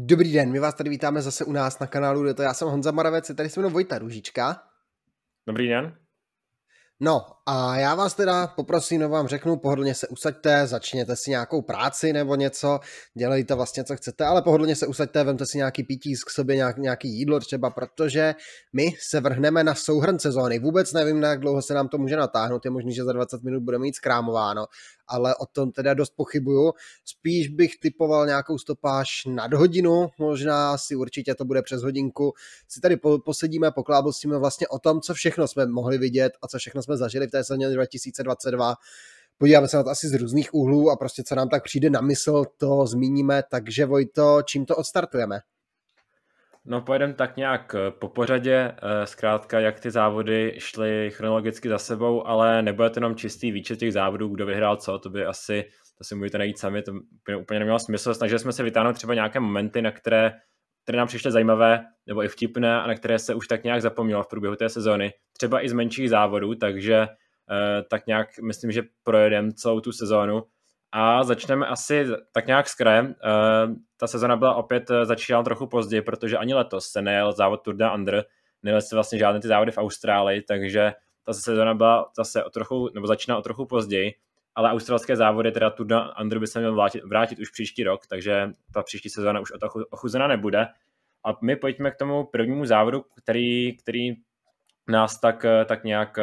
Dobrý den, my vás tady vítáme zase u nás na kanálu Doto. Já jsem Honza Moravec, tady se mnou Vojta Růžička. Dobrý den. No a já vás teda poprosím, no vám řeknu, pohodlně se usaďte, začněte si nějakou práci nebo něco, dělejte vlastně, co chcete, ale pohodlně se usaďte, vemte si nějaký pití k sobě, nějaký jídlo třeba, protože my se vrhneme na souhrn sezóny. Vůbec nevím, na jak dlouho se nám to může natáhnout, je možný, že za 20 minut budeme mít zkrámováno, ale o tom teda dost pochybuju. Spíš bych typoval nějakou stopáž nad hodinu, možná si určitě to bude přes hodinku. Si tady posedíme, poklábostíme vlastně o tom, co všechno jsme mohli vidět a co všechno jsme zažili v té sezóně 2022. Podíváme se na to asi z různých úhlů a prostě co nám tak přijde na mysl, to zmíníme. Takže Vojto, čím to odstartujeme? No pojedeme tak nějak po pořadě, zkrátka jak ty závody šly chronologicky za sebou, ale nebude to jenom čistý výčet těch závodů, kdo vyhrál co, to si můžete najít sami, to úplně nemělo smysl. Snažili jsme se vytáhnout třeba nějaké momenty, na které nám přišly zajímavé nebo i vtipné a na které se už tak nějak zapomnělo v průběhu té sezóny. Třeba i z menších závodů, takže tak nějak myslím, že projedeme celou tu sezónu. A začneme asi tak nějak s krajem. Ta sezona byla opět začínala trochu později, protože ani letos se nejel závod Tour de Under, nejel se vlastně žádné ty závody v Austrálii, takže ta sezona byla zase začíná o trochu později, ale australské závody, teda Tour de Under by se měl vrátit už příští rok, takže ta příští sezona už ochuzena nebude. A my pojďme k tomu prvnímu závodu, který nás tak nějak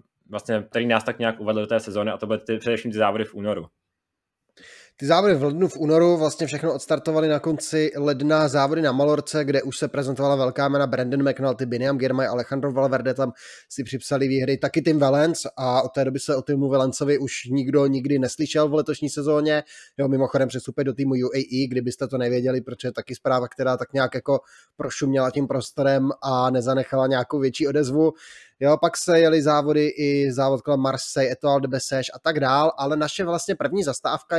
uvedl do té sezóny, a to byly především ty závody v únoru. Ty závody v lednu, v únoru vlastně všechno odstartovaly na konci ledna závody na Malorce, kde už se prezentovala velká jména Brandon McNulty, Biniam Girmay, Alejandro Valverde, tam si připsali výhry taky Tim Wellens a od té doby se o Timu Wellensovi už nikdo nikdy neslyšel v letošní sezóně. Jo, mimochodem přestupit do týmu UAE, kdybyste to nevěděli, protože je taky zpráva, která tak nějak jako prošuměla tím prostorem a nezanechala nějakou větší odezvu. Jo, pak se jeli závody i závod kolem Marseille, Etoile de Bessèges a tak dál, ale naše vlastně první zastávka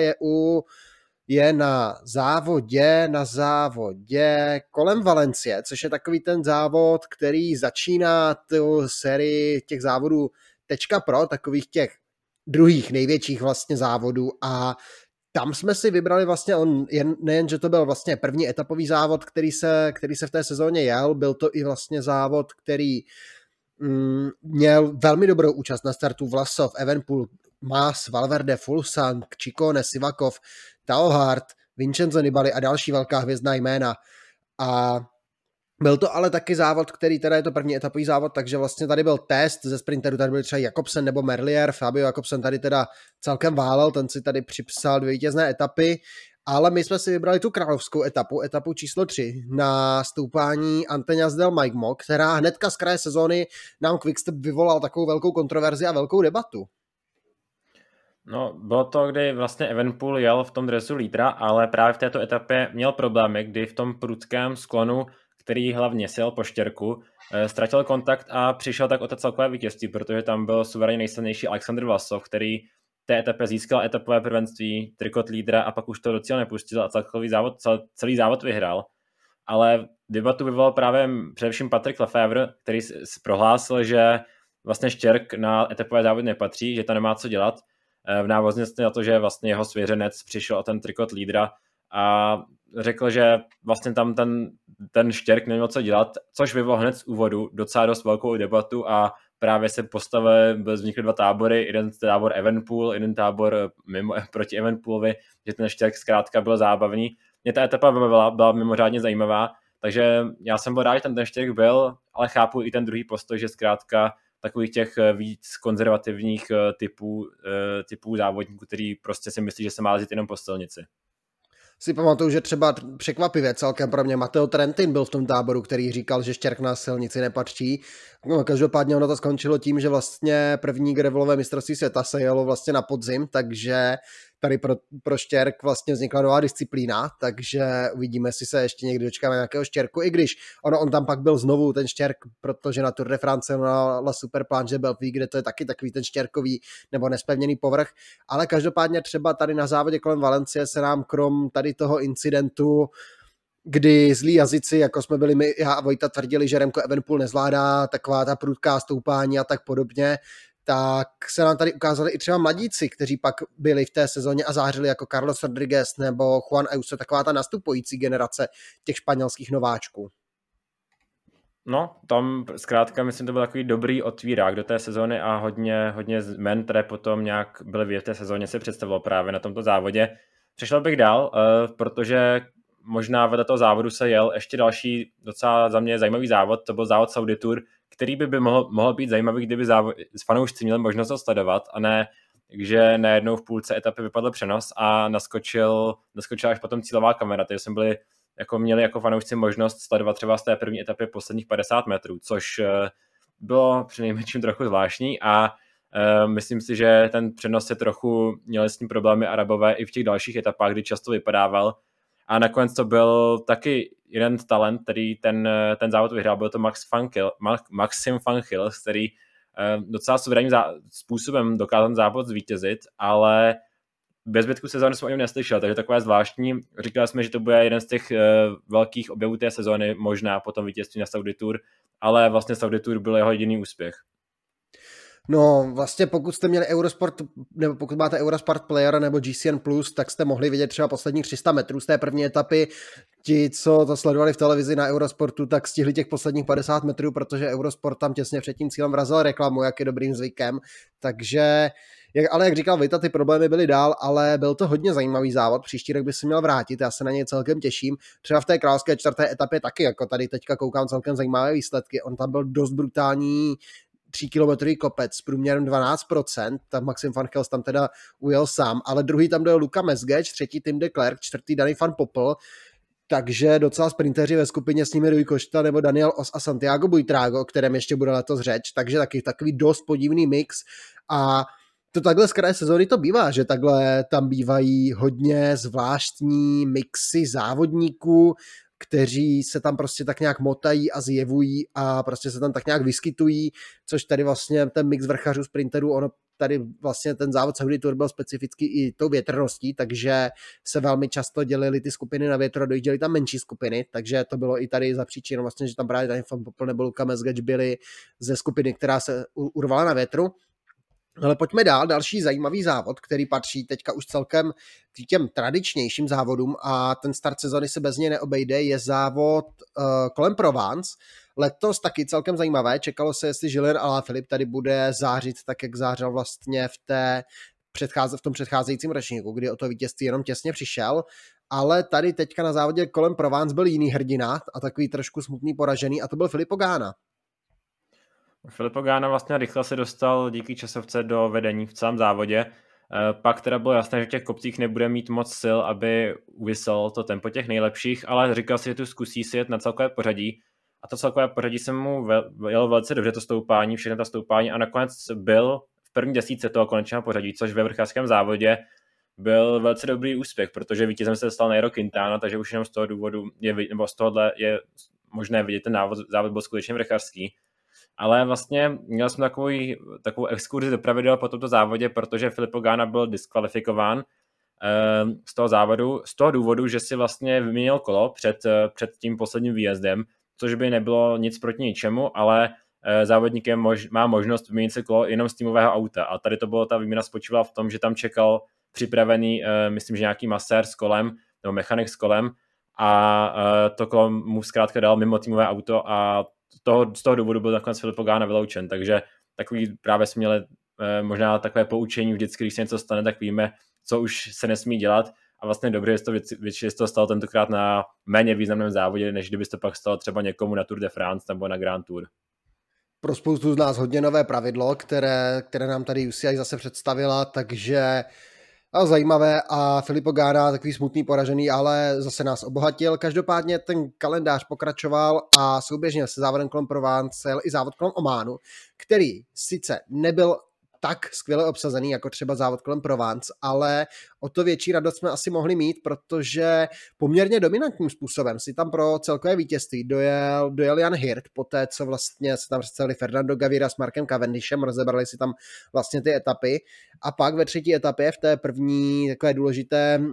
je na závodě kolem Valencie, což je takový ten závod, který začíná tu sérii těch závodů .pro, takových těch druhých největších vlastně závodů, a tam jsme si vybrali vlastně, nejen, že to byl vlastně první etapový závod, který se v té sezóně jel, byl to i vlastně závod, který měl velmi dobrou účast na startu Vlasov, Evenepoel, Mas, Valverde, Fuglsang, Ciccone, Sivakov, Tauhart, Vincenzo Nibali a další velká hvězdná jména. A byl to ale taky závod, který teda je to první etapový závod, takže vlastně tady byl test ze sprinterů, tady byl třeba Jakobsen nebo Merlier, Fabio Jakobsen tady teda celkem válel, ten si tady připsal 2 vítězné etapy, ale my jsme si vybrali tu královskou etapu číslo 3 na stoupání Anteňas del Maigmo, která hnedka z kraje sezóny nám Quickstep vyvolal takovou velkou kontroverzi a velkou debatu. No, bylo to, kdy vlastně Evenepoel jel v tom dresu lídra, ale právě v této etapě měl problémy, kdy v tom prudkém sklonu, který hlavně sjel po štěrku, ztratil kontakt a přišel tak o to celkové vítězství, protože tam byl suverénně nejsilnější Alexander Vlasov, který té etapě získal etapové prvenství, trikot lídra a pak už to do cíle nepustil a celý závod vyhrál. Ale debatu vyvolal právě především Patrick Lefevre, který prohlásil, že vlastně štěrk na etapové závody nepatří, že to nemá co dělat, v návaznosti na to, že vlastně jeho svěřenec přišel o ten trikot lídra a řekl, že vlastně tam ten štěrk neměl co dělat, což vyvolal hned z úvodu docela dost velkou debatu a právě se vznikly 2 tábory, jeden tábor Evenepoel, jeden tábor proti Evenepoelovi, že ten štěrk zkrátka byl zábavný. Mě ta etapa byla mimořádně zajímavá, takže já jsem byl rád, že ten štěrk byl, ale chápu i ten druhý postoj, že zkrátka takových těch víc konzervativních typů závodníků, který prostě si myslí, že se má jezdit jenom po silnici. Si pamatuju, že třeba překvapivě celkem pro mě Matteo Trentin byl v tom táboru, který říkal, že štěrk na silnici nepatří. No, každopádně ono to skončilo tím, že vlastně první gravelové mistrovství světa se jelo vlastně na podzim, takže tady pro štěrk vlastně vznikla nová disciplína, takže uvidíme, jestli se ještě někdy dočkáme nějakého štěrku, i když on tam pak byl znovu ten štěrk, protože na Tour de France na La Superplanche Belfie, kde to je taky takový ten štěrkový nebo nespevněný povrch, ale každopádně třeba tady na závodě kolem Valencie se nám krom tady toho incidentu, kdy zlí jazyci, jako jsme byli my, já a Vojta, tvrdili, že Remco Evenepoel nezvládá taková ta prudká stoupání a tak podobně, tak se nám tady ukázali i třeba mladíci, kteří pak byli v té sezóně a zářili jako Carlos Rodriguez nebo Juan Ayuso, taková ta nastupující generace těch španělských nováčků. No, tam zkrátka myslím, to byl takový dobrý otvírák do té sezóny a hodně men, které potom nějak byly v té sezóně, se představilo právě na tomto závodě. Přešel bych dál, protože možná vedle toho závodu se jel ještě další docela za mě zajímavý závod, to byl závod Saudi Tour, který by mohl být zajímavý, kdyby fanoušci měli možnost ho sledovat, a ne, že najednou v půlce etapy vypadl přenos a naskočila až potom cílová kamera, takže jsme měli jako fanoušci možnost sledovat třeba z té první etapy posledních 50 metrů, což bylo přinejmenším trochu zvláštní a myslím si, že ten přenos se trochu měli s tím problémy Arabové i v těch dalších etapách, kdy často vypadával. A nakonec to byl taky jeden talent, který ten závod vyhrál, byl to Maxim van Gils, který docela suverénním způsobem dokázal ten závod zvítězit, ale bez zbytku sezóny jsem o něm neslyšel, takže takové zvláštní. Říkali jsme, že to bude jeden z těch velkých objevů té sezóny, možná potom vítězství na Saudi Tour, ale vlastně Saudi Tour byl jeho jediný úspěch. No vlastně pokud jste měli Eurosport, nebo pokud máte Eurosport Player nebo GCN+, tak jste mohli vidět třeba posledních 300 metrů z té první etapy. Ti, co to sledovali v televizi na Eurosportu, tak stihli těch posledních 50 metrů, protože Eurosport tam těsně před tím cílem vrazil reklamu, jak je dobrým zvykem. Takže, ale jak říkal Vita, ty problémy byly dál, ale byl to hodně zajímavý závod. Příští rok by se měl vrátit, já se na něj celkem těším. Třeba v té královské čtvrté etapě taky, jako tady teďka koukám, celkem zajímavé výsledky. On tam byl dost brutální 3-kilometrový kopec s průměrem 12%, tam Maxim van Gils tam teda ujel sám, ale druhý tam byl Luka Mesgeč, třetí Tim de Klerk, čtvrtý Dani van Poppel, takže docela sprinteři ve skupině s nimi Rui Costa nebo Daniel Os a Santiago Buitrago, o kterém ještě bude letos řeč, takže takový dost podivný mix a to takhle z kraje sezóny to bývá, že takhle tam bývají hodně zvláštní mixy závodníků, kteří se tam prostě tak nějak motají a zjevují a prostě se tam tak nějak vyskytují, což tady vlastně ten mix vrchařů, sprinterů, ono tady vlastně ten závod Saudi Tour byl specifický i tou větrností, takže se velmi často dělily ty skupiny na větro, dojížděly tam menší skupiny, takže to bylo i tady za příčinu vlastně, že tam právě Dani van Poppel nebo Luka Mesgeč byli ze skupiny, která se urvala na větru. Ale pojďme dál, další zajímavý závod, který patří teďka už celkem k těm tradičnějším závodům a ten start sezony se bez něj neobejde, je závod kolem Provence. Letos taky celkem zajímavé, čekalo se, jestli Julien Alaphilippe tady bude zářit tak, jak zářil vlastně v tom předcházejícím ročníku, kdy o to vítězství jenom těsně přišel, ale tady teďka na závodě kolem Provence byl jiný hrdina a takový trošku smutný poražený a to byl Filippo Ganna. Filippo Ganna vlastně rychle se dostal díky časovce do vedení v celém závodě. Pak teda bylo jasné, že v těch kopcích nebude mít moc sil, aby uvisel to tempo těch nejlepších, ale říkal si, že tu zkusí si jet na celkové pořadí. A to celkové pořadí se mu jelo velice dobře, to stoupání, všechno ta stoupání a nakonec byl v první desítce toho konečného pořadí, což ve vrchářském závodě byl velice dobrý úspěch, protože vítězem se stal Nairo Quintana, takže už jenom z toho důvodu z tohohle je možné vidět, ten závod byl skutečně vrchařský. Ale vlastně měl jsem takovou exkurzi do pravidel po tomto závodě, protože Filippo Ganna byl diskvalifikován z toho závodu, z toho důvodu, že si vlastně vyměnil kolo před tím posledním výjezdem, což by nebylo nic proti ničemu, ale závodník má možnost vyměnit si kolo jenom z týmového auta. A tady ta výměna spočívala v tom, že tam čekal připravený, myslím, že nějaký masér s kolem, nebo mechanik s kolem a to kolo mu zkrátka dal mimo týmové auto a z toho důvodu byl nakonec Filippo Ganna vyloučen, takže takový právě jsme měli možná takové poučení vždycky, když se něco stane, tak víme, co už se nesmí dělat a vlastně dobře, že se to stalo tentokrát na méně významném závodě, než kdyby se to pak stalo třeba někomu na Tour de France nebo na Grand Tour. Pro spoustu z nás hodně nové pravidlo, které nám tady UCI zase představila, takže zajímavé a Filippo Ganna takový smutný poražený, ale zase nás obohatil. Každopádně ten kalendář pokračoval a souběžně se závodem kolem Provence jel i závod kolem Ománu, který sice nebyl tak skvěle obsazený, jako třeba závod kolem Provence, ale o to větší radost jsme asi mohli mít, protože poměrně dominantním způsobem si tam pro celkové vítězství dojel Jan Hirt, poté co vlastně se tam představili Fernando Gaviria s Markem Cavendishem, rozebrali si tam vlastně ty etapy a pak ve třetí etapě v té první takové důležité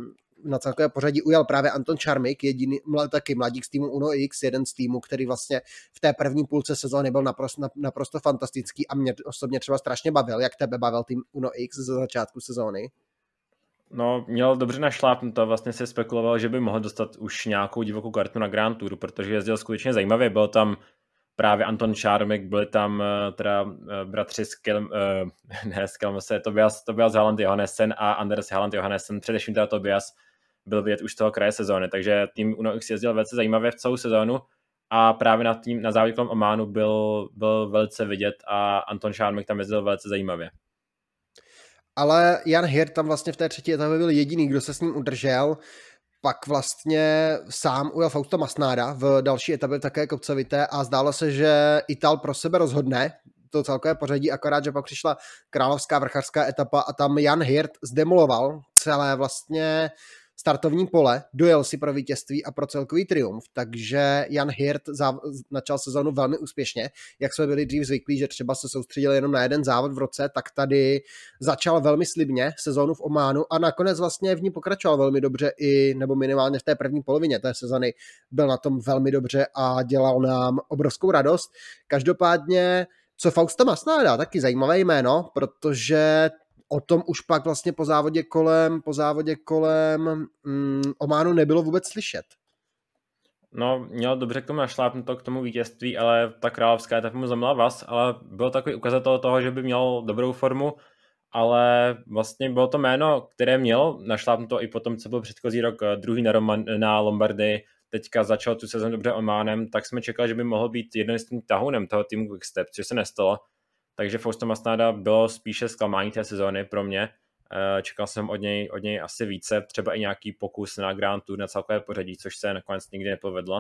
na celkové pořadí ujal právě Anton Čarmik, jediný taky mladík z týmu Uno X, jeden z týmů, který vlastně v té první půlce sezóny byl naprosto fantastický a mě osobně třeba strašně bavil. Jak tebe bavil tým Uno X ze začátku sezóny? No, měl dobře našlápnuto, vlastně se spekuloval, že by mohl dostat už nějakou divokou kartu na Grand Tour, protože jezdil skutečně zajímavě, byl tam právě Anton Čármek, byli tam teda bratři Skelmose, Tobias Haaland Johannesen a Anders Haaland Johannesen, především teda Tobias byl vidět už z toho kraje sezóny, takže tým Uno X jezdil velice zajímavě v celou sezónu a právě na závodě kolem Ománu byl velice vidět a Anton Čármek tam jezdil velice zajímavě. Ale Jan Hirt tam vlastně v té třetí etapě byl jediný, kdo se s ním udržel. Pak vlastně sám ujel Fausto Masnada v další etapě také kopcovité a zdálo se, že Ital pro sebe rozhodne to celkové pořadí, akorát, že pak přišla královská vrchařská etapa a tam Jan Hirt zdemoloval celé vlastně startovní pole, dojel si pro vítězství a pro celkový triumf, takže Jan Hirt začal sezónu velmi úspěšně, jak jsme byli dřív zvyklí, že třeba se soustředil jenom na jeden závod v roce, tak tady začal velmi slibně sezónu v Ománu a nakonec vlastně v ní pokračoval velmi dobře nebo minimálně v té první polovině té sezony byl na tom velmi dobře a dělal nám obrovskou radost. Každopádně, co Fausta Masnada, taky zajímavé jméno, protože o tom už pak vlastně po závodě kolem Ománu nebylo vůbec slyšet. No, měl dobře k tomu našlápnuto, k tomu vítězství, ale ta královská etapa mu zamila vaz, ale byl takový ukazatel toho, že by měl dobrou formu, ale vlastně bylo to jméno, které měl našlápnuto i potom, co byl předchozí rok druhý na Lombardii, teďka začal tu sezonu dobře Ománem, tak jsme čekali, že by mohl být jeden z tím tahounem toho týmu Quickstep, což se nestalo. Takže Fausto Masnada bylo spíše zklamání té sezóny pro mě. Čekal jsem od něj asi více, třeba i nějaký pokus na Grand Tour na celkové pořadí, což se nakonec nikdy nepovedlo.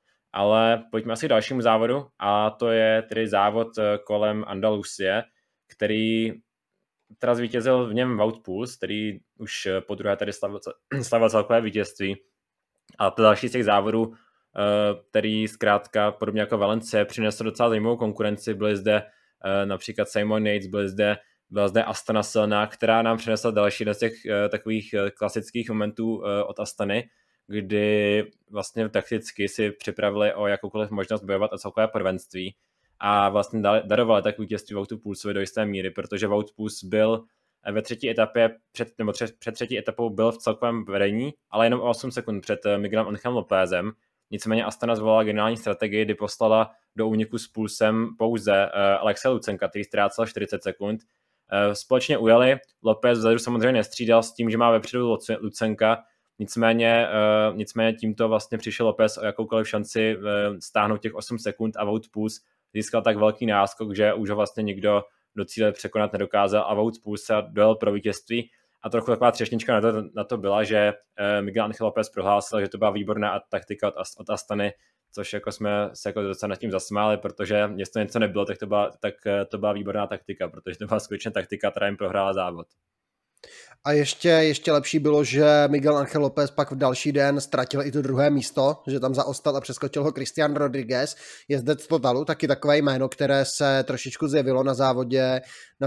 Ale pojďme asi k dalšímu závodu a to je tedy závod kolem Andalusie, který teda zvítězil v něm Wout Poels, který už po druhé tady slavil celkové vítězství. A to další z těch závodů, který zkrátka podobně jako Valencie přinesl docela zajímavou konkurenci, byly zde například Simon Yates, byla zde Astana silná, která nám přinesla další z těch takových klasických momentů od Astany, kdy vlastně takticky si připravili o jakoukoliv možnost bojovat o celkové prvenství a vlastně darovali tak vítězství Woutu Poelsovi do jisté míry, protože Wout Poels byl ve třetí etapě, před třetí etapou byl v celkovém vedení, ale jenom o 8 sekund před Miguelem Angelem Lopézem. Nicméně Astana zvolila geniální strategii, kdy poslala do úniku s Poelsem pouze Alexe Lucenka, který ztrácel 40 sekund. Společně ujeli, Lopez vzadu samozřejmě nestřídal s tím, že má vepředu Lucenka, nicméně tímto vlastně přišel Lopez o jakoukoliv šanci stáhnout těch 8 sekund a Wout Poels získal tak velký náskok, že už ho vlastně nikdo do cíle překonat nedokázal a Wout Poels se dojel pro vítězství. A trochu taková třešnička na to byla, že Miguel Angel Lopez prohlásil, že to byla výborná taktika od Astany, což jako jsme se jako docela nad tím zasmáli, protože jestli to něco nebylo, tak to byla výborná taktika, protože to byla skutečně taktika, která jim prohrála závod. A ještě lepší bylo, že Miguel Angel Lopez pak v další den ztratil i to druhé místo, že tam zaostal a přeskočil ho Cristian Rodriguez, jezdec Totalu, taky takové jméno, které se trošičku zjevilo na závodě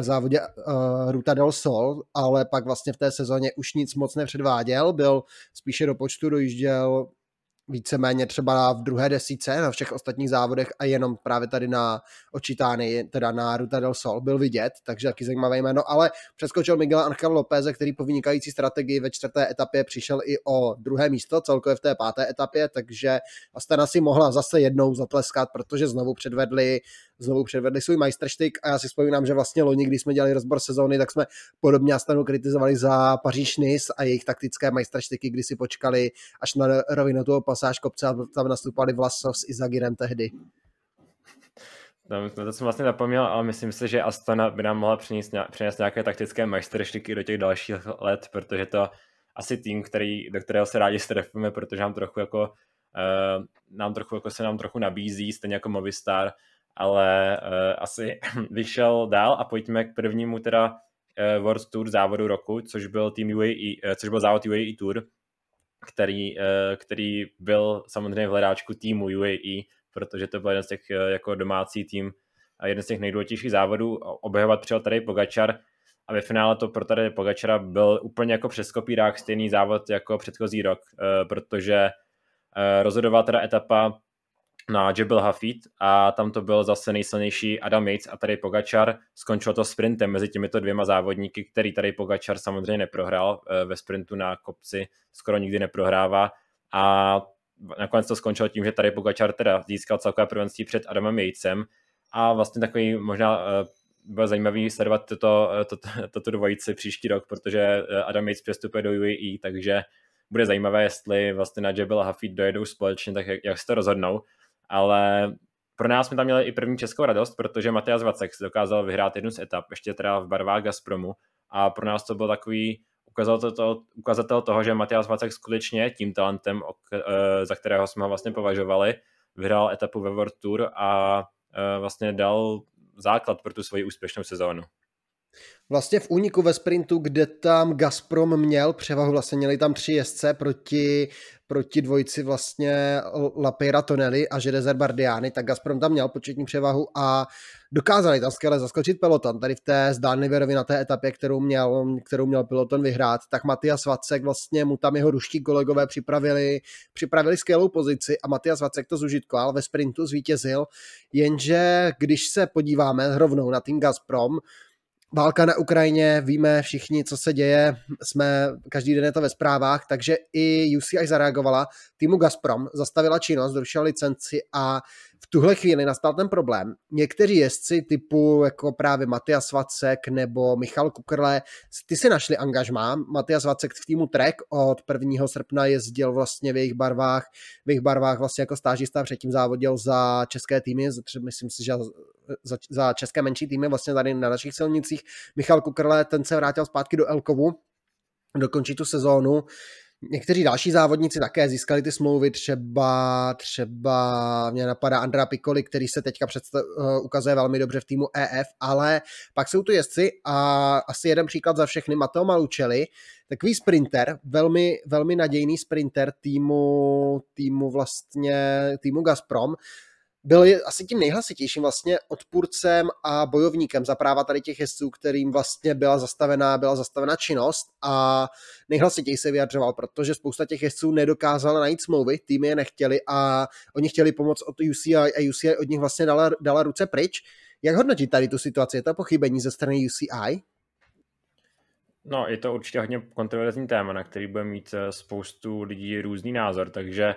Ruta del Sol, ale pak vlastně v té sezóně už nic moc nepředváděl, byl spíše do počtu, dojížděl víceméně třeba v druhé desíce na všech ostatních závodech a jenom právě tady na Occitánii, teda na Ruta del Sol byl vidět, takže taky zajímavé jméno, ale přeskočil Miguel Angel Lopeze, který po vynikající strategii ve čtvrté etapě přišel i o druhé místo, celkově v té páté etapě, takže Astana si mohla zase jednou zatleskat, protože znovu předvedli svůj majstrštyk a já si vzpomínám, že vlastně loni, když jsme dělali rozbor sezóny, tak jsme podobně Astanu kritizovali za Paříž-Nice a jejich taktické majstrštyky, kdy si počkali až na rovinu toho pasáž kopce a tam nastupali Vlasov s Izagirem tehdy. No, to jsem vlastně zapomněl, ale myslím si, že Astana by nám mohla přinést nějaké taktické majstrštyky do těch dalších let, protože to asi tým, do kterého se rádi strefíme, protože nám trochu nabízí, stejně jako Movistar, ale asi vyšel dál a pojďme k prvnímu teda World Tour závodu roku, což byl závod UAE Tour, který byl samozřejmě v hledáčku týmu UAE, protože to byl jeden z těch jako domácí tým a jeden z těch nejdůležitějších závodů. Obhajovat přijel tady Pogačar a ve finále to pro tady Pogačara byl úplně jako přes kopírák stejný závod jako předchozí rok, protože rozhodovala teda etapa na Jebel Hafid a tam to byl zase nejsilnější Adam Yates a tady Pogačar. Skončilo to sprintem mezi těmito dvěma závodníky, který tady Pogačar samozřejmě neprohrál ve sprintu na kopci, skoro nikdy neprohrává a nakonec to skončilo tím, že tady Pogačar teda získal celkové prvenství před Adamem Yatesem a vlastně takový možná bylo zajímavý sledovat toto dvojici příští rok, protože Adam Yates přestupuje do UAE, takže bude zajímavé, jestli vlastně na Jebel Hafid dojedou společně, tak jak se to rozhodnou. Ale pro nás jsme tam měli i první českou radost, protože Matyáš Vacek dokázal vyhrát jednu z etap, ještě teda v barvách Gazpromu a pro nás to byl takový ukazatel toho, že Matyáš Vacek skutečně je tím talentem, za kterého jsme ho vlastně považovali. Vyhrál etapu ve World Tour a vlastně dal základ pro tu svoji úspěšnou sezónu. Vlastně v úniku ve sprintu, kde tam Gazprom měl převahu, vlastně měli tam 3 jezdce proti dvojici vlastně Lapejra Tonelli a Jerezer Bardiani, tak Gazprom tam měl početní převahu a dokázali tam skvěle zaskočit peloton. Tady v té zdánlivě rovinnaté etapě, kterou měl peloton vyhrát, tak Matyáš Vacek vlastně mu tam jeho ruští kolegové připravili skvělou pozici a Matyáš Vacek to zužitkoval, ve sprintu zvítězil, jenže když se podíváme rovnou na tým Gazprom, válka na Ukrajině, víme všichni, co se děje, každý den je to ve zprávách, takže i UCI zareagovala, týmu Gazprom zastavila činnost, zrušila licenci a v tuhle chvíli nastal ten problém. Někteří jezdci typu jako právě Matyáš Vacek nebo Michal Kukrle, ty si našli angažmá. Matyáš Vacek v týmu Trek od 1. srpna jezdil vlastně v jejich barvách vlastně jako stážista, předtím závodil za české týmy, myslím si, že za české menší týmy vlastně tady na našich silnicích. Michal Kukrle, ten se vrátil zpátky do Elkovu, dokončí tu sezónu. Někteří další závodníci také získali ty smlouvy, třeba mě napadá Andrea Piccoli, který se teďka ukazuje velmi dobře v týmu EF, ale pak jsou tu jezdci a asi jeden příklad za všechny, Matteo Malucelli, takový sprinter, velmi, velmi nadějný sprinter týmu Gazprom, byl asi tím nejhlasitějším vlastně odpůrcem a bojovníkem za práva tady těch jezdců, kterým vlastně byla zastavena činnost a nejhlasitěji se vyjadřoval, protože spousta těch jezdců nedokázala najít smlouvy, týmy je nechtěli a oni chtěli pomoct od UCI a UCI od nich vlastně dala ruce pryč. Jak hodnotit tady tu situaci? Je to pochybení ze strany UCI? No, je to určitě hodně kontroverzní téma, na který bude mít spoustu lidí různý názor, takže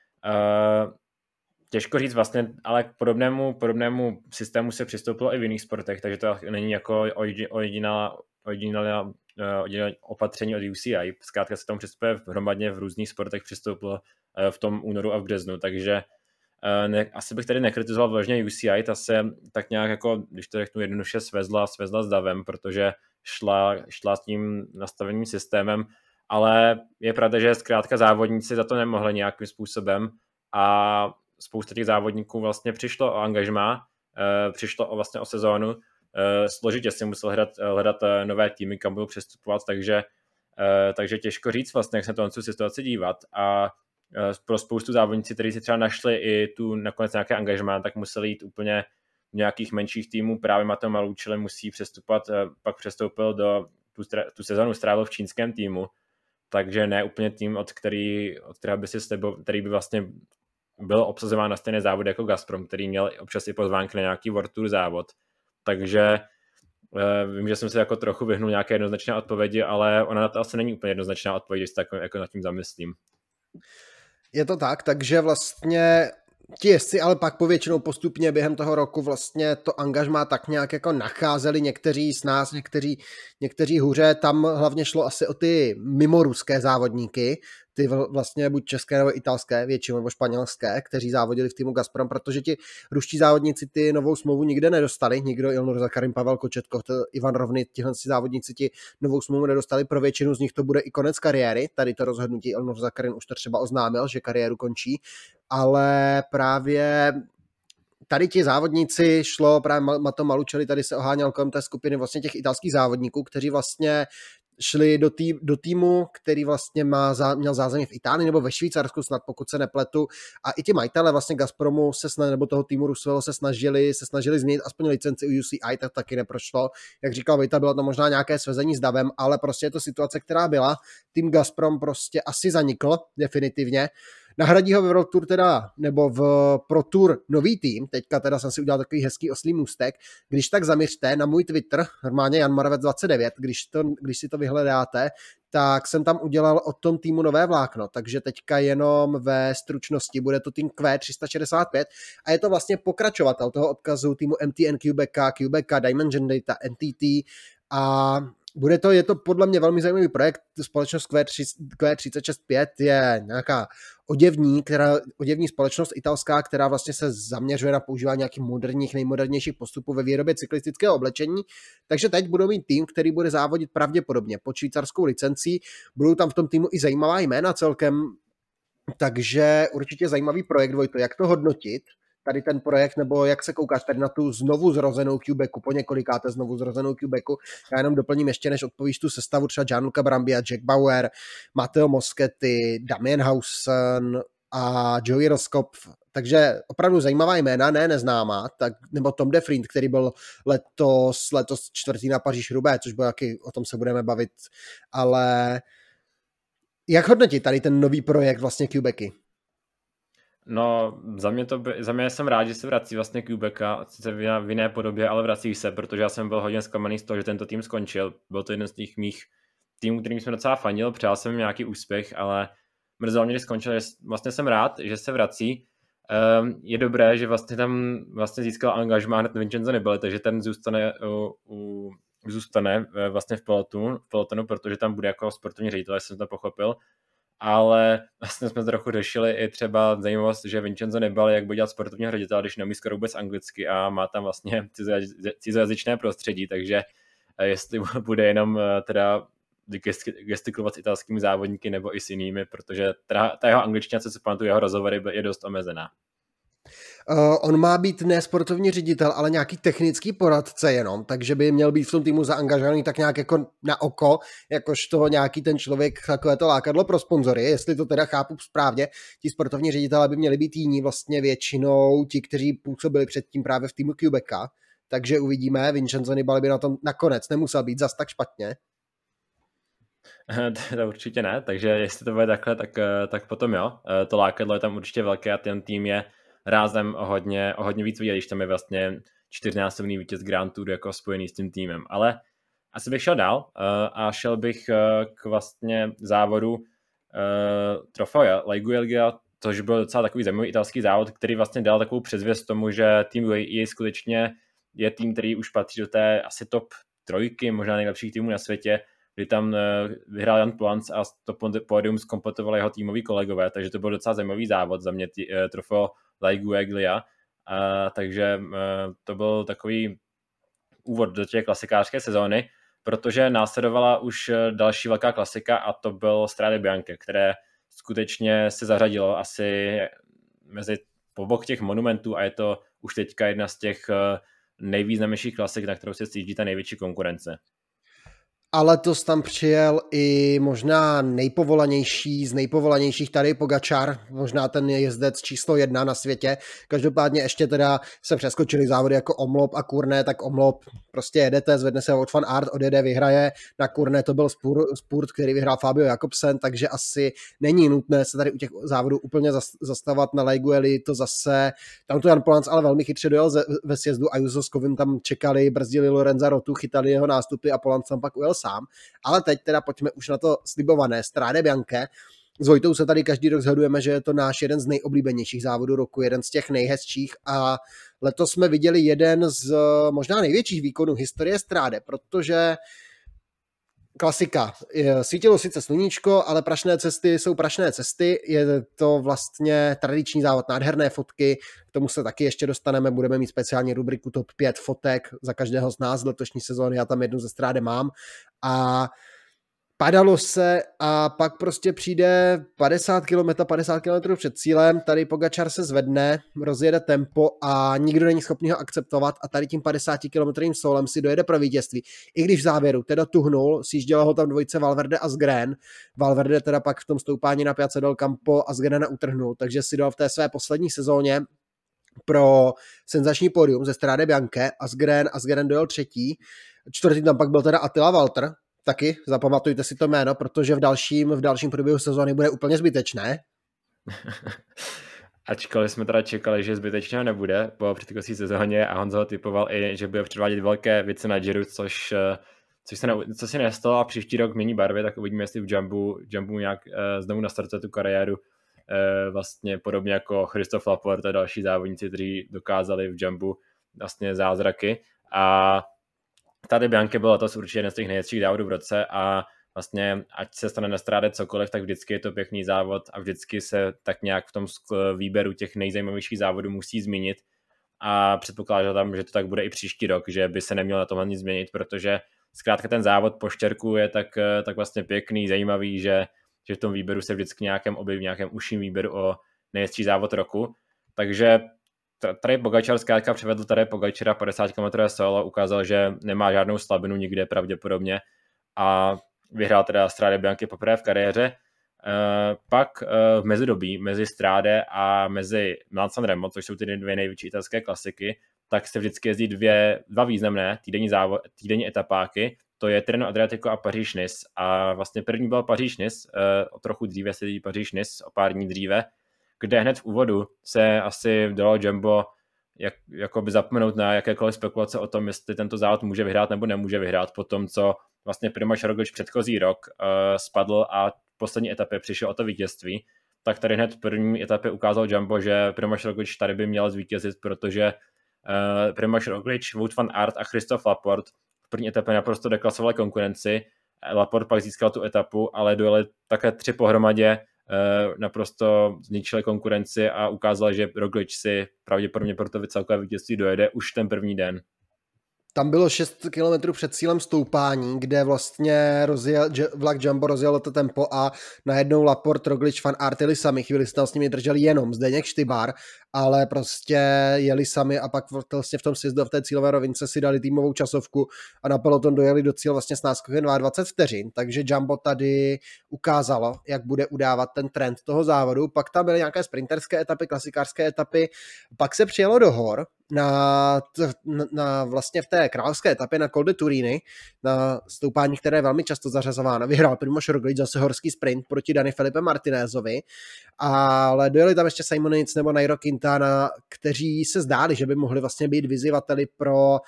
těžko říct vlastně, ale k podobnému systému se přistoupilo i v jiných sportech, takže to není jako originální opatření od UCI. Zkrátka se tomu přistupuje hromadně v různých sportech přistoupilo v tom únoru a v březnu, takže asi bych tady nekritizoval vložně UCI, ta se tak nějak jako, když to řeknu jednoduše, svezla s davem, protože šla s tím nastaveným systémem, ale je pravda, že zkrátka závodníci za to nemohli nějakým způsobem a spousta těch závodníků vlastně přišlo o angažmá, přišlo o sezónu, složitě si musel hledat nové týmy, kam budou přestupovat, takže těžko říct vlastně, jak se na tu situaci dívat a pro spoustu závodníci, kteří si třeba našli i tu nakonec nějaké angažmá, tak museli jít úplně v nějakých menších týmů, právě Matteo Malucelli musí přestupovat, pak přestoupil do tu sezónu strávil v čínském týmu, takže ne úplně tým, od kterého by si který by vlastně byl obsazován na stejné závody jako Gazprom, který měl občas i pozvánky na nějaký World Tour závod. Takže vím, že jsem se jako trochu vyhnul nějaké jednoznačné odpovědi, ale ona na to asi není úplně jednoznačná odpověď, když se tak jako nad tím zamyslím. Je to tak, takže vlastně ti jezdci ale pak povětšinou postupně během toho roku vlastně to angažmá tak nějak jako nacházeli, někteří z nás, někteří hůře, tam hlavně šlo asi o ty mimoruské závodníky, ty vlastně buď české nebo italské, většinou nebo španělské, kteří závodili v týmu Gazprom, protože ti ruští závodníci ty novou smlouvu nikde nedostali, nikdo, Ilnur Zakarin, Pavel Kočetkov, Ivan Rovny, tihle závodníci ti novou smlouvu nedostali, pro většinu z nich to bude i konec kariéry, tady to rozhodnutí Ilnur Zakarin už to třeba oznámil, že kariéru končí, ale právě tady ti závodníci šlo, právě Matteo Malucelli tady se oháněl kolem té skupiny vlastně těch italských závodníků, kteří vlastně šli do týmu, který vlastně měl zázemí v Itálii nebo ve Švýcarsku snad, pokud se nepletu, a i ti majitele vlastně Gazpromu nebo toho týmu Rusvelo se snažili změnit aspoň licenci u UCI, tak taky neprošlo. Jak říkal Vejta, bylo to možná nějaké svezení s davem, ale prostě je to situace, která byla. Tým Gazprom prostě asi zanikl definitivně. Nahradí ho ve World Tour teda, nebo v Pro Tour nový tým, teďka teda jsem si udělal takový hezký oslý můstek, když tak zaměřte na můj Twitter, normálně Jan Moravec 29, když si to vyhledáte, tak jsem tam udělal od tom týmu nové vlákno, takže teďka jenom ve stručnosti bude to tým Q365 a je to vlastně pokračovatel toho odkazu týmu MTN QBK, Diamond Gen Data, NTT a je to podle mě velmi zajímavý projekt. Společnost Q365 je nějaká oděvní společnost italská, která vlastně se zaměřuje na používání nějakých nejmodernějších postupů ve výrobě cyklistického oblečení. Takže teď budou mít tým, který bude závodit pravděpodobně pod švýcarskou licencí. Budou tam v tom týmu i zajímavá jména celkem, takže určitě zajímavý projekt, Vojto. Jak to hodnotit? Tady ten projekt, nebo jak se koukáš tady na tu znovu zrozenou Quebecu, po několikáté znovu zrozenou Quebecu. Já jenom doplním ještě, než odpovíš tu sestavu, třeba Gianluca Brambilla, Jack Bauer, Matteo Moschetti, Damien Hausen a Joey Rosskopf. Takže opravdu zajímavá jména, neznámá, nebo Tom de Vriend, který byl letos čtvrtý na Paříž-Roubaix, což bylo jaký, o tom se budeme bavit, ale jak hodnotit tady ten nový projekt vlastně Quebecy? No, za mě jsem rád, že se vrací vlastně Quebeca, sice v jiné podobě, ale vrací se, protože já jsem byl hodně zklamaný z toho, že tento tým skončil. Byl to jeden z těch mých týmů, kterým jsem docela fandil, přál jsem nějaký úspěch, ale mrzelo mě, že skončil, že vlastně jsem rád, že se vrací. Je dobré, že vlastně tam vlastně získal angažmá hned Vincenzo Nibali, takže ten zůstane vlastně v pelotonu, protože tam bude jako sportovní ředitel, jestli jsem to pochopil. Ale vlastně jsme trochu řešili i třeba zajímavost, že Vincenzo Nibali, jak bude dělat sportovního ředitele, když neumí skoro vůbec anglicky a má tam vlastně cizojazyčné prostředí, takže jestli bude jenom teda gestikulovat s italskými závodníky nebo i s jinými, protože ta jeho angličtina, co si pamatuju, jeho rozhovory je dost omezená. On má být ne sportovní ředitel, ale nějaký technický poradce jenom, takže by měl být v tom týmu zaangažovaný tak nějak jako na oko, jakož toho nějaký ten člověk, takové to lákadlo pro sponzory, jestli to teda chápu správně, ti sportovní ředitelé by měli být jiní vlastně většinou, ti, kteří působili předtím právě v týmu Quebeca, takže uvidíme, Vincenzo Nibali by na tom nakonec nemusel být zas tak špatně. To určitě ne, takže jestli to bude takhle, tak potom jo. To lákadlo je tam určitě velké a ten tým je rázem o hodně víc vidět, když tam je vlastně 4násobný vítěz Grand Tour jako spojený s tím týmem. Ale asi bych šel dál a šel bych k vlastně závodu Trofeo Laigueglia, což byl docela takový zajímavý italský závod, který vlastně dal takovou předzvěst tomu, že tým UAE skutečně je tým, který už patří do té asi top 3, možná nejlepších týmů na světě, kdy tam vyhrál Jan Plans a to pódium zkompletovali jeho týmoví kolegové, takže to byl docela zajímavý závod za mě Trofeo Laigueglia, takže to byl takový úvod do těch klasikářské sezóny, protože následovala už další velká klasika a to byl Strade Bianche, které skutečně se zařadilo asi mezi pobok těch monumentů a je to už teďka jedna z těch nejvýznamnějších klasik, na kterou se sjíždí ta největší konkurence. A letos tam přijel i možná nejpovolanější z nejpovolanějších tady Pogačar, možná ten jezdec číslo 1 na světě. Každopádně ještě teda se přeskočili závody jako Omlop a Kurné, tak Omlop prostě jedete, zvedne se od Van Aert, odjede, vyhraje. Na Kurné to byl Spurt, který vyhrál Fabio Jakobsen, takže asi není nutné se tady u těch závodů úplně zastavovat. Na Laiguegli to zase, tam to Jan Polans ale velmi chytře dojel ve sjezdu, Ayuso s Kovim tam čekali, brzdili Lorenza Rotu, chytali jeho nástupy a Polans tam pak ujel sám. Ale teď teda pojďme už na to slibované Strade Bianche. S Vojtou se tady každý rok shodujeme, že je to náš jeden z nejoblíbenějších závodů roku, jeden z těch nejhezčích a letos jsme viděli jeden z možná největších výkonů historie Strade, protože klasika. Svítilo sice sluníčko, ale prašné cesty jsou prašné cesty. Je to vlastně tradiční závod, nádherné fotky. K tomu se taky ještě dostaneme. Budeme mít speciální rubriku top 5 fotek za každého z nás z letošní sezóny. Já tam jednu ze Strade mám. A Padalo se a pak prostě přijde 50 km před cílem, tady Pogačar se zvedne, rozjede tempo a nikdo není schopný ho akceptovat a tady tím 50 km solem si dojede pro vítězství. I když v závěru teda tuhnul, sjížděla ho tam dvojice Valverde a Asgreen. Valverde teda pak v tom stoupání na Piazza del Campo Asgreena utrhnul, takže si dal v té své poslední sezóně pro senzační pódium ze Strade Bianche. Asgreen dojel třetí, čtvrtý tam pak byl teda Attila Valter, taky zapamatujte si to jméno, protože v dalším průběhu sezóny bude úplně zbytečné. Ačkoliv jsme teda čekali, že zbytečného nebude po předchozí sezóně a Honza ho typoval i, že bude předvádět velké věci na Giro, což se nestalo a příští rok mění barvy, tak uvidíme, jestli v Jumbu nějak znovu nastartuje tu kariéru, vlastně podobně jako Christophe Laporte a další závodníci, kteří dokázali v Jumbu vlastně zázraky. A tady Bianche bylo letos určitě jeden z těch nejhezčích závodů v roce a vlastně ať se stane na Stráde cokoliv, tak vždycky je to pěkný závod a vždycky se tak nějak v tom výběru těch nejzajímavějších závodů musí zmínit a předpokládám, že to tak bude i příští rok, že by se nemělo na tomhle nic změnit, protože zkrátka ten závod po Štěrku je tak vlastně pěkný, zajímavý, že v tom výběru se vždycky objeví v nějakém užším výběru o nejhezčí závod roku, takže tady Pogačar zkrátka přivedl tady Pogačara 50 km solo, ukázal, že nemá žádnou slabinu nikde pravděpodobně a vyhrál teda Strade Bianche poprvé v kariéře. Pak v mezidobí mezi Strade a mezi Milan-San Remo, což jsou ty dvě největší italské klasiky, tak se vždycky jezdí dva významné týdenní etapáky, to je Tirreno Adriatico a Paříž-Nice. A vlastně první byl Paříž-Nice, o trochu dříve se jezdí Paříž-Nice, o pár dní dříve, kde hned v úvodu se asi dalo Jumbo jakoby zapomenout na jakékoliv spekulace o tom, jestli tento závod může vyhrát nebo nemůže vyhrát po tom, co vlastně Primož Roglič předchozí rok spadl a v poslední etapě přišel o to vítězství, tak tady hned v první etapě ukázal Jumbo, že Primož Roglič tady by měl zvítězit, protože Primož Roglič, Wout van Aert a Christophe Laporte v první etapě naprosto deklasovali konkurenci. Laporte pak získal tu etapu, ale dojeli také 3 pohromadě, naprosto zničili konkurenci a ukázal, že Roglič si pravděpodobně pro to celkové vítězství dojede už ten první den. Tam bylo 6 km před cílem stoupání, kde vlastně vlak Jumbo rozjel to tempo a najednou Laporte, Roglič, Van Aert jeli sami. Chvíli se tam s nimi drželi jenom Zdeněk Štybár, ale prostě jeli sami a pak vlastně v tom sjezdu v té cílové rovince si dali týmovou časovku a na peloton dojeli do cíl vlastně s náskokem 22 vteřin, takže Jumbo tady ukázalo, jak bude udávat ten trend toho závodu. Pak tam byly nějaké sprinterské etapy, klasikářské etapy, pak se přijelo do hor na vlastně v té královské etapě na Col de Turini, na stoupání, které je velmi často zařazováno. Vyhrál Primož Roglič zase horský sprint proti Dani Felipe Martinézovi, ale dojeli tam ještě Simon Yates nebo Nairo Quintana, kteří se zdáli, že by mohli vlastně být vyzývateli pro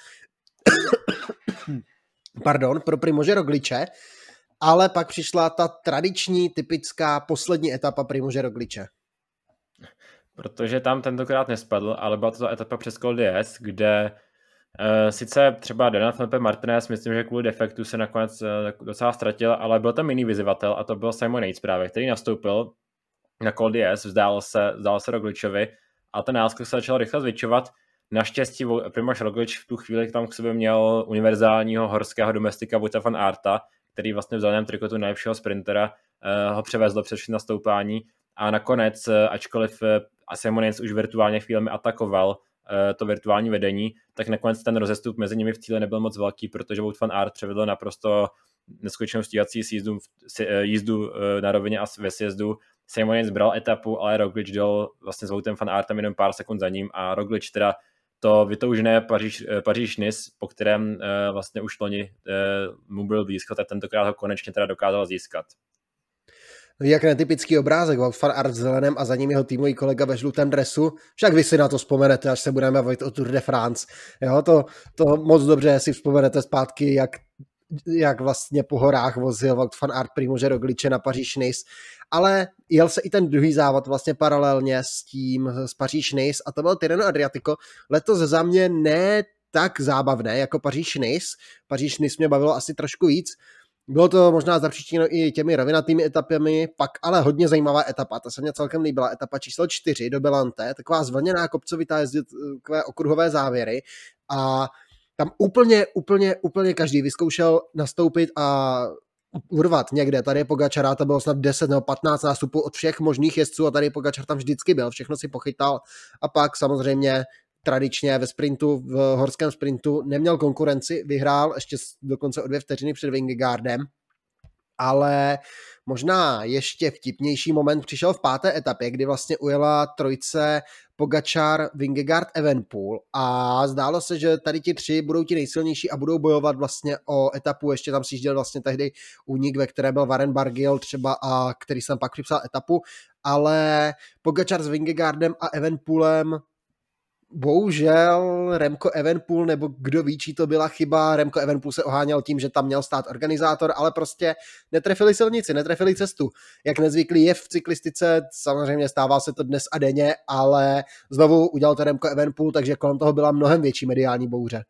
Primože Rogliče, ale pak přišla ta tradiční, typická poslední etapa Primože Rogliče. Protože tam tentokrát nespadl, ale byla to ta etapa přes Col d'Huez, kde sice třeba Daniel Felipe Martinez, myslím, že kvůli defektu se nakonec docela ztratil, ale byl tam jiný vyzývatel a to byl Simon Yates právě, který nastoupil na Col d'Huez, vzdál se Rogličovi a ten náskok se začal rychle zvětšovat. Naštěstí Primož Roglič v tu chvíli tam k sobě měl univerzálního horského domestika Wouta van Aerta, který vlastně v zeleném trikotu nejlepšího sprintera ho převezl před všechny nastoupání a nakonec, ačkoliv Simon Yates už virtuálně chvílemi atakoval to virtuální vedení, tak nakonec ten rozestup mezi nimi v cíli nebyl moc velký, protože Wout van Aert převedl naprosto neskutečnou stíhací jízdu na rovině a ve sjezdu. Simon Yates bral etapu, ale Roglič dal vlastně s Woutem van Aertem jenom pár sekund za ním a Roglič teda to vytoužené Paříž-Nice, po kterém vlastně už loni mu byl blízko, tak tentokrát ho konečně teda dokázal získat. Jak netypický obrázek, Wout van Aert v zeleném a za ním jeho týmový kolega ve žlutém dresu. Však vy si na to vzpomenete, až se budeme bavit o Tour de France. Jo, to moc dobře si vzpomenete zpátky, jak vlastně po horách vozil Wout van Aert Primože Rogliče na Paříž-Nice. Ale jel se i ten druhý závod vlastně paralelně s Paříž-Nice a to byl Tirreno Adriatico. Letos za mě ne tak zábavné jako Paříž-Nice. Paříž-Nice mě bavilo asi trošku víc. Bylo to možná zapříčiněno i těmi rovinatými etapami, pak ale hodně zajímavá etapa, ta se mě celkem líbila, etapa číslo 4 do Belante, taková zvlněná kopcovitá jezdit, takové okruhové závěry a tam úplně každý vyzkoušel nastoupit a urvat někde. Tady Pogačara to bylo snad 10 nebo 15 nástupů od všech možných jezdců a tady Pogačar tam vždycky byl, všechno si pochytal a pak samozřejmě tradičně ve sprintu, v horském sprintu neměl konkurenci, vyhrál ještě dokonce o 2 vteřiny před Vingegaardem, ale možná ještě vtipnější moment přišel v 5. etapě, kdy vlastně ujela trojce Pogačar, Vingegaard, Evenepoel a zdálo se, že tady ti 3 budou ti nejsilnější a budou bojovat vlastně o etapu, ještě tam sjížděl vlastně tehdy únik, ve které byl Warren Barguil třeba a který jsem pak připsal etapu, ale Pogačar s Vingegaardem a Evenepoelem bohužel Remco Evenepoel, nebo kdo ví, čí to byla chyba, Remco Evenepoel se oháněl tím, že tam měl stát organizátor, ale prostě netrefili silnici, netrefili cestu. Jak nezvyklý je v cyklistice, samozřejmě stává se to dnes a denně, ale znovu udělal to Remco Evenepoel, takže kolem toho byla mnohem větší mediální bouře.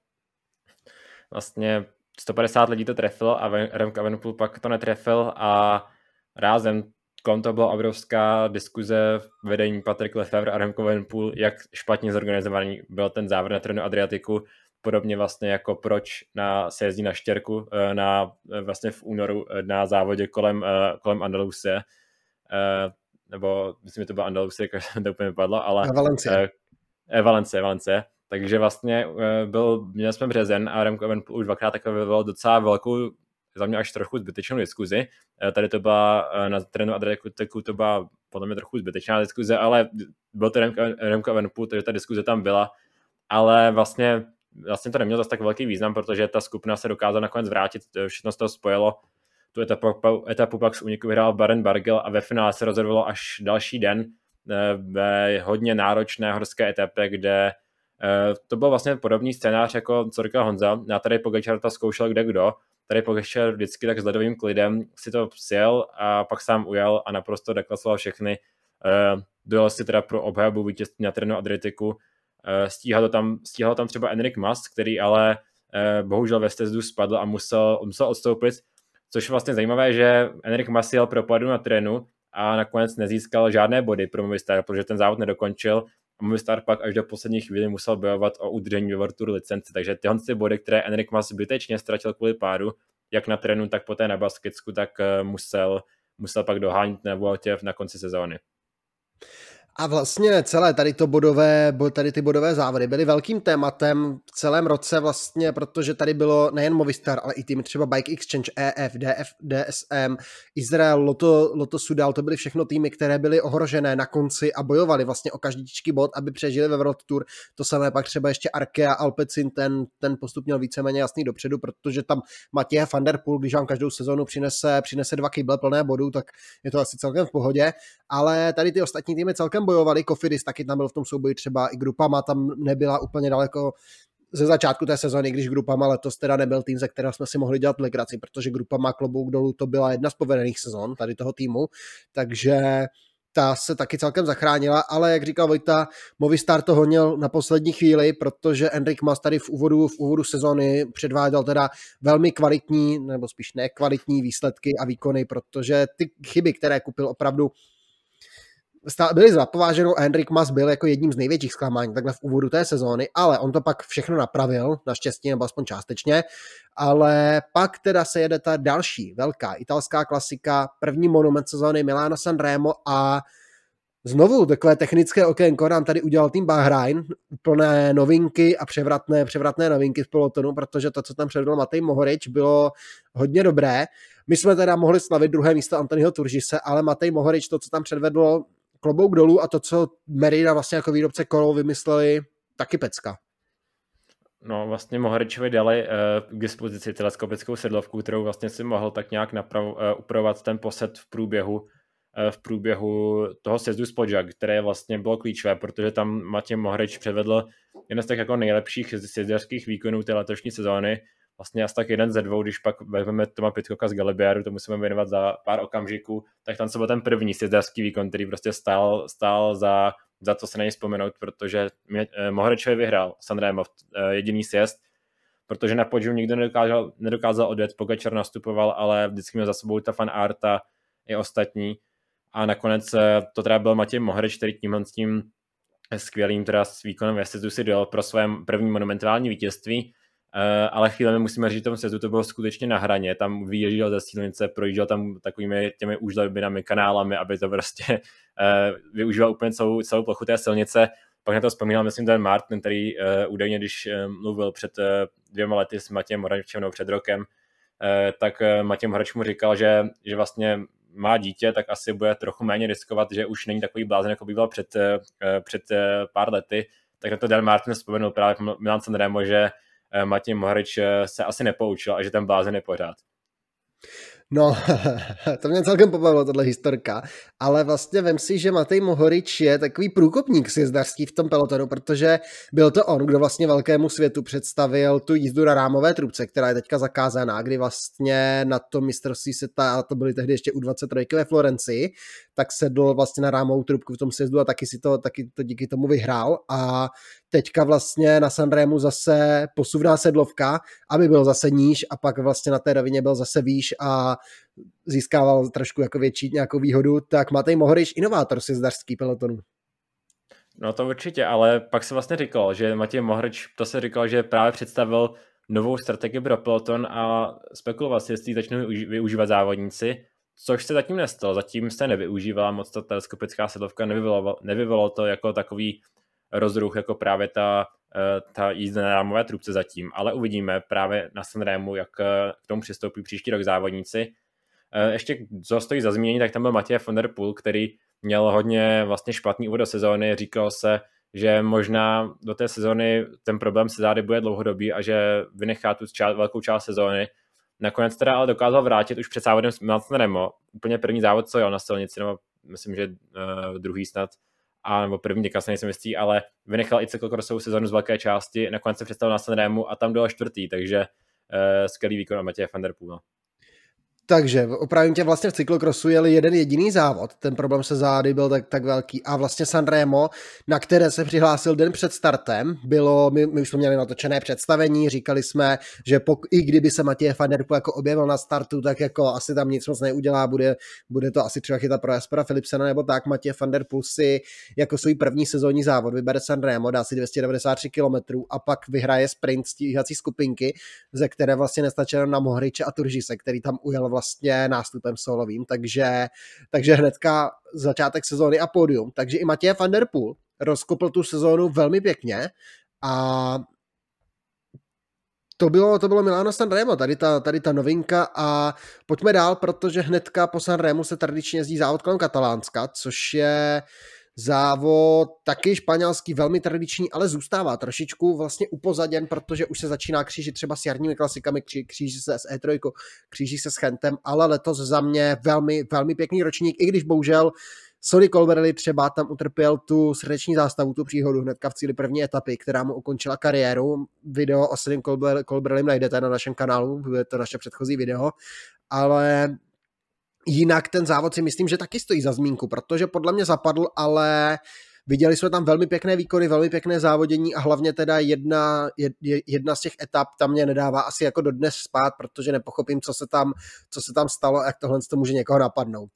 Vlastně 150 lidí to trefilo a Remco Evenepoel pak to netrefil a rázem kolem toho byla obrovská diskuze v vedení Patrick Lefevre a Remco Evenepoel, jak špatně zorganizovaný byl ten závod na Tirreno Adriatiku, podobně vlastně jako proč se jezdí na štěrku vlastně v únoru na závodě kolem Andalusie, nebo myslím, že to byla Andalusie, to úplně vypadlo, ale Valencie. Takže vlastně měli jsme březen a Remco Evenepoel už dvakrát takové vyvolal docela velkou, za mě až trochu zbytečnou diskuzi. Tady to byla na Tirrenu Adriatiku, to byla podle mě trochu zbytečná diskuze, ale byl to Remco Evenepoel, takže ta diskuze tam byla, ale vlastně to nemělo zase tak velký význam, protože ta skupina se dokázala nakonec vrátit, všechno z toho spojilo. Tu etapu pak z úniku vyhrál Warren Barguil a ve finále se rozhodovalo až další den ve hodně náročné horské etapě, kde to byl vlastně podobný scénář, jako co říkal Honza. Já tady Pogačar to zkoušel kdo. Tady Pogačar vždycky tak s ledovým klidem si to sjel a pak sám ujel a naprosto deklasoval všechny. Dojel si teda pro obhajobu vítězství na Tirreno Adriatiku. Stíhal tam třeba Enric Mas, který ale bohužel ve stezdu spadl a musel odstoupit. Což je vlastně zajímavé, že Enric Mas jel pro padu na Tirrenu a nakonec nezískal žádné body pro Movistar, protože ten závod nedokončil a Movistar pak až do poslední chvíli musel bojovat o udržení ve World Tour licenci. Takže tyhle body, které Enric Mas zbytečně ztratil kvůli pádu, jak na Tirrenu, tak poté na Baskicku, tak musel pak dohánět na Vueltě na konci sezóny. A vlastně celé tady ty bodové závody byly velkým tématem v celém roce vlastně, protože tady bylo nejen Movistar, ale i týmy třeba Bike Exchange, EF, DF, DSM, Izrael, Lotto Soudal, to byly všechno týmy, které byly ohrožené na konci a bojovali vlastně o každičký bod, aby přežili ve World Tour. To samé pak třeba ještě Arkea, Alpecin, ten postup měl víceméně jasný dopředu, protože tam Mathieu van der Poel, když vám každou sezonu přinese 2 kýble plné bodů, tak je to asi celkem v pohodě, ale tady ty ostatní týmy celkem bojovali, Cofidis taky tam byl v tom souboji, třeba i Groupama tam nebyla úplně daleko ze začátku té sezony, když Groupama letos teda nebyl tým, ze kterého jsme si mohli dělat legraci, protože Groupama klobouk dolů to byla jedna z povedených sezon tady toho týmu, takže ta se taky celkem zachránila, ale jak říkal Vojta, Movistar to honil na poslední chvíli, protože Enric Mas tady v úvodu sezony předváděl teda velmi kvalitní, nebo spíš nekvalitní výsledky a výkony, protože ty chyby, které kupil, opravdu byly za pováženou a Enric Mas byl jako jedním z největších zklamání takhle v úvodu té sezóny, ale on to pak všechno napravil, naštěstí nebo aspoň částečně, ale pak teda se jede ta další velká italská klasika, první monument sezóny Milano Sanremo a znovu takové technické okénko nám tady udělal tým Bahrain, úplné novinky a převratné novinky v pelotonu, protože to, co tam předvedl Matej Mohorič, bylo hodně dobré. My jsme teda mohli slavit druhé místo Anthonyho Turgise, ale Matej Mohorič to, co tam předvedlo, klobouk dolů a to, co Merida vlastně jako výrobce kol vymysleli, taky pecka. No vlastně Mohoričovi dali k dispozici teleskopickou sedlovku, kterou vlastně si mohl tak nějak upravovat ten posed v průběhu toho sjezdu z Podžak, které vlastně bylo klíčové, protože tam Matěj Mohorič předvedl jeden z těch jako nejlepších sjezdařských výkonů té letošní sezóny. Vlastně asi tak jeden ze 2, když pak vezmeme Toma Pitcocka z Galibiaru, to musíme věnovat za pár okamžiků, tak tam se byl ten první sjezdařský výkon, který prostě stál za co se na něj vzpomenout, protože Mohoričovi vyhrál Sanremo jediný sjezd, protože na pódium nikdo nedokázal odjet, Pogačar nastupoval, ale vždycky měl za sebou ta fan Arta i ostatní. A nakonec to teda byl Matěj Mohorič, který tímhle s tím skvělým teda s výkonem ve sjezdu si dojel pro své první monumentální vítězství. ale chvílemi musíme říct, že v tom sjezdu to bylo skutečně na hraně, tam vyjížděl ze silnice, projížděl tam takovými těmi úžlebinami, kanálami, aby to prostě využíval úplně celou plochu té silnice. Pak na to vzpomínal, myslím, ten Martin, který údajně, když mluvil před 2 lety s Matějem Moračem, nebo před rokem, tak Matěj Morač mu říkal, že vlastně má dítě, tak asi bude trochu méně riskovat, že už není takový blázen, jako býval před pár lety. Tak na to Dan Martin vzpomenul právě Milan Sanremo, že Matěj Moharič se asi nepoučil a že ten blázen je pořád. No, to mě celkem pobavilo, tohle historka, ale vlastně vem si, že Matej Mohorič je takový průkopník sjezdařský v tom pelotonu, protože byl to on, kdo vlastně velkému světu představil tu jízdu na rámové trubce, která je teďka zakázaná, kdy vlastně na to mistrovství světa, a to byly tehdy ještě U23 ve Florencii, tak sedl vlastně na rámovou trubku v tom sjezdu a taky to díky tomu vyhrál a teďka vlastně na Sanremu zase posuvná sedlovka, aby byl zase níž a pak vlastně na té rovině byl zase výš a získával trošku jako větší nějakou výhodu, tak Matej Mohorič inovátor sjezdařský pelotonu. No to určitě, ale pak se vlastně říkal, že Matěj Mohorič, to se říkal, že právě představil novou strategii pro peloton a spekuloval si, jestli začnou využívat závodníci, což se zatím nestalo. Zatím se nevyužívala moc ta teleskopická sedlovka, nevyvolalo to jako takový rozruch, jako právě ta jízda na rámové trubce zatím, ale uvidíme právě na Sanremu, jak k tomu přistoupí příští rok závodníci. Ještě co stojí za zmínění, tak tam byl Matej van der Poel, který měl hodně vlastně špatný úvod do sezóny, říkalo se, že možná do té sezóny ten problém se zády bude dlouhodobý a že vynechá tu velkou část sezóny. Nakonec teda ale dokázal vrátit už před závodem s Milanem Sanremo, úplně první závod, co jel na silnici, nebo myslím, že druhý snad, a nebo první, teďka se nejsem jistý, ale vynechal i cyklokrossovou sezonu z velké části, nakonec se představil na Sanremu a tam dojel 4., takže skvělý výkon Matěje van der Poela. Takže opravím tě, vlastně v cyklokrosu jeli jeden jediný závod, ten problém se zády byl tak velký a vlastně Sanremo, na které se přihlásil den před startem, bylo, my už jsme měli natočené představení, říkali jsme, že i kdyby se Matěj van der Poel jako objevil na startu, tak jako asi tam nic moc neudělá, bude to asi třeba chytat pro Jaspera Philipsena nebo tak. Matěj van der Poel si jako svůj první sezónní závod vybere Sanremo, dá si 293 km a pak vyhraje sprint stíhací skupinky, ze které vlastně nestačilo na Mohoriče a Turžise, který tam ujel vlastně nástupem solovým, takže hnedka začátek sezóny a pódium. Takže i Matěj van der Poel rozkopl tu sezónu velmi pěkně a to bylo Milano Sanremo, tady ta novinka a pojďme dál, protože hnedka po Sanremu se tradičně jezdí závod kolem Katalánska, což je závod taky španělský, velmi tradiční, ale zůstává trošičku vlastně upozaděn, protože už se začíná křížit třeba s jarními klasikami, kříží se s E3, kříží se s Chentem, ale letos za mě velmi, velmi pěkný ročník, i když bohužel Sonny Colbrelli třeba tam utrpěl tu srdeční zástavu, tu příhodu hnedka v cíli první etapy, která mu ukončila kariéru. Video o Sonnym Colbrellim najdete na našem kanálu, bude to naše předchozí video, ale jinak ten závod si myslím, že taky stojí za zmínku, protože podle mě zapadl, ale viděli jsme tam velmi pěkné výkony, velmi pěkné závodění a hlavně teda jedna z těch etap tam mě nedává asi jako dodnes spát, protože nepochopím, co se tam stalo a jak tohle to může někoho napadnout.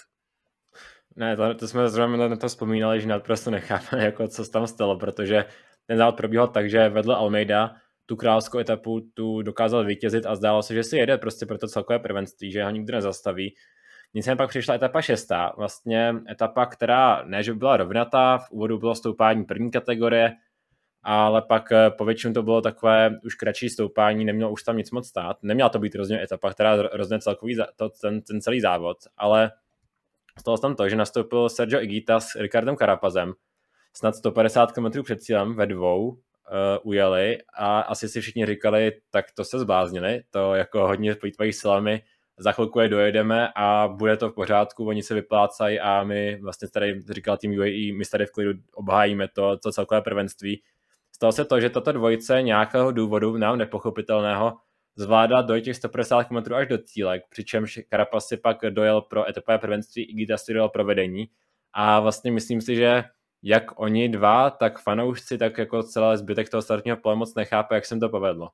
Ne, to jsme zrovna na to vzpomínali, že naprosto nechápeme, jako co se tam stalo, protože ten závod probíhal tak, že vedl Almeida tu královskou etapu tu dokázal vítězit a zdálo se, že si jede prostě pro to celkové prvenství, že ho nikdo nezastaví. Nicméně pak přišla etapa 6. Vlastně etapa, která ne, že by byla rovnatá, v úvodu bylo stoupání první kategorie, ale pak po většinu to bylo takové už kratší stoupání, nemělo už tam nic moc stát. Neměla to být rozhodně etapa, která rozhodne ten celý závod, ale stalo se tam to, že nastoupil Sergio Higuita s Ricardem Carapazem, snad 150 km před cílem ve dvou ujeli a asi si všichni říkali, tak to se zbláznili, to jako hodně plýtvají silami, za chvilku je dojedeme a bude to v pořádku, oni se vyplácají a my vlastně tady říkal tým UAE, my tady v klidu obhájíme to celkové prvenství. Stalo se to, že tato dvojice nějakého důvodu nám nepochopitelného zvládla dojít těch 150 km až do cílek, přičemž Carapaz si pak dojel pro etapové prvenství, Higuita si dojel pro vedení a vlastně myslím si, že jak oni dva, tak fanoušci, tak jako celý zbytek toho startního pole moc nechápe, jak se to povedlo.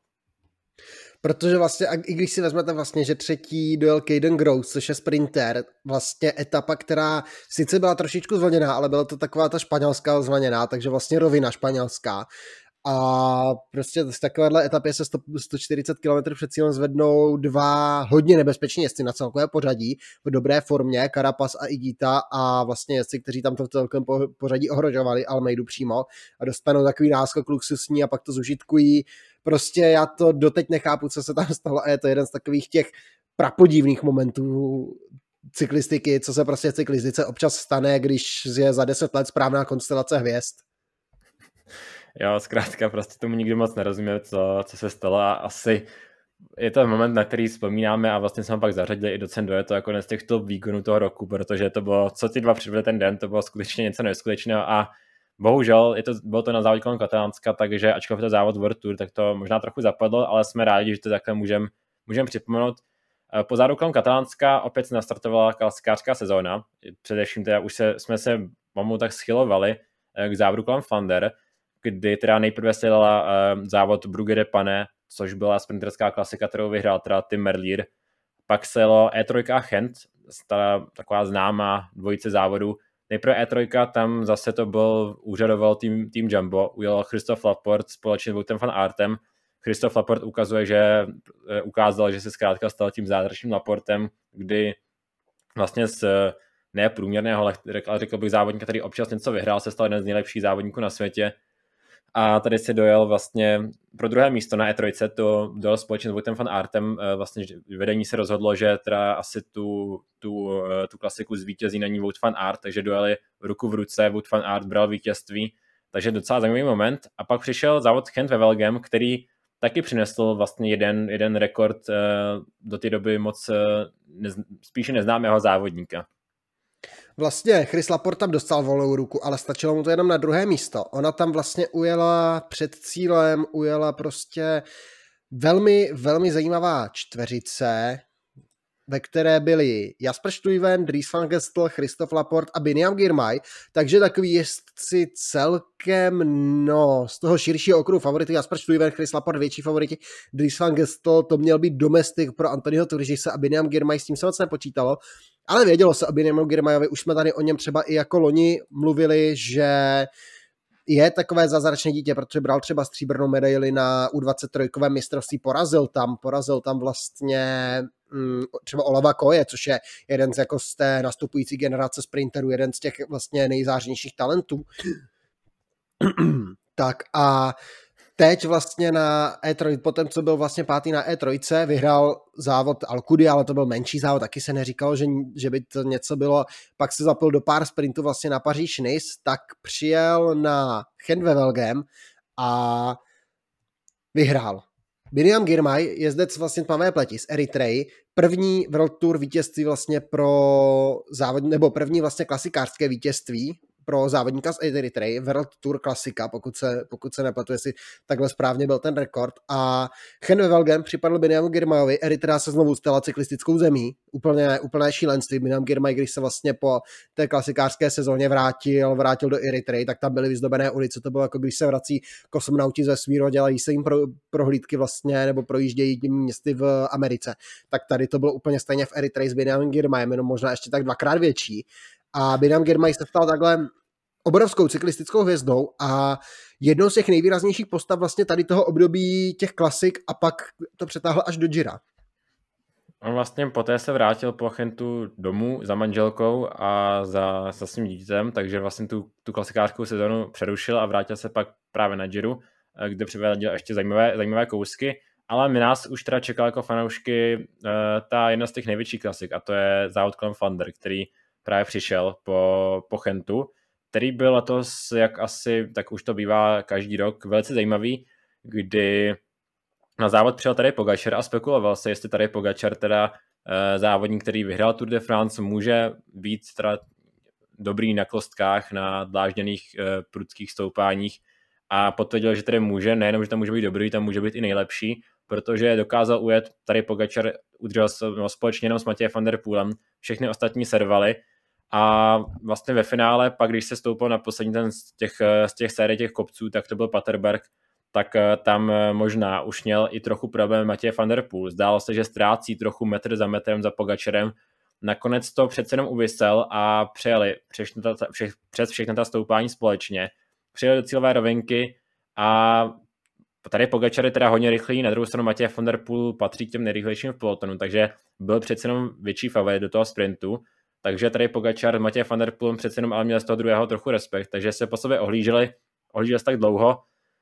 Protože vlastně, i když si vezmete vlastně, že třetí dojel Caden Gross, což je sprinter, vlastně etapa, která sice byla trošičku zvlněná, ale byla to taková ta španělská zvlněná, takže vlastně rovina španělská. A prostě z takovéhle etapě se 140 km před cílem zvednou dva hodně nebezpeční jezdci na celkové pořadí v dobré formě, Carapaz a Higuita, a vlastně jezdci, kteří tam to v celkovém pořadí ohrožovali Almeidu přímo a dostanou takový náskok luxusní a pak to zužitkují. Prostě já to doteď nechápu, co se tam stalo, a je to jeden z takových těch prapodivných momentů cyklistiky, co se prostě v cyklistice občas stane, když je za 10 let správná konstelace hvězd. Jo, zkrátka prostě tomu nikdo moc nerozumí, co se stalo, a asi je to moment, na který vzpomínáme, a vlastně jsme ho pak zařadili i do je to jako jeden z těch top výkonů toho roku, protože to bylo, co ti dva předvedli ten den, to bylo skutečně něco neskutečného, a bohužel bylo to na závodě kolem Katalánska, takže ačkoliv to závod World Tour, tak to možná trochu zapadlo, ale jsme rádi, že to takhle můžeme připomenout. Po závodu kolem Katalánska opět se nastartovala klasikářská sezóna, především teda už jsme se mamu tak schylovali k závodu kolem Flander, kdy teda nejprve se dala závod Brugge de Panne, což byla sprinterská klasika, kterou vyhrál teda Tim Merlier. Pak se jelo E3 Gent, taková známá dvojice závodů. Nejprve E3, tam zase to úřadoval tým Jumbo, ujel Christophe Laporte společně s Woutem van Aertem. Christophe Laporte ukázal, že se zkrátka stal tím zázračným Laportem, kdy vlastně z neprůměrného, ale řekl bych závodníka, který občas něco vyhrál, se stal jeden z nejlepších závodníků na světě. A tady si dojel vlastně pro druhé místo na E3, to dojel společně s Woutem van Aertem. Vlastně vedení se rozhodlo, že teda asi tu klasiku zvítězí na ní Wout van Aert, takže dojeli ruku v ruce, Wout van Aert bral vítězství, takže docela zajímavý moment. A pak přišel závod Gent ve Velgem, který taky přinesl vlastně jeden rekord do té doby moc spíše neznámého závodníka. Vlastně Chris Laporte tam dostal volnou ruku, ale stačilo mu to jenom na druhé místo. Ona tam vlastně ujela před cílem, prostě velmi, velmi zajímavá čtveřice, ve které byli Jasper Stuyven, Dries van Gestel, Christophe Laporte a Biniam Girmay, takže takový jezdci celkem, z toho širšího okruhu favority, Jasper Stuyven, Chris Laporte větší favoriti, Dries van Gestel, to měl být domestik pro Anthonyho Turgise a Biniam Girmay, s tím se moc nepočítalo, ale vědělo se o Biniamu Girmayovi, už jsme tady o něm třeba i jako loni mluvili, že je takové zázračné dítě, protože bral třeba stříbrnou medaili na U23 mistrovství, porazil tam vlastně třeba Olava Koje, což je jeden z té nastupující generace sprinterů, jeden z těch vlastně nejzářnějších talentů. Tak a teď vlastně na E3, potom co byl vlastně pátý na E3, vyhrál závod Alcudy, ale to byl menší závod, taky se neříkalo, že by to něco bylo. Pak se zapil do pár sprintů vlastně na Paříž-Nice, tak přijel na Gent ve Velgem a vyhrál. Biniam Girmay, jezdec vlastně tmavé pleti z Eritreji, první World Tour vítězství vlastně nebo první vlastně klasikářské vítězství pro závodníka z Eritreji, World Tour klasika, pokud se nepletu, jestli takhle správně byl ten rekord. A Gent ve Velgem připadl Biniamu Girmayovi, Eritrea se znovu stala cyklistickou zemí, úplné šílenství. Biniam Girmay, když se vlastně po té klasikářské sezóně vrátil do Eritreji, tak tam byly vyzdobené ulice, to bylo jako když se vrací kosmonauti ze vesmíru, dělají se jim prohlídky vlastně, nebo projíždějí tím městy v Americe. Tak tady to bylo úplně stejně v Eritreji s Biniamem Girmayem, jenom možná ještě tak dvakrát větší. A Biniam Girmay se stal takhle obrovskou cyklistickou hvězdou a jednou z těch nejvýraznějších postav vlastně tady toho období těch klasik, a pak to přetáhl až do Gira. On vlastně poté se vrátil po Gentu domů za manželkou a za svým dítětem, takže vlastně tu klasikářskou sezonu přerušil a vrátil se pak právě na Giru, kde přivedl ještě zajímavé kousky, ale my nás už teda čekal jako fanoušky ta jedna z těch největších klasik, a to je závod kolem Flander, který právě přišel po Gentu, který byl letos, jak asi, tak už to bývá každý rok, velice zajímavý, kdy na závod přijel tady Pogačar a spekuloval se, jestli tady Pogačar, teda závodník, který vyhrál Tour de France, může být teda dobrý na kostkách, na dlážděných prudkých stoupáních, a potvrdil, že tady může, nejenom, že tam může být dobrý, tam může být i nejlepší, protože dokázal ujet, tady Pogačar udržel společně jenom s Matějem van der Poelem, všechny ostatní servaly. A vlastně ve finále, pak když se stoupil na poslední ten z těch série těch kopců, tak to byl Paterberg, tak tam možná už měl i trochu problém Matěj van der Poel. Zdálo se, že ztrácí trochu metr za metrem za Pogačarem. Nakonec to přece jenom uvysel a přes všechna ta stoupání společně. Přijeli do cílové rovinky a tady Pogačar je teda hodně rychlý, na druhou stranu Matěj van der Poel patří k těm nejrychlejším v pelotonu, takže byl přece jenom větší favorit do toho sprintu, takže tady Pogačar, Matěj van der Poel přece jenom ale měl z toho druhého trochu respekt, takže se po sobě ohlíželi se tak dlouho,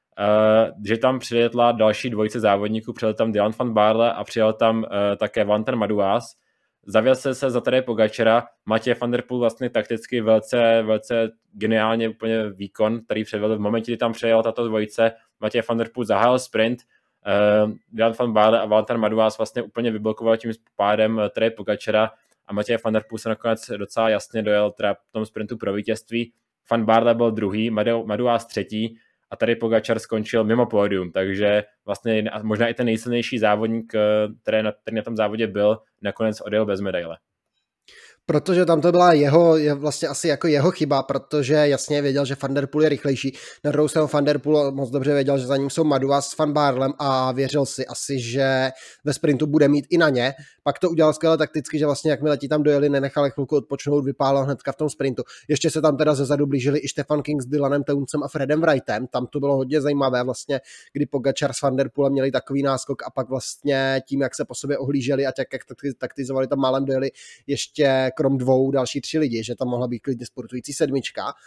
že tam přiletla další dvojice závodníků, přijel tam Dylan van Baarle a přijel tam také Valentin Madouas. Zavěsil se za tady Pogačara, Matěj van der Poel vlastně takticky velice geniálně úplně výkon, který předvedl v momentě, kdy tam přejel tato dvojice. Matěj van der Poel zahájil sprint, Dylan van Baarle a Valentin Madouas vlastně úplně vyblokoval tím pádem tady Pogačara a Matěj van der Poel se nakonec docela jasně dojel teda v tom sprintu pro vítězství. Van Baarle byl druhý, Madouas třetí a tady Pogačar skončil mimo pódium, takže vlastně možná i ten nejsilnější závodník, který na tom závodě byl, nakonec odjel bez medaile. Protože tam to byla vlastně asi jako jeho chyba, protože jasně věděl, že Van der Poel je rychlejší. Na druhou stranu Van der Poel moc dobře věděl, že za ním jsou Madouas s Van Baarlem a věřil si asi, že ve sprintu bude mít i na ně. Pak to udělal skvěle takticky, že vlastně jakmile ti tam dojeli, nenechali chvilku odpočnout, vypálil hnedka v tom sprintu. Ještě se tam teda zezadu blížili i Stefan King s Dylanem Teuncem a Fredem Wrightem. Tam to bylo hodně zajímavé vlastně, kdy Pogačar s Van der Poelem měli takový náskok a pak vlastně tím, jak se po sobě ohlíželi a jak taktizovali, tam málem dojeli ještě krom dvou další 3 lidi, že tam mohla být klidně sportující 7,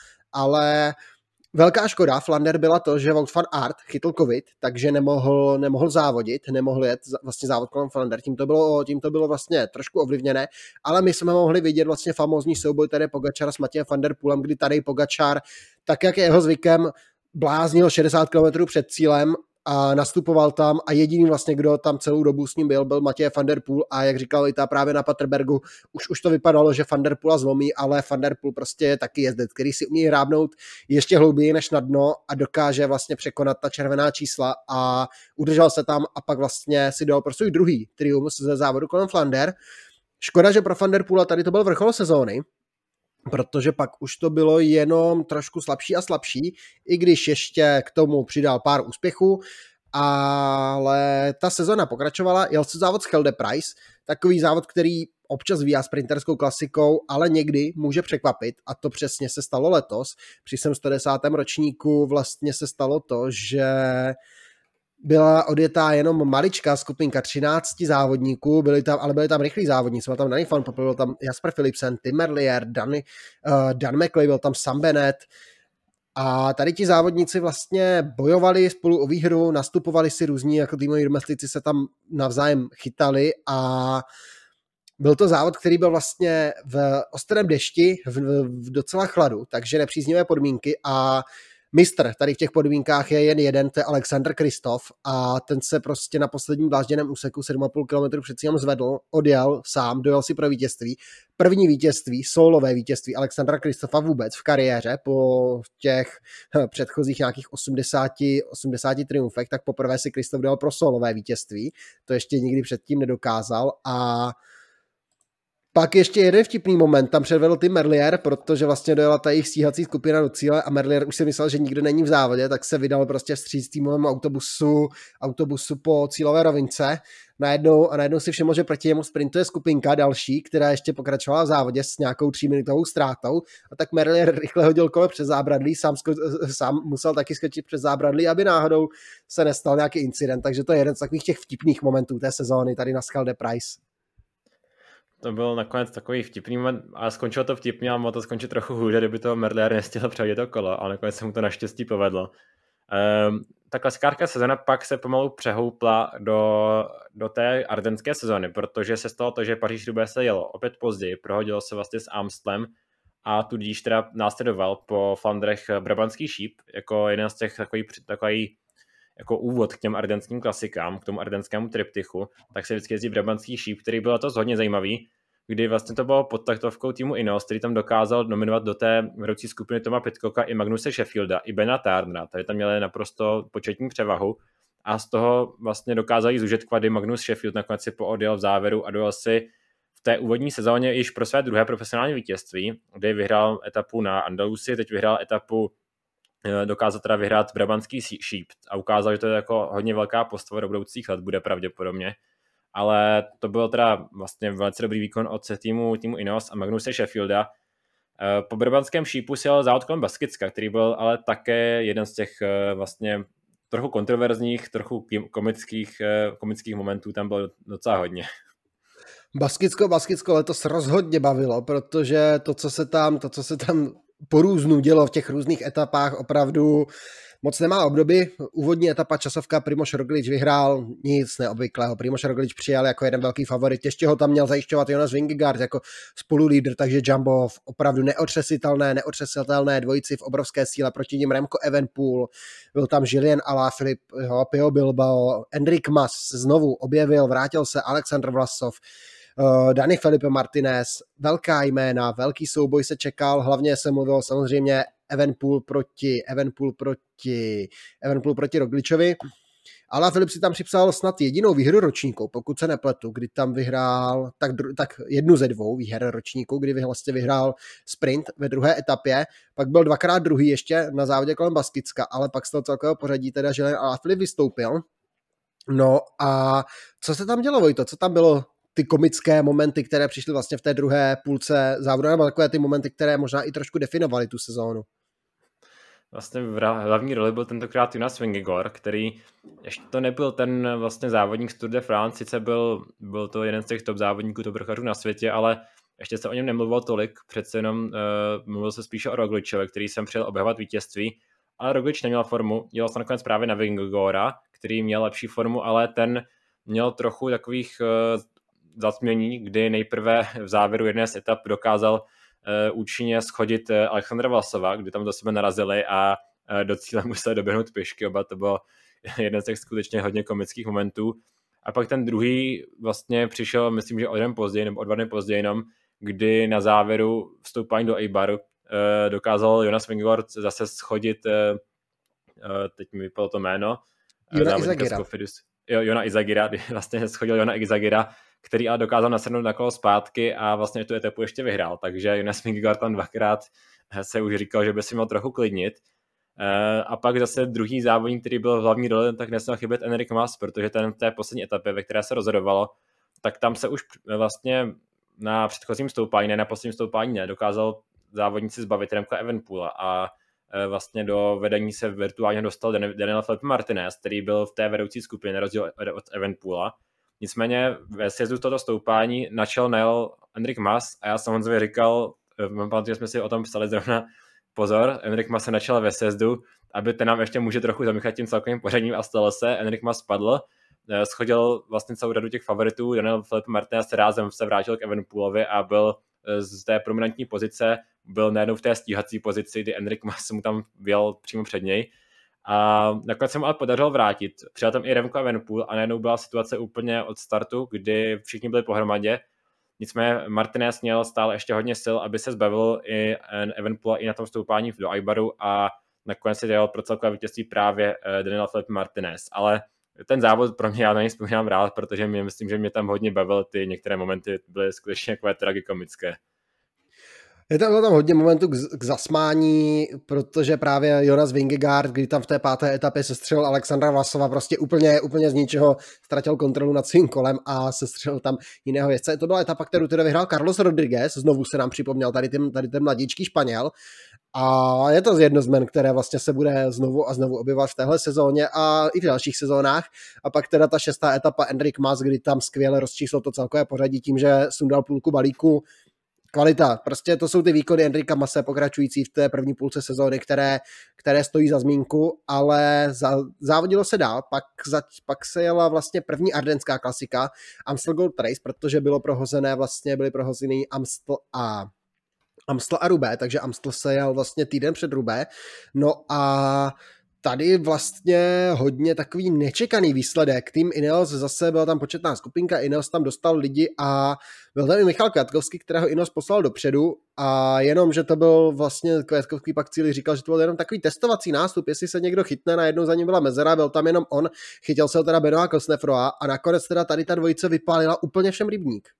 ale velká škoda Flander byla to, že Wout van Aert chytl covid, takže nemohl závodit, nemohl jet vlastně závod kolem Flander, tím to bylo vlastně trošku ovlivněné, ale my jsme mohli vidět vlastně famózní souboj tady Pogačara s Matějem van der Poelem, kdy tady Pogačar, tak jak je jeho zvykem, bláznil 60 km před cílem a nastupoval tam a jediný vlastně, kdo tam celou dobu s ním byl Matěj van der Poel a jak říkal i ta právě na Paterbergu, už to vypadalo, že van der Poela zlomí, ale van der Poel prostě je taky jezdec, který si umí hrábnout ještě hlouběji než na dno a dokáže vlastně překonat ta červená čísla a udržel se tam a pak vlastně si dal pro svůj druhý triumf ze závodu kolem Flander. Škoda, že pro van der Poela tady to byl vrchol sezóny, protože pak už to bylo jenom trošku slabší a slabší, i když ještě k tomu přidal pár úspěchů, ale ta sezona pokračovala, jel se závod s Gelde Price, takový závod, který občas víjá sprinterskou klasikou, ale někdy může překvapit a to přesně se stalo letos. Při 110. ročníku vlastně se stalo to, že byla odjetá jenom maličká skupinka 13 závodníků, byli tam rychlí závodníci, byl tam Danny van Poppel, byl tam Jasper Philipsen, Tim Merlier, Dan McLeod, byl tam Sam Bennett a tady ti závodníci vlastně bojovali spolu o výhru, nastupovali si různí, jako týmoví domestici se tam navzájem chytali a byl to závod, který byl vlastně v ostrém dešti, v docela chladu, takže nepříznivé podmínky a mistr tady v těch podmínkách je jen jeden, to je Alexander Kristoff a ten se prostě na posledním dlážděném úseku 7,5 km před cílem zvedl, odjel sám, dojel si pro vítězství. První vítězství, solové vítězství Alexandra Kristoffa vůbec v kariéře po těch předchozích nějakých 80 triumfech, tak poprvé si Kristoff dal pro solové vítězství. To ještě nikdy předtím nedokázal a pak ještě jeden vtipný moment, tam předvedl Tim Merlier, protože vlastně dojela ta jejich stíhací skupina do cíle a Merlier už si myslel, že nikdo není v závodě, tak se vydal prostě vstříc týmovému autobusu po cílové rovince. Najednou si všiml, že proti němu sprintuje skupinka další, která ještě pokračovala v závodě s nějakou 3minutovou ztrátou a tak Merlier rychle hodil kolo přes zábradlí, sám musel taky skočit přes zábradlí, aby náhodou se nestal nějaký incident, takže to je jeden z takových těch vtipných momentů té sezóny tady na Gelde Price. To byl nakonec takový vtipný moment a skončilo to vtipně a mohlo to skončit trochu hůře, kdyby to Merlier nestihl předjet to kolo, ale nakonec se mu to naštěstí povedlo. Ta klasikářská sezona pak se pomalu přehoupla do té ardenské sezony, protože se stalo to, že Paříž-Roubaix se jelo opět později, prohodilo se vlastně s Amstelem a tudíž teda následoval po Flandrech brabantský šíp jako jeden z těch takový jako úvod k těm ardenským klasikám, k tomu ardenskému triptychu, tak se vždycky jezdí brabantský šíp, který byl letos hodně zajímavý, kdy vlastně to bylo pod taktovkou týmu Ineos, který tam dokázal nominovat do té vedoucí skupiny Toma Pidcocka i Magnuse Sheffielda, i Bena Turnera, tady tam měli naprosto početní převahu a z toho vlastně dokázali zúžit kvady. Magnus Sheffield nakonec si poodjel v závěru a dojel si v té úvodní sezóně již pro své druhé profesionální vítězství, kdy vyhrál etapu na Andalusii, teď vyhrál etapu, dokázal teda vyhrát brabantský šíp a ukázal, že to je jako hodně velká postava do budoucích let, bude pravděpodobně. Ale to byl teda vlastně velice dobrý výkon od týmu Ineos a Magnuse Sheffielda. Po brabantském šípu si jel závod kolem Baskicka, který byl ale také jeden z těch vlastně trochu kontroverzních, trochu komických momentů tam bylo docela hodně. Baskicko letos rozhodně bavilo, protože to, co se tam po různu dělo v těch různých etapách, opravdu moc nemá obdoby. Úvodní etapa časovka Primož Roglič vyhrál, nic neobvyklého. Primož Roglič přijal jako jeden velký favorit. Ještě ho tam měl zajišťovat Jonas Vingegaard jako spolulídr, takže Jumbo v opravdu neotřesitelné dvojici v obrovské síle. Proti nim Remco Evenepoel, byl tam Julien Alaphilippe, Pio Bilbao, Enric Mas znovu objevil, vrátil se Alexander Vlasov, Dani Felipe Martinez, velká jména, velký souboj se čekal, hlavně se mluvil samozřejmě Evenepoel proti Rogličovi. Alaphilippe si tam připsal snad jedinou výhru ročníku, pokud se nepletu, kdy tam vyhrál tak jednu ze dvou výher ročníku, kdy vlastně vyhrál sprint ve druhé etapě, pak byl dvakrát druhý ještě na závodě kolem Baskicka, ale pak z toho celkového pořadí teda Julien Alaphilippe vystoupil. No a co se tam dělo, Vojto? Co tam bylo ty komické momenty, které přišly vlastně v té druhé půlce závodu, nebo takové ty momenty, které možná i trošku definovaly tu sezónu? Vlastně v hlavní roli byl tentokrát Jonas Vingegaard, který ještě to nebyl ten vlastně závodník z Tour de France, sice byl to jeden z těch top závodníků, top rochařů na světě, ale ještě se o něm nemluvilo tolik, přece jenom mluvil se spíše o Rogličovi, který sem přijel obhajovat vítězství, ale Roglič neměl formu, dělal se nakonec právě na Vingegaarda, který měl lepší formu, ale ten měl trochu takových zatmění, kdy nejprve v závěru jedné z etap dokázal účinně schodit Alexandra Vlasova, kdy tam do sebe narazili a do cíle museli doběhnout pěšky. Oba to bylo jeden z těch skutečně hodně komických momentů. A pak ten druhý vlastně přišel, myslím, že o den později, nebo o 2 dny později jenom, kdy na závěru vstoupání do Eibaru dokázal Jonas Vingegaard zase schodit, teď mi vypadlo to jméno, Jona Izagira, vlastně schodil Jona Izagira, který ale dokázal nasednout na kolo zpátky a vlastně tu etapu ještě vyhrál, takže Jonas Vingegaard tam dvakrát se už říkal, že by si měl trochu klidnit. A pak zase druhý závodník, který byl v hlavní roli, tak nesměl chybět Enric Mas, protože ten v té poslední etapě, ve které se rozhodovalo, tak tam se už vlastně na předchozím stoupání, ne na posledním stoupání, dokázal závodníci zbavit Remka Evenepoela a vlastně do vedení se virtuálně dostal Daniel Felipe Martinez, který byl v té vedoucí skupině na rozdíl od Evenepoela. Nicméně ve sjezdu toto stoupání načel nejel Enric Mas a já jsem Honzovi říkal, že jsme si o tom psali zrovna, pozor, Enric Mas se načel ve sjezdu, aby ten nám ještě může trochu zamíchat tím celkovým pořadím a stalo se, Enric Mas spadl, schodil vlastně celou řadu těch favoritů, Daniel Felipe Martinez rázem se vrátil k Evenepoelovi a byl z té prominentní pozice, byl najednou v té stíhací pozici, kdy Enric Mas mu tam vyjel přímo před něj. A nakonec se mu ale podařilo vrátit. Přijel tam i Remco Evenepoel a najednou byla situace úplně od startu, kdy všichni byli pohromadě. Nicméně Martinez měl stále ještě hodně sil, aby se zbavil i Evenepoela i na tom stoupání do Eibaru a nakonec si dělal pro celkové vítězství právě Daniel Felipe Martinez. Ale ten závod pro mě, já na něj vzpomínám rád, protože myslím, že mě tam hodně bavil, ty některé momenty byly skutečně takové tragikomické. Bylo tam hodně momentů k zasmání, protože právě Jonas Vingegaard, kdy tam v té 5. etapě sestřelil Alexandra Vlasova, prostě úplně z ničeho ztratil kontrolu nad svým kolem a sestřelil tam jiného jezdce. To byla etapa, kterou teda vyhrál Carlos Rodriguez, znovu se nám připomněl tady ten mladíčký Španěl. A je to jedno z men, které vlastně se bude znovu a znovu objevovat v téhle sezóně a i v dalších sezónách. A pak teda ta 6. etapa Enric Mas, kdy tam skvěle rozčíslil to celkové pořadí tím, že sundal půlku balíku. Kvalita, prostě to jsou ty výkony Enrica Mase pokračující v té první půlce sezóny, které stojí za zmínku, ale závodilo se dál, pak se jela vlastně první ardenská klasika Amstel Gold Race, protože byly prohozený Amstel a Roubaix, takže Amstel se jel vlastně týden před Roubaix, no a tady vlastně hodně takový nečekaný výsledek. Tým Ineos zase byla tam početná skupinka, Ineos tam dostal lidi a byl tam i Michal Květkovský, kterého Ineos poslal dopředu a jenom, že to byl vlastně Květkovský pak cíli říkal, že to byl jenom takový testovací nástup, jestli se někdo chytne, najednou za ním byla mezera, byl tam jenom on, chytil se ho teda Benoît Cosnefroy a nakonec teda tady ta dvojice vypálila úplně všem rybník.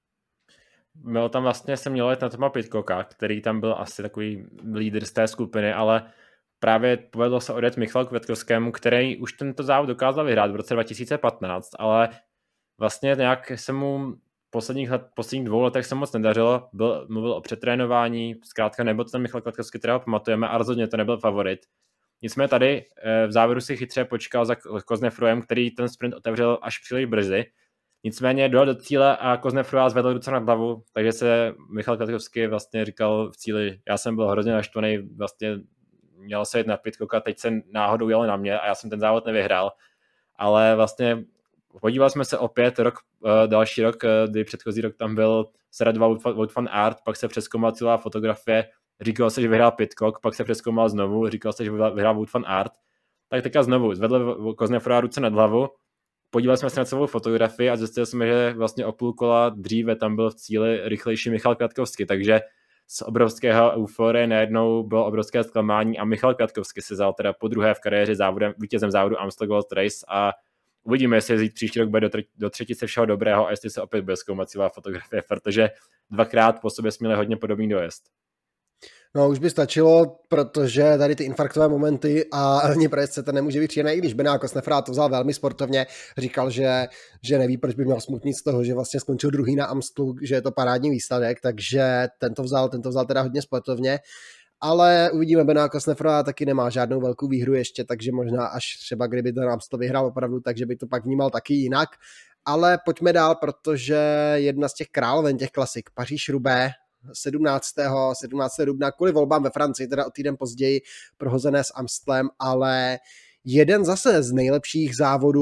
Bylo tam vlastně, jsem měl jet na Toma Pidcocka, který tam byl asi takový lídr z té skupiny, ale právě povedlo se odjet Michalu Květkovskému, který už tento závod dokázal vyhrát v roce 2015, ale vlastně nějak se mu posledních 2 letech se moc nedařilo, mluvil o přetrénování, zkrátka nebyl ten Michal Květkovský, kterého pamatujeme a rozhodně to nebyl favorit. Nicméně tady v závěru si chytře počkal za Koznefrojem, který ten sprint otevřel až příliš brzy. Nicméně dojel do cíle a Koznefroja zvedl ruce nad hlavu, takže se Michal Květkovský vlastně říkal v cíli, já jsem byl hrozně naštvaný, vlastně měl se jít na pitcock a teď se náhodou jel na mě a já jsem ten závod nevyhrál. Ale vlastně podívali jsme se opět další rok, kdy předchozí rok tam byl Sarah Wout van Aert, pak se přezkoumal celá fotografie, říkal se, že vyhrál pitcock, pak se přezkoumal znovu, říkal se, že vyhrál Wout van Aert. Tak teďka znovu zvedl Koznefroja ruce nad hlavu, podívali jsme se na celou fotografii a zjistili jsme, že vlastně o půl kola dříve tam byl v cíli rychlejší Michal Květkovský, takže z obrovského euforie najednou bylo obrovské zklamání a Michal Květkovský se vzal teda po druhé v kariéře vítězem závodu Amstel Gold Race a uvidíme, jestli příští rok bude do třetice všeho dobrého a jestli se opět bude zkoumat celá fotografie, protože dvakrát po sobě jsme měli hodně podobný dojezd. No už by stačilo, protože tady ty infarktové momenty a ani pro jezdce to nemůže být příjemné, i když Benoît Cosnefroid to vzal velmi sportovně, říkal, že neví, proč by měl smutnit z toho, že vlastně skončil druhý na Amstlu, že je to parádní výsledek, takže tento vzal teda hodně sportovně, ale uvidíme, Benoît Cosnefroid taky nemá žádnou velkou výhru ještě, takže možná až třeba kdyby ten Amstel vyhrál opravdu, takže by to pak vnímal taky jinak, ale pojďme dál, protože jedna z těch královen těch klasik, Paříž-Roubaix, 17. dubna, kvůli volbám ve Francii, teda o týden později prohozené s Amstlem, ale jeden z nejlepších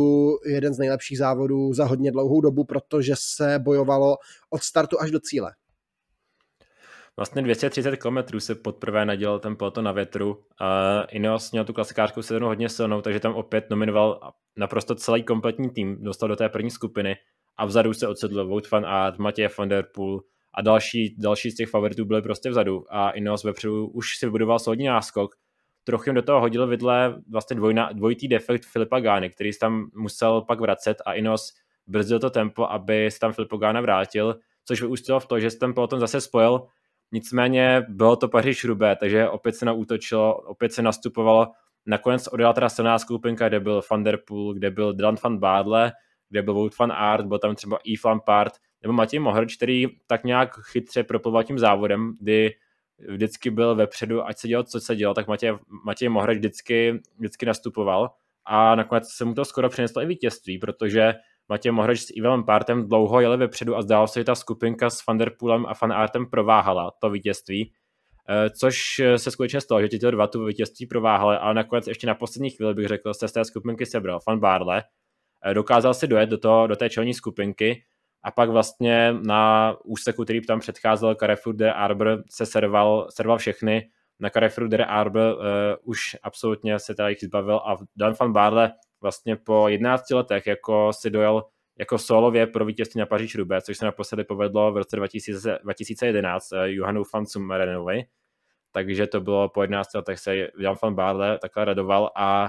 závodů za hodně dlouhou dobu, protože se bojovalo od startu až do cíle. Vlastně 230 km se poprvé nadělal ten peloton na větru. Ineos měl tu klasikářskou sezonu hodně silnou, takže tam opět nominoval naprosto celý kompletní tým, dostal do té první skupiny a vzadu se ocitl Wout van Aert, Mathieu van der Poel a další z těch favoritů byly prostě vzadu a Ineos vepředu už si vybudoval solidní náskok. Trochu jim do toho hodil vidle vlastně dvojitý defekt Filipa Gany, který se tam musel pak vracet a Ineos brzdil to tempo, aby se tam Filippo Ganna vrátil, což vyústilo v to, že se ten peloton zase spojil. Nicméně bylo to Paříž-Roubaix, takže opět se naútočilo, opět se nastupovalo. Nakonec odjela teda silná skupinka, kde byl Van der Poel, kde byl Dylan van Baarle, kde byl Wout van Aert, byl tam třeba Yves Lampaert, nebo Matěj Mohorič, který tak nějak chytře proploval tím závodem, kdy vždycky byl vepředu, ať se dělo, co se dělo, tak Matěj Mohorič vždycky nastupoval a nakonec se mu to skoro přineslo i vítězství, protože Matěj Mohorič s Yvem Lampartem dlouho jeli vepředu a zdálo se, že ta skupinka s Van der Poelem a Van Aertem prováhala to vítězství, což se skutečně stalo, že tyto dva tu vítězství prováhali, ale nakonec ještě na poslední chvíli bych řekl, se z té skupinky sebral Van Baarle, dokázal si dojet do té čelní skupinky a pak vlastně na úseku, který tam předcházel Carrefour der Arbre, se serval všechny. Na Carrefour der Arbre už absolutně se tady jich zbavil a Dan van Baarle vlastně po 11 letech si dojel jako solově pro vítězství na Paříž-Roubaix, což se naposledy povedlo v roce 2011 Johanu van Summerenovi. Takže to bylo po 11 letech se Dan van Baarle takhle radoval a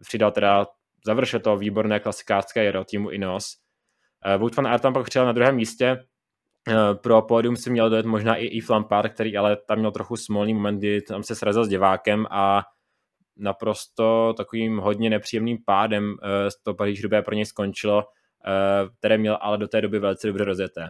završil to výborné klasikářské jaro týmu Ineos. Wout van Aert tam pak přijel na druhém místě. Pro pódium si měl dojet možná i Yves Lampaert, který ale tam měl trochu smolný moment, kdy tam se srazil s divákem a naprosto takovým hodně nepříjemným pádem to Paříž-Roubaix pro něj skončilo, které měl ale do té doby velice dobře rozjeté.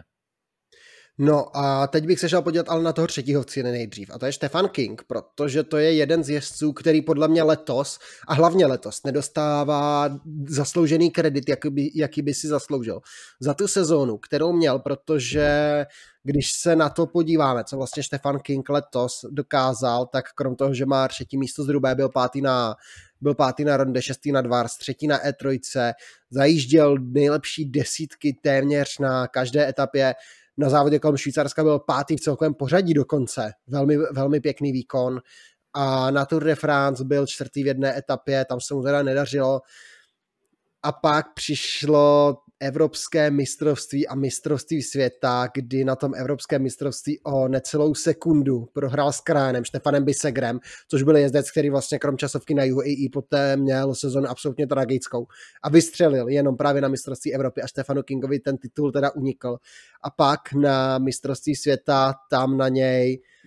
No a teď bych se šel podívat ale na toho třetího v cíli nejdřív a to je Stefan King, protože to je jeden z jezdců, který podle mě letos a hlavně letos nedostává zasloužený kredit, jaký by si zasloužil za tu sezónu, kterou měl, protože když se na to podíváme, co vlastně Stefan King letos dokázal, tak krom toho, že má třetí místo z Roubaix, byl pátý na Ronde, šestý na Dvars, třetí na E3, zajížděl nejlepší desítky téměř na každé etapě. Na závodě kolem Švýcarska byl pátý v celkovém pořadí dokonce. Velmi, velmi pěkný výkon. A na Tour de France byl čtvrtý v jedné etapě, tam se mu teda nedařilo. A pak přišlo evropské mistrovství a mistrovství světa, kdy na tom evropském mistrovství o necelou sekundu prohrál s Krajanem, Stefanem Bisegrem, což byl jezdec, který vlastně krom časovky na UAE poté měl sezonu absolutně tragickou a vystřelil jenom právě na mistrovství Evropy a Stefanu Kingovi ten titul teda unikl. A pak na mistrovství světa tam na něj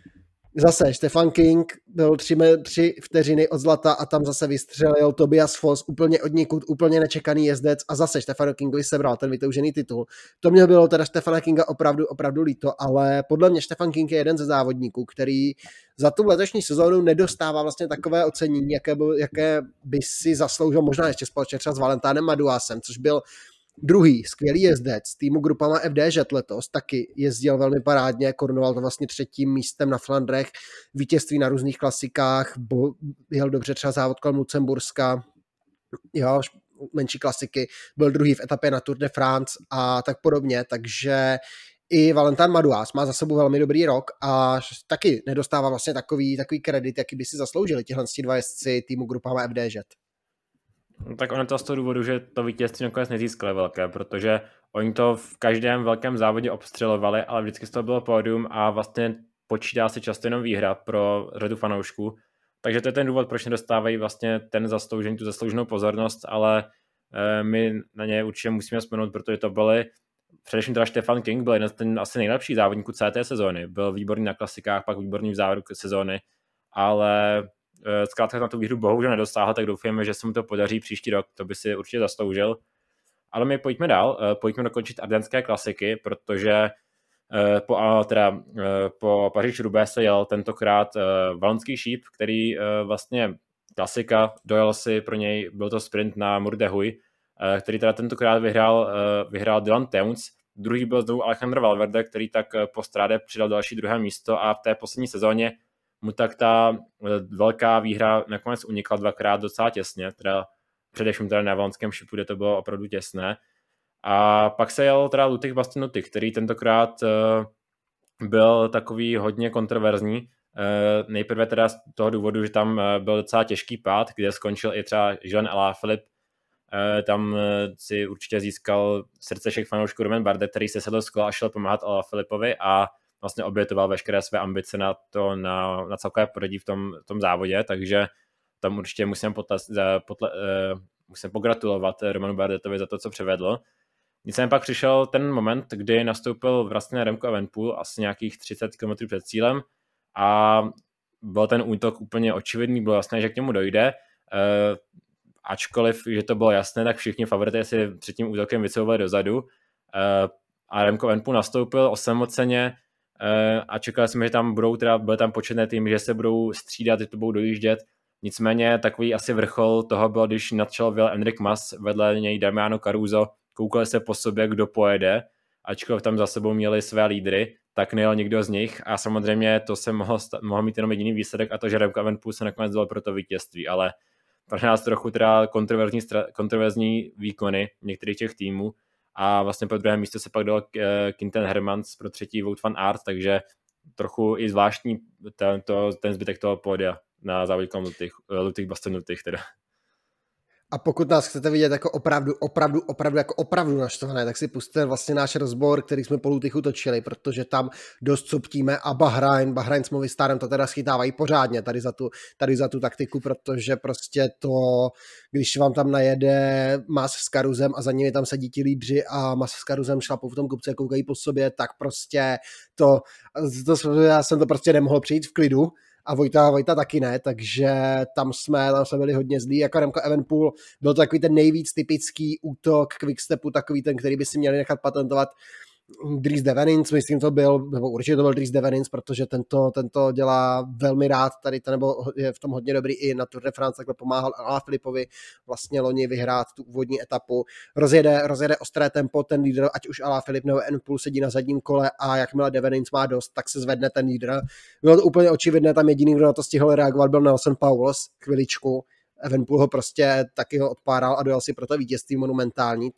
Zase Stefan King byl 3 vteřiny od zlata a tam zase vystřelil Tobias Foss úplně odnikud, úplně nečekaný jezdec a zase Stefanu Kingovi sebral ten vytoužený titul. To mě bylo teda Stefana Kinga opravdu líto, ale podle mě Stefan King je jeden ze závodníků, který za tu letošní sezónu nedostává vlastně takové ocenění, jaké by si zasloužil možná ještě společně třeba s Valentánem Maduásem, což byl druhý skvělý jezdec týmu Grupama FDŽ letos, taky jezdil velmi parádně, korunoval to vlastně 3. místem na Flandrech, vítězství na různých klasikách, jel dobře třeba závod kolem Lucemburska, jo, menší klasiky, byl druhý v etapě na Tour de France a tak podobně, takže i Valentin Madouas má za sebou velmi dobrý rok a taky nedostává vlastně takový kredit, jaký by si zasloužili těhle 2 jezdci týmu Grupama FDŽ. No, tak ono to z toho důvodu, že to vítězství nakonec nezískali velké, protože oni to v každém velkém závodě obstřelovali, ale vždycky z toho bylo pódium a vlastně počítá se často jenom výhra pro řadu fanoušků. Takže to je ten důvod, proč nedostávají vlastně tu zaslouženou pozornost, ale my na ně určitě musíme vzpomenout, protože to byly, především teda Stefan King byl jeden z ten asi nejlepší závodníků celé té sezóny. Byl výborný na klasikách, pak výborný v závodu sezóny, ale zkrátka na tu výhru bohužel nedostáhl, tak doufujeme, že se mu to podaří příští rok, to by si určitě zasloužil. Ale my pojďme dál, pojďme dokončit ardenské klasiky, protože po Paříž-Roubaix se jel tentokrát valonský šíp, který vlastně klasika, dojel si pro něj, byl to sprint na Mur de Huy, který teda tentokrát vyhrál Dylan Teuns, druhý byl znovu Alejandro Valverde, který tak po Strade přidal další 2. místo a v té poslední sezóně mu tak ta velká výhra nakonec unikla 2krát docela těsně, teda především teda na valonském šipu, kde to bylo opravdu těsné. A pak se jel teda Lutych Bastianuti, který tentokrát byl takový hodně kontroverzní. Nejprve teda z toho důvodu, že tam byl docela těžký pád, kde skončil i třeba Julian Alaphilippe. Tam si určitě získal srdce všech fanoušků Romain Bardet, který se sedl z kola a šel pomáhat Alaphilippovi a vlastně obětoval veškeré své ambice na celkové pořadí v tom závodě, takže tam určitě musím pogratulovat Romanu Bardetovi za to, co předvedl. Nicméně pak přišel ten moment, kdy nastoupil vlastně Remco Evenepoel asi nějakých 30 km před cílem a byl ten útok úplně očividný, bylo jasné, že k němu dojde. Ačkoliv, že to bylo jasné, tak všichni favorité si před tím útokem vycouvali dozadu a Remco Evenepoel nastoupil osamoceně a čekali jsme, že tam byly tam početné týmy, že se budou střídat, že to budou dojíždět. Nicméně takový asi vrchol toho byl, když na čelo vyjel Enric Mas, vedle něj Damiano Caruso, koukali se po sobě, kdo pojede, ačkoliv tam za sebou měli své lídry, tak nejel nikdo z nich a samozřejmě to se mohl mít jenom jediný výsledek a to, že Remco Evenepoel se nakonec dal pro to vítězství, ale pro nás trochu teda kontroverzní výkony některých těch týmů a vlastně po 2. místě se pak dal Quinten Hermans, pro 3. Wout van Aert, takže trochu i zvláštní ten zbytek toho pódia na závodě kolem Lutych Bastianutich teda. A pokud nás chcete vidět jako opravdu naštvané, tak si pusťte vlastně náš rozbor, který jsme po Lutychu točili, protože tam dost cuptíme a Bahrain s Movistarem to teda schytávají pořádně tady za tu taktiku, protože prostě to, když vám tam najede Mas s Carusem a za nimi tam sedí ti lídři a Mas s Carusem šlapou v tom kupce, koukají po sobě, tak prostě já jsem to prostě nemohl přijít v klidu. A Vojta taky ne, takže tam jsme byli hodně zlí, jako Remco Evenepoel, byl to takový ten nejvíc typický útok Quickstepu, takový ten, který by si měli nechat patentovat Dries Devenins, myslím to byl, nebo určitě to byl Dries Devenins, protože tento dělá velmi rád tady, nebo je v tom hodně dobrý i na Tour de France, takhle pomáhal Alaphilippovi vlastně loni vyhrát tu úvodní etapu, rozjede ostré tempo, ten lídr, ať už Alaphilippe nebo Evenepoel sedí na zadním kole a jakmile Devenins má dost, tak se zvedne ten lídr. Bylo to úplně očividné, tam jediný, kdo na to stihl reagovat, byl Nelson Paulos, chviličku, Evenepoel ho prostě taky ho odpáral a dojel si pro to vítězství monumentální,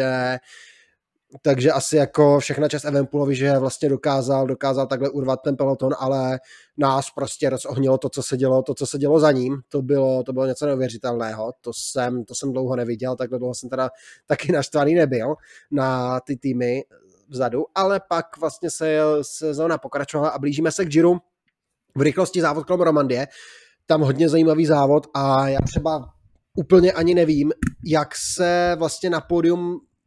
takže asi jako všechna čest Evenepoelovi, že vlastně dokázal takhle urvat ten peloton, ale nás prostě rozohnilo to, co se dělo za ním. To bylo něco neuvěřitelného. To jsem dlouho neviděl, takhle dlouho jsem teda taky naštvaný nebyl na ty týmy vzadu, ale pak vlastně sezóna pokračovala a blížíme se k Giro. V rychlosti závod kolem Romandie. Tam hodně zajímavý závod a já třeba úplně ani nevím, jak se vlastně na pódium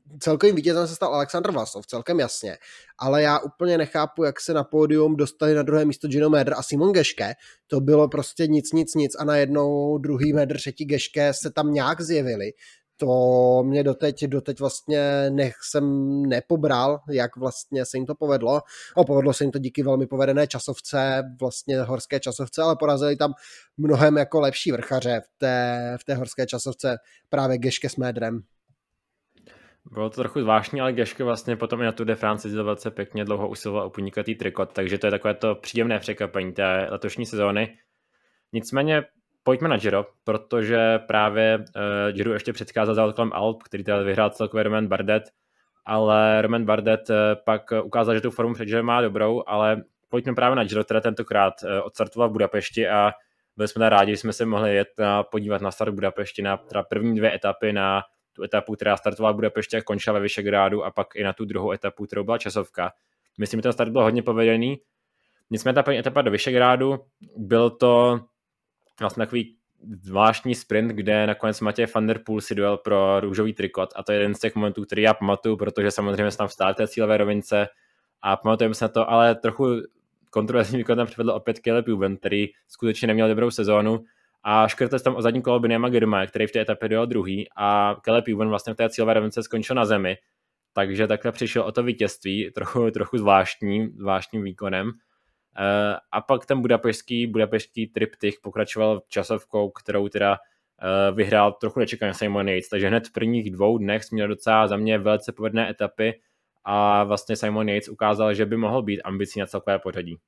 celkovým vítězem se stal Alexander Vlasov, celkem jasně, ale já úplně nechápu, jak se na pódium dostali na druhé místo Gino Mäder a Simon Geschke, to bylo prostě nic a najednou druhý Mäder, třetí Geschke se tam nějak zjevili. To mě doteď vlastně jsem nepobral, jak vlastně se jim to povedlo. Povedlo se jim to díky velmi povedené časovce, vlastně horské časovce, ale porazili tam mnohem jako lepší vrchaře v té horské časovce, právě Geschke s Mäderem. Bylo to trochu zvláštní, ale Geschke vlastně potom i na Tour de France jezdil velice pěkně, dlouho usiloval o punikatý trikot, takže to je takové to příjemné překvapení té letošní sezóny. Nicméně pojďme na Giro, protože právě Giro ještě předcházel závod kolem Alp, který teda vyhrál celkově Romain Bardet, ale Romain Bardet pak ukázal, že tu formu před Giro má dobrou, ale pojďme právě na Giro, teda tentokrát odstartoval v Budapešti a byli jsme rádi, že jsme se mohli jet podívat na start v Budapešti na teda první 2 etapy, na tu etapu, která startovala v Budapešti a končila ve Vyšegrádu a pak i na tu druhou etapu, kterou byla časovka. Myslím, že ten start byl hodně povedený. Nicméně ta první etapa do Vyšegrádu, byl to vlastně takový zvláštní sprint, kde nakonec Matěj van der Poel si dojel pro růžový trikot a to je jeden z těch momentů, který já pamatuju, protože samozřejmě jsem tam vstál té cílové rovince a pamatujeme se na to, ale trochu kontroverzní výkon tam přivedl opět Caleb Ewan, který skutečně neměl dobrou sezónu a škrtl tam o zadní kolo Biniama Girmaje, který v té etapě dojel druhý a Caleb Ewan vlastně v té cílové rovince skončil na zemi, takže takhle přišel o to vítězství, trochu zvláštním výkonem. A pak ten budapešský triptych pokračoval časovkou, kterou teda vyhrál trochu nečekaně Simon Yates, takže hned v prvních 2 dnech jsme měli docela za mě velice povedné etapy a vlastně Simon Yates ukázal, že by mohl být ambicí na celkové pořadí.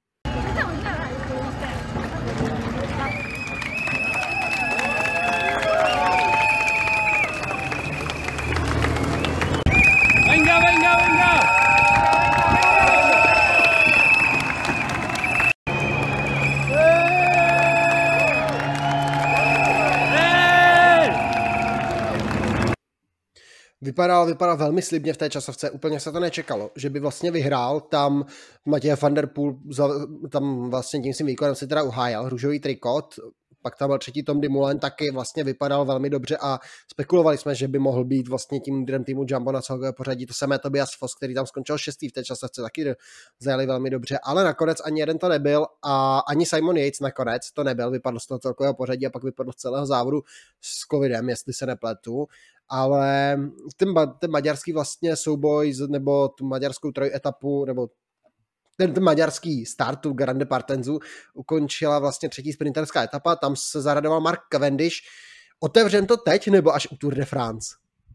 Vypadal velmi slibně v té časovce, úplně se to nečekalo, že by vlastně vyhrál, tam Matěj van der Poel tam vlastně tím svým výkonem si teda uhájal růžový trikot, pak tam byl třetí Tom Dumoulin, taky vlastně vypadal velmi dobře a spekulovali jsme, že by mohl být vlastně tím lídrem týmu Jumbo na celkové pořadí, to samé Tobias Foss, který tam skončil 6. v té časovce, taky zajeli velmi dobře, ale nakonec ani jeden to nebyl a ani Simon Yates nakonec to nebyl, vypadl z toho celkového pořadí a pak vypadl z celého závodu s covidem, jestli se nepletu. Ale ten maďarský vlastně souboj, nebo tu maďarskou trojetapu, nebo ten maďarský start tu Grande Partenzu ukončila vlastně 3. sprinterská etapa, tam se zaradoval Mark Cavendish. Otevřem to teď, nebo až u Tour de France?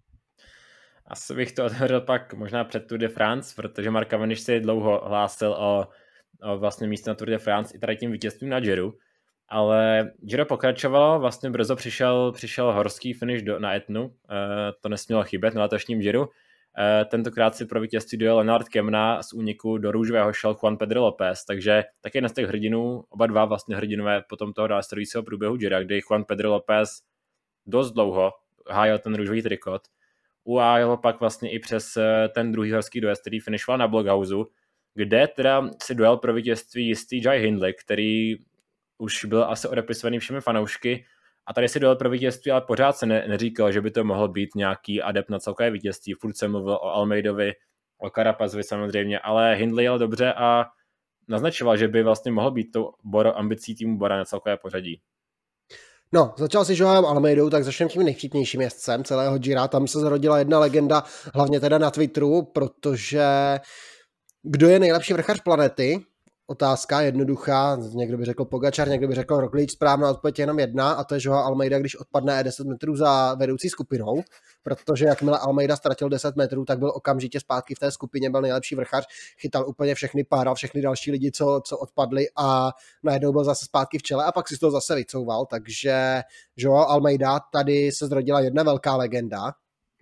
Asi bych to otevřel pak možná před Tour de France, protože Mark Cavendish si dlouho hlásil o vlastně místo na Tour de France i tady tím vítězstvím na Giru. Ale Giro pokračovalo, vlastně brzo přišel horský finish na Etnu, to nesmělo chybět na letošním Giru. Tentokrát si pro vítězství dojel Lennart Kemna z úniku do růžového šel Juan Pedro López, takže taky jeden z těch hrdinů, oba dva vlastně hrdinové potom toho následujícího průběhu Gira, kdy Juan Pedro López dost dlouho hájil ten růžový trikot. Uhájil ho pak vlastně i přes ten druhý horský dojezd, který finishoval na Blockhausu, kde teda si dojel pro vítězství jistý Jai Hindley, který už byl asi odepisovaný všemi fanoušky a tady si dojel pro vítězství, ale pořád se neříkal, že by to mohl být nějaký adept na celkové vítězství. Furt se mluvil o Almeidovi, o Carapazovi samozřejmě, ale Hindley jel dobře a naznačoval, že by vlastně mohl být tou ambicí týmu Bora na celkové pořadí. No, začal si Joaem Almeidou, tak začneme tím nejvtipnějším jezdcem celého Gira. Tam se zrodila jedna legenda, hlavně teda na Twitteru, protože kdo je nejlepší vrchař planety? Otázka jednoduchá, někdo by řekl Pogačar, někdo by řekl Roglič, správná odpověď je jenom jedna a to je Joao Almeida, když odpadne 10 metrů za vedoucí skupinou, protože jakmile Almeida ztratil 10 metrů, tak byl okamžitě zpátky v té skupině, byl nejlepší vrchař, chytal úplně všechny páral, všechny další lidi, co odpadli a najednou byl zase zpátky v čele a pak si z toho zase vycouval, takže Joao Almeida, tady se zrodila jedna velká legenda.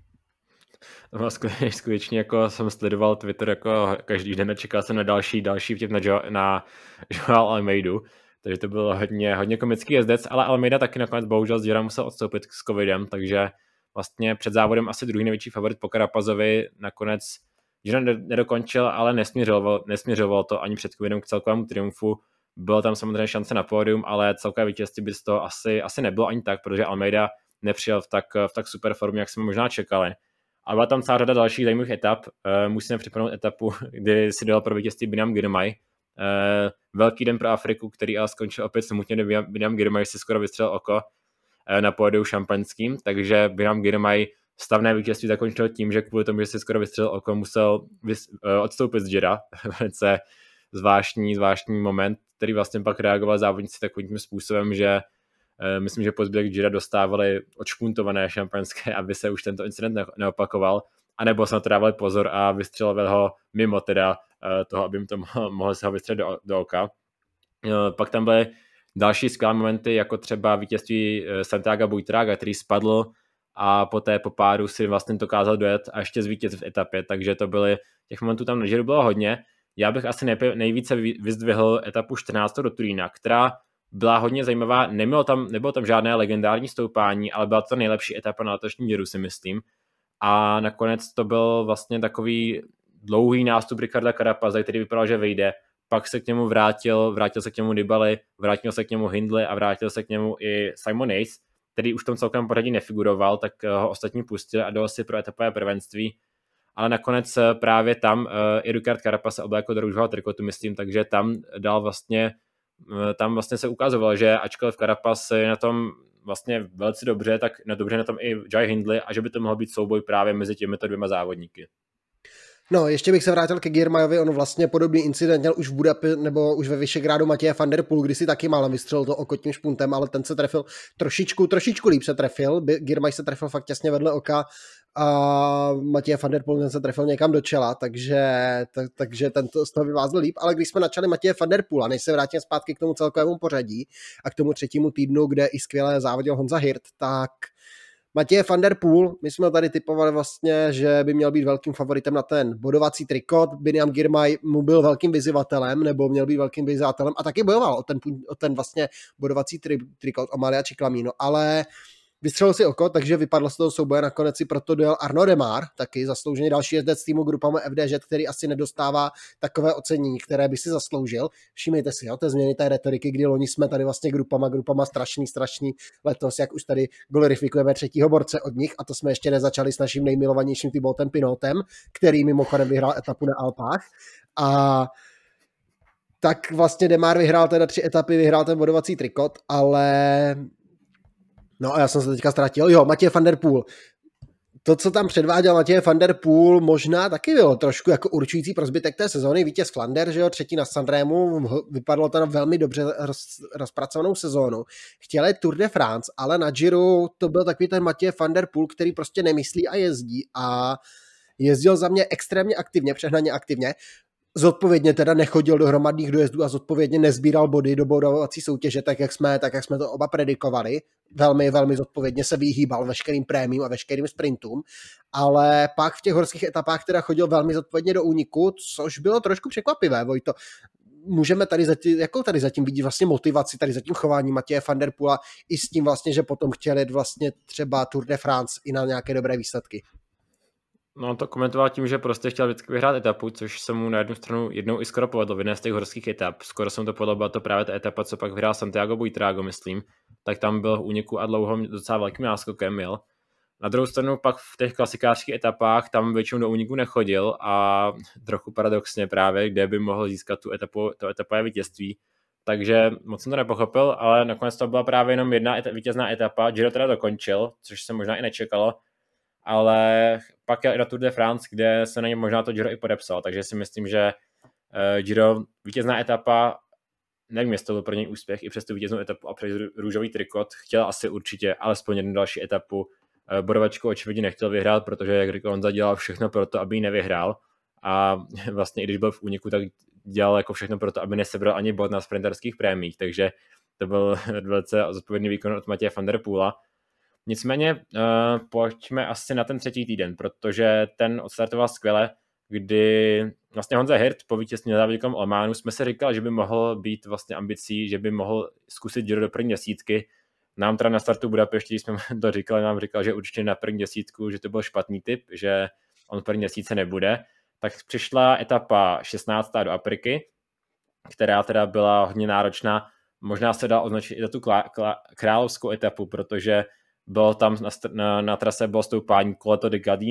No, skutečně jako jsem sledoval Twitter jako každý den a čekal jsem na další vtip na Joao Almeidu, takže to bylo hodně komický jezdec, ale Almeida taky nakonec bohužel z Gira musel odstoupit s covidem, takže vlastně před závodem asi druhý největší favorit po Carapazovi, nakonec Gira nedokončil, ale nesměřoval to ani před covidem k celkovému triumfu. Byla tam samozřejmě šance na pódium, ale celkové vítězství by z toho asi nebylo ani tak, protože Almeida nepřijel v tak super formě, jak jsme možná čekali. A byla tam celá řada dalších zajímavých etap. Musíme připomenout etapu, kdy si dal pro vítězství Biniam Girmay. Velký den pro Afriku, který ale skončil opět smutně, kdy Biniam Girmay si skoro vystřelil oko na pódiu šampaňským, takže Biniam Girmay stavné vítězství zakončil tím, že kvůli tomu, že si skoro vystřelil oko, musel odstoupit z Gira. Velice zvláštní moment, který vlastně pak reagoval závodníci takovým způsobem, že myslím, že po zbytek Gira dostávali odšpuntované šampaňské, aby se už tento incident neopakoval, anebo se na to dávali pozor a vystřelovali ho mimo teda toho, aby jim to mohlo se ho vystřelit do oka. Pak tam byly další skvělé momenty, jako třeba vítězství Santiaga Buitraga, který spadl a poté po pádu si vlastně dokázal dojet a ještě zvítězit v etapě, takže to byly, těch momentů tam na Giru bylo hodně. Já bych asi nejvíce vyzdvihl etapu 14. do Turína, která byla hodně zajímavá, nebylo tam žádné legendární stoupání, ale byla to nejlepší etapa na letošním Giru, si myslím. A nakonec to byl vlastně takový dlouhý nástup Ricarda Carapaze, který vypadal, že vyjde. Pak se k němu vrátil se k němu Nibali, vrátil se k němu Hindley a vrátil se k němu i Simon Yates, který už v tom celkem pořadí nefiguroval, tak ho ostatní pustili a dal si pro etapové prvenství. Ale nakonec právě tam i Ricard Carapaz se oblékl do růžového trikotu, myslím, takže tam vlastně se ukazovalo, že ačkoliv Carapaz je na tom vlastně velice dobře, tak dobře na tom i Jai Hindley a že by to mohl být souboj právě mezi těmito dvěma závodníky. No, ještě bych se vrátil ke Girmayovi, on vlastně podobný incident měl už v Budapešti nebo už ve Vyšegrádu Matěje van der Poel, kdy si taky málem vystřelil to oko tím špuntem, ale ten se trefil trošičku líp se trefil, Girmay se trefil fakt těsně vedle oka a Matěje van der Poel ten se trefil někam do čela, takže ten z toho vyvázl líp, ale když jsme načali Matěje van der Poela, než se vrátím zpátky k tomu celkovému pořadí a k tomu třetímu týdnu, kde i skvěle závodil Honza Hirt, tak Matěje van der Poel, my jsme tady typovali vlastně, že by měl být velkým favoritem na ten bodovací trikot, Biniam Girmay mu byl velkým vyzývatelem, nebo měl být velkým vyzývatelem a taky bojoval o ten vlastně bodovací trikot o Malia Ciclamino, ale vystřelil si oko, takže vypadl z toho souboje, nakonec si proto dojel Arnaud Démare, taky zasloužený další jezdec týmu Groupama FDŽ, který asi nedostává takové ocenění, které by si zasloužil. Všimněte si, té změny té retoriky, kdy loni jsme tady vlastně Groupama strašný, letos, jak už tady glorifikujeme třetího borce od nich, a to jsme ještě nezačali s naším nejmilovanějším Thibautem Pinotem, který mimochodem vyhrál etapu na Alpách. A tak vlastně Démare vyhrál teda 3 etapy, vyhrál ten bodovací trikot, ale no a já jsem se teďka ztratil. Jo, Matěj van der Poel. To, co tam předváděl Matěj van der Poel, možná taky bylo trošku jako určující pro zbytek té sezóny. Vítěz Flander, že jo, 3. na Sanrému, vypadalo to na velmi dobře rozpracovanou sezónu. Chtěl je Tour de France, ale na Giro to byl takový ten Matěj van der Poel, který prostě nemyslí a jezdí a jezdil za mě extrémně aktivně, přehnaně aktivně. Zodpovědně teda nechodil do hromadných dojezdů a zodpovědně nezbíral body do bodovací soutěže, tak jak jsme to oba predikovali. Velmi zodpovědně se vyhýbal veškerým prémiím a veškerým sprintům, ale pak v těch horských etapách teda chodil velmi zodpovědně do úniku, což bylo trošku překvapivé, Vojto. Můžeme tady zatím vidět vlastně motivaci, tady zatím chování Matěje van der Poela i s tím vlastně, že potom chtěl jet vlastně třeba Tour de France i na nějaké dobré výsledky. No, to komentoval tím, že prostě chtěl vždycky vyhrát etapu, což se mu na jednu stranu jednou i skoro povedlo v jedné z těch horských etap. Skoro se mu to povedlo, byla to právě ta etapa, co pak vyhrál Santiago Buitrago, myslím. Tak tam byl v úniku a dlouho docela velkým náskokem měl. Na druhou stranu pak v těch klasikářských etapách tam většinou do úniku nechodil a trochu paradoxně právě, kde by mohl získat to etapové vítězství. Takže moc jsem to nepochopil, ale nakonec to byla právě jenom jedna vítězná etapa. Giro teda dokončil, což se možná i nečekalo, ale pak je i na Tour de France, kde se na něm možná to Giro i podepsal, takže si myslím, že Giro, vítězná etapa, nevím, jestli to byl pro něj úspěch, i přes tu vítěznou etapu a přes růžový trikot, chtěl asi určitě alespoň jednu další etapu. Bodovačku očividně nechtěl vyhrát, protože, jak řekl, on zadělal všechno pro to, aby ji nevyhrál a vlastně i když byl v úniku, tak dělal jako všechno pro to, aby nesebral ani bod na sprinterských prémiích, takže to byl velice zodpovědný výkon od Matěje van der Poela. Nicméně pojďme asi na ten třetí týden, protože ten odstartoval skvěle, kdy vlastně Honza Hirt po vítězství na závodníkom Ománu jsme si říkali, že by mohl být vlastně ambicí, že by mohl zkusit Giro do první desítky. Nám teda na startu Budapešti, jsme to říkali, nám říkal, že určitě na první desítku, že to byl špatný tip, že on v první desítce nebude. Tak přišla etapa 16. do Afriky, která teda byla hodně náročná. Možná se dá označit i za tu královskou etapu, protože bylo tam na trase bylo stoupání Coleto di Gadino,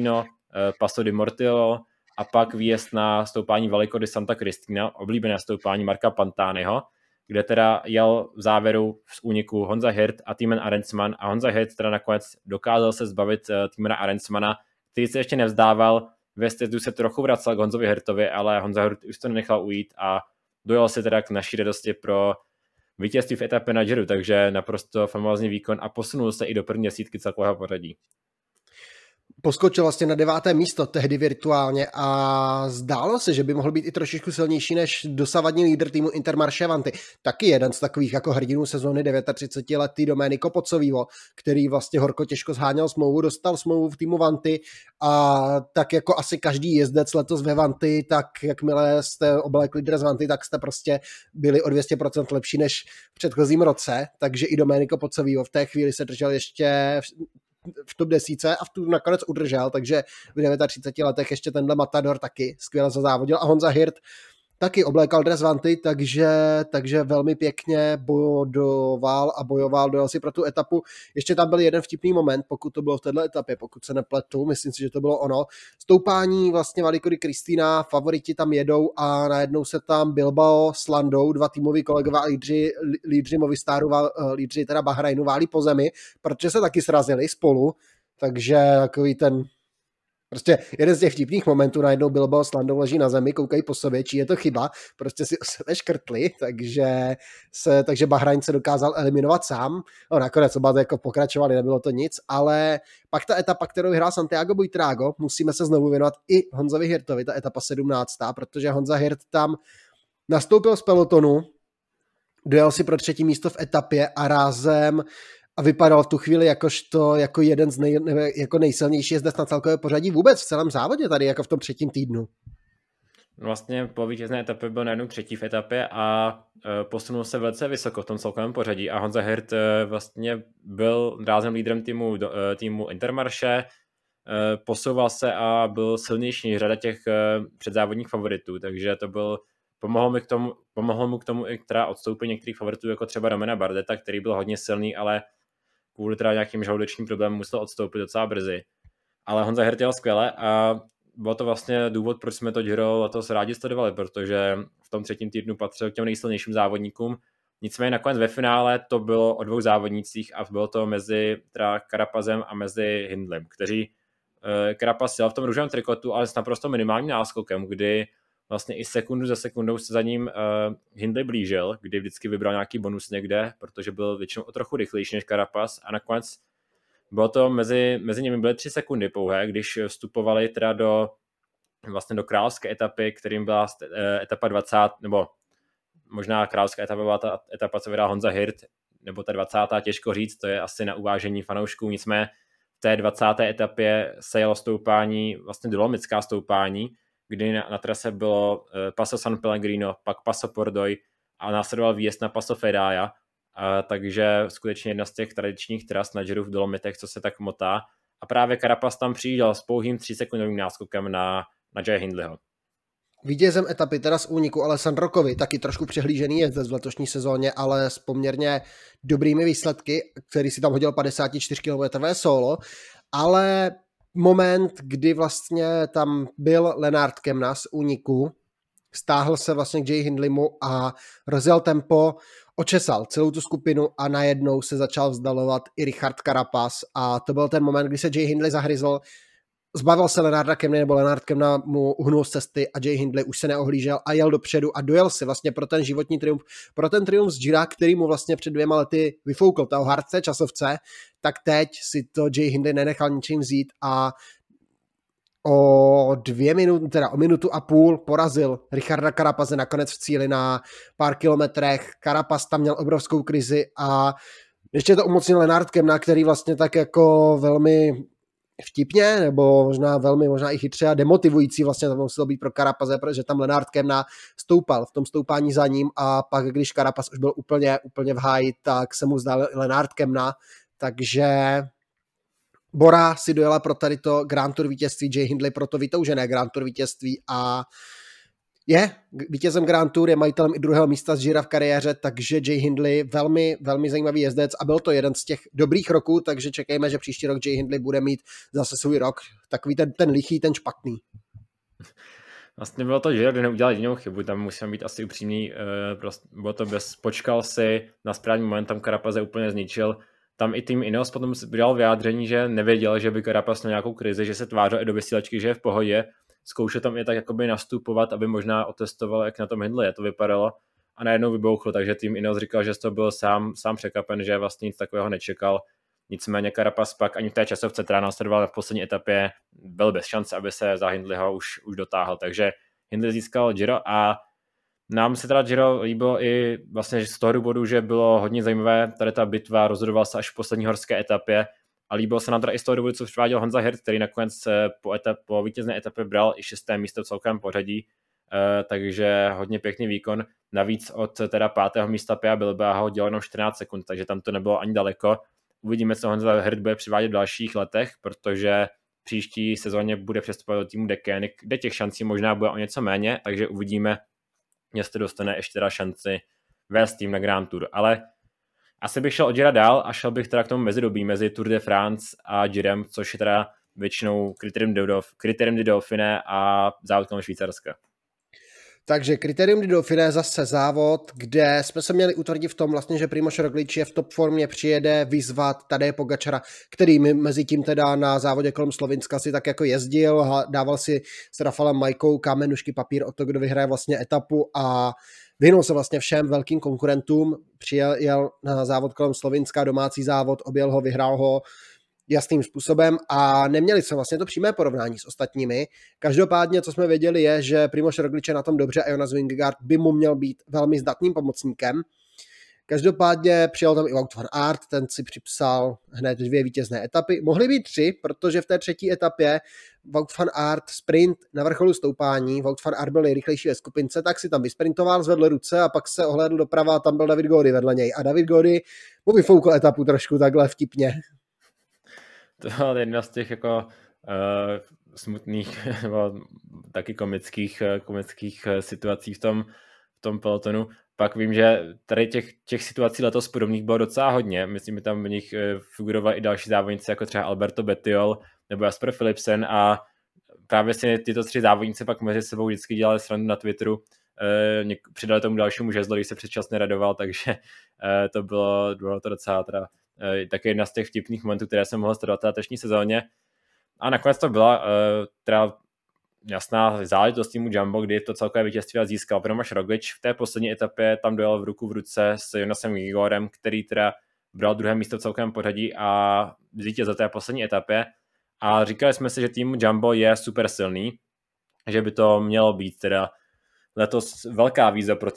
Paso di Mortillo a pak výjezd na stoupání Vallico di Santa Cristina, oblíbené stoupání Marka Pantaniho, kde teda jel v závěru z úniku Honza Hirt a Thymen Arensman a Honza Hirt teda nakonec dokázal se zbavit Thymena Arensmana, který se ještě nevzdával, ve stezdu se trochu vracel k Honzovi Hirtovi, ale Honza Hirt už to nenechal ujít a dojel se teda k naší radosti pro vítězství v etapě na Giro, takže naprosto famózní výkon a posunul se i do první desítky celkového pořadí. Poskočil vlastně na 9. místo tehdy virtuálně a zdálo se, že by mohl být i trošičku silnější než dosavadní lídr týmu Intermarché Vanty. Taky jeden z takových jako hrdinů sezóny 39letý Domenico Pozzovivo, který vlastně horko těžko zháněl smlouvu, dostal smlouvu v týmu Vanty a tak jako asi každý jezdec letos ve Vanty, tak jakmile jste oblékli dres Vanty, tak jste prostě byli o 200% lepší než v předchozím roce, takže i Domenico Pozzovivo v té chvíli se držel ještě v top 10 a v tu nakonec udržel, takže v 39 letech ještě tenhle Matador taky skvěle zazávodil a Honza Hirt taky oblékal dres Vanty, takže velmi pěkně bojoval, dojel si pro tu etapu. Ještě tam byl jeden vtipný moment, pokud to bylo v této etapě, pokud se nepletu, myslím si, že to bylo ono. Stoupání vlastně Vallico di Cristina, favoriti tam jedou a najednou se tam Bilbao s Landou, dva týmoví kolegové a lídři Movistaru, lídři teda Bahrajnu válí po zemi, protože se taky srazili spolu, takže takový ten prostě jeden z těch vtipných momentů, najednou Bilbao s Landou leží na zemi, koukají po sobě, či je to chyba, prostě si o sebe škrtli, takže Bahrajn se dokázal eliminovat sám. No, nakonec oba jako pokračovali, nebylo to nic, ale pak ta etapa, kterou vyhrál Santiago Buitrago, musíme se znovu věnovat i Honzovi Hirtovi, ta etapa 17. protože Honza Hirt tam nastoupil z pelotonu, dojel si pro 3. místo v etapě a rázem a vypadal v tu chvíli jako jeden z jako nejsilnější jezdec na celkové pořadí vůbec v celém závodě tady jako v tom 3. týdnu. Vlastně po vítězné etapě byl najednou 3. v etapě a posunul se velice vysoko v tom celkovém pořadí a Honza Hirt vlastně byl rázem lídrem týmu Intermarché, posouval se a byl silnější než řada těch předzávodních favoritů, takže to byl pomohlo mu k tomu i teda odstoupit některých favoritů, jako třeba Romana Bardeta, který byl hodně silný, ale kvůli teda nějakým žaludečním problémům musel odstoupit docela brzy. Ale Honza Hirt jel skvěle a byl to vlastně důvod, proč jsme to Giro letos rádi sledovali, protože v tom 3. týdnu patřil k těm nejsilnějším závodníkům. Nicméně nakonec ve finále to bylo o 2 závodnících a bylo to mezi teda Carapazem a mezi Hindlem, kteří Carapaz jel v tom růžovém trikotu, ale s naprosto minimálním náskokem, kdy vlastně i sekundu za sekundou se za ním Hindley blížil, kdy vždycky vybral nějaký bonus někde, protože byl většinou o trochu rychlejší než Carapaz a nakonec bylo to mezi nimi byly 3 sekundy pouhé, když vstupovali teda do královské etapy, kterým byla etapa 20, nebo možná královská etapa byla ta etapa, co vydal Honza Hirt, nebo ta 20. těžko říct, to je asi na uvážení fanoušků, nicméně v té 20. etapě se jelo stoupání, vlastně dolomitská stoupání, kdy na trase bylo Paso San Pellegrino, pak Paso Pordoi a následoval výjezd na Paso Fedaia, takže skutečně jedna z těch tradičních tras na Giro v Dolomitech, co se tak motá. A právě Carapaz tam přijížděl s pouhým 3sekundovým náskokem na Jaye Hindleyho. Vítězem etapy teda z úniku Alessandro Covi, taky trošku přehlížený jezdec v letošní sezóně, ale s poměrně dobrými výsledky, který si tam hodil 54 km solo, ale moment, kdy vlastně tam byl Lennart Kemna z úniku, stáhl se vlastně k Jaye Hindleymu a rozjel tempo, očesal celou tu skupinu a najednou se začal vzdalovat i Richard Carapaz a to byl ten moment, kdy se Jaye Hindley zahryzl, zbavil se Lennarta Kemny, nebo Lennart Kemna mu uhnul z cesty a Jaye Hindley už se neohlížel a jel dopředu a dojel si vlastně pro ten životní triumf, pro ten triumf z Gira, který mu vlastně před 2 lety vyfoukl toho hardce časovce, tak teď si to Jaye Hindley nenechal ničím vzít a o 2 minuty, teda o 1,5 minuty porazil Richarda Carapaze nakonec v cíli na pár kilometrech. Carapaz tam měl obrovskou krizi a ještě to umocnil Lennart Kemna, který vlastně tak jako velmi vtipně, nebo možná i chytře a demotivující vlastně to muselo být pro Carapaze, protože tam Lennart Kemna stoupal v tom stoupání za ním a pak, když Carapaz už byl úplně v háji, tak se mu zdal Lennart Kemna, takže Bora si dojela pro tady to Grand Tour vítězství, Jaye Hindley pro to vytoužené Grand Tour vítězství a Je vítězem Grand Tour, je majitelem i druhého místa z Gira v kariéře, takže Jay Hindley velmi, velmi zajímavý jezdec a byl to jeden z těch dobrých roků, takže čekejme, že příští rok Jay Hindley bude mít zase svůj rok, takový ten lichý, ten špatný. Vlastně bylo to Giro, kde neudělal jedinou chybu, tam musím být asi upřímný, prostě bylo to počkal si na správný moment, tam Carapaz úplně zničil. Tam i tým Ineos potom vydal vyjádření, že nevěděl, že by Carapaz měl nějakou krizi, že se tvářil i do vysílačky, že je v pohodě. Zkoušel tam i tak jakoby nastupovat, aby možná otestoval, jak na tom Hindley to vypadalo. A najednou vybouchlo, takže tým Ineos říkal, že to byl sám překvapen, že vlastně nic takového nečekal. Nicméně Carapaz pak ani v té časovce, která následovala v poslední etapě, byl bez šance, aby se za Hindleyho už dotáhl. Takže Hindley získal Giro a nám se teda Giro líbilo i vlastně z toho důvodu, že bylo hodně zajímavé, tady ta bitva rozhodovala se až v poslední horské etapě a líbilo se nám teda i z toho důvodu, co předváděl Honza Hirt, který nakonec po vítězné etapě bral i 6. místo v celkovém pořadí, takže hodně pěkný výkon. Navíc od teda 5. místa Pia Bilbao dělal jenom 14 sekund, takže tam to nebylo ani daleko. Uvidíme, co Honza Hirt bude přivádět v dalších letech, protože příští sezóně bude přestupovat do týmu Deceuninck, kde těch šancí možná bude o něco méně, takže uvidíme, jestli dostane ještě teda šanci vést tým na Grand Tour. Ale asi bych šel od Gira dál a šel bych teda k tomu mezidobí mezi Tour de France a Girem, což je teda většinou Critérium du Dauphiné a závod kolem Švýcarska. Takže Critérium du Dauphiné zase závod, kde jsme se měli utvrdit v tom vlastně, že Primož Roglič je v top formě, přijede vyzvat Tadeje Pogačara, který mezi tím teda na závodě kolem Slovinska si tak jako jezdil, dával si s Rafalem Majkou kamenušky papír o to, kdo vyhraje vlastně etapu a vyhnul se vlastně všem velkým konkurentům, přijel na závod kolem Slovinska, domácí závod, objel ho, vyhrál ho jasným způsobem a neměli jsme vlastně to přímé porovnání s ostatními. Každopádně, co jsme věděli, je, že Primož Roglič je na tom dobře a Jonas Vingegaard by mu měl být velmi zdatným pomocníkem. Každopádně přijel tam i Wout van Aert, ten si připsal hned 2 vítězné etapy. Mohly být 3, protože v té 3. etapě Wout van Aert sprint na vrcholu stoupání, Wout van Aert byl nejrychlejší ve skupince, tak si tam vysprintoval, zvedl ruce a pak se ohlédl doprava a tam byl David Gaudy vedle něj. A David Gaudy mu vyfoukl etapu trošku takhle vtipně. To byla jedna z těch jako smutných nebo taky komických situací v tom pelotonu. Pak vím, že tady těch situací letos podobných bylo docela hodně. Myslím, že tam v nich figurovali i další závodníci, jako třeba Alberto Bettiol nebo Jasper Philipsen a právě si tyto 3 závodníci pak mezi sebou vždycky dělali srandu na Twitteru. Přidali tomu dalšímu žezlo, když se předčasně radoval, takže to bylo to docela teda taky jedna z těch vtipných momentů, které jsem mohl sledovat v letošní sezóně. A nakonec to byla teda jasná záležitost týmu Jumbo, kdy to celkové vítězství získal Primož Roglič. V té poslední etapě tam dojel v ruku v ruce s Jonasem Vingegaardem, který teda bral 2. místo v celkovém pořadí a vítězil té poslední etapě. A říkali jsme si, že tým Jumbo je super silný, že by to mělo být teda letos velká výzva pro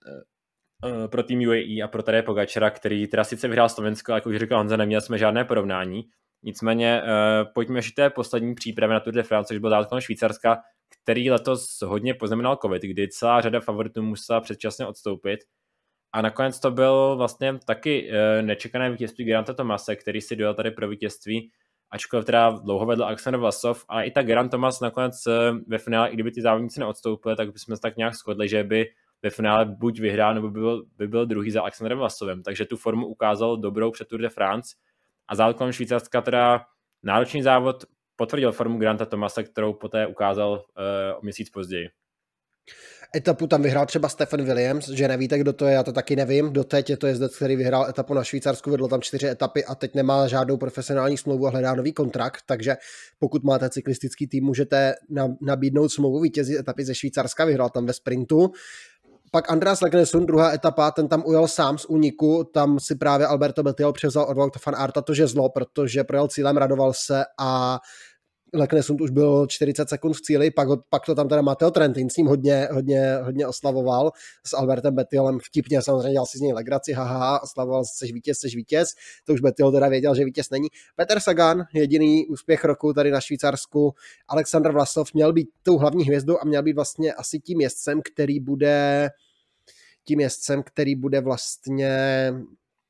tým UAE a pro Tadeje Pogačara, který teda sice vyhrál Slovensko, ale jak už říkal Honza, neměli jsme žádné porovnání. Nicméně pojďme ještě té poslední přípravy na Tour de France, což byl závod kolem Švýcarska, který letos hodně poznamenal covid, kdy celá řada favoritů musela předčasně odstoupit. A nakonec to byl vlastně taky nečekané vítězství Geranta Thomase, který si dojel tady pro vítězství, ačkoliv teda dlouho vedl Alexander Vlasov, ale i tak Geraint Thomas nakonec ve finále, i kdyby ty závodníci neodstoupili, tak bychom se tak nějak shodli, že by ve finále buď vyhrál, nebo by byl druhý za Alexanderem Vlasovem. Takže tu formu ukázal dobrou před Tour de France. A závod kolem Švýcarska teda náročný závod potvrdil formu Gerainta Thomase, kterou poté ukázal o měsíc později. Etapu tam vyhrál třeba Stefan Williams, že nevíte, kdo to je, já to taky nevím. Doteď je to jezdec, který vyhrál etapu na Švýcarsku, vedl tam 4 etapy a teď nemá žádnou profesionální smlouvu a hledá nový kontrakt, takže pokud máte cyklistický tým, můžete nabídnout smlouvu vítězi etapy ze Švýcarska, vyhrál tam ve sprintu. Pak Andreas Leknesund, druhá etapa, ten tam ujel sám z úniku, tam si právě Alberto Bettiol převzal od Wouta van Aerta to žezlo, protože projel cílem, radoval se a Leknesund už byl 40 sekund v cíli, pak to tam teda Matteo Trentin s ním hodně oslavoval s Albertem Bettiolem, vtipně samozřejmě dělal si z něj legraci, haha, oslavoval, seš vítěz, to už Bettiol teda věděl, že vítěz není. Peter Sagan, jediný úspěch roku tady na Švýcarsku, Alexander Vlasov měl být tou hlavní hvězdou a měl být vlastně asi tím jezdcem, který bude vlastně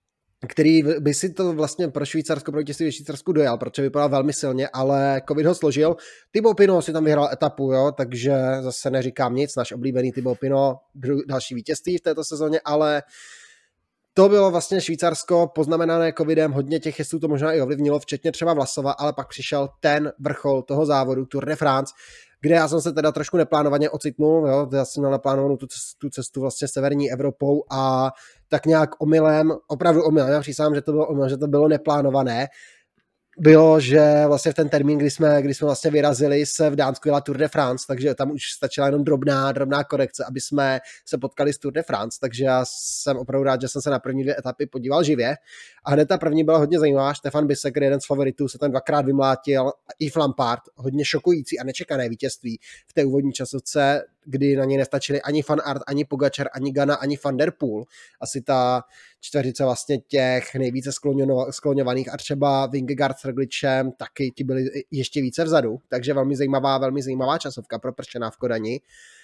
který by si to vlastně pro Švýcarsko, pro vítězství ve Švýcarsku dojel, protože vypadal velmi silně, ale covid ho složil. Thibaut Pinot si tam vyhrál etapu, jo, takže zase neříkám nic, náš oblíbený Thibaut Pinot, další vítězství v této sezóně, ale to bylo vlastně Švýcarsko poznamenané covidem, hodně těch jezdců to možná i ovlivnilo, včetně třeba Vlasova, ale pak přišel ten vrchol toho závodu, Tour de France, kde já jsem se teda trošku neplánovaně ocitnul, jo, já jsem měl naplánovanou tu cestu vlastně severní Evropou a tak nějak omylem, opravdu omylem, já přísahám, že to bylo omylem, že to bylo neplánované, bylo, že vlastně v ten termín, kdy jsme vlastně vyrazili, se v Dánsku jela Tour de France, takže tam už stačila jenom drobná korekce, aby jsme se potkali s Tour de France, takže já jsem opravdu rád, že jsem se na první 2 etapy podíval živě. A hned ta první byla hodně zajímavá, Stefan Bissegger, jeden z favoritů, se tam 2krát vymlátil, i Lampard, hodně šokující a nečekané vítězství v té úvodní časovce, kdy na něj nestačili ani Van Aert, ani Pogačar, ani Ganna, ani Van der Poel. Asi ta čtveřice vlastně těch nejvíce skloňovaných a třeba Vingegaard s Roglicem taky ti byli ještě více vzadu, takže velmi zajímavá časovka propršená v Kodani.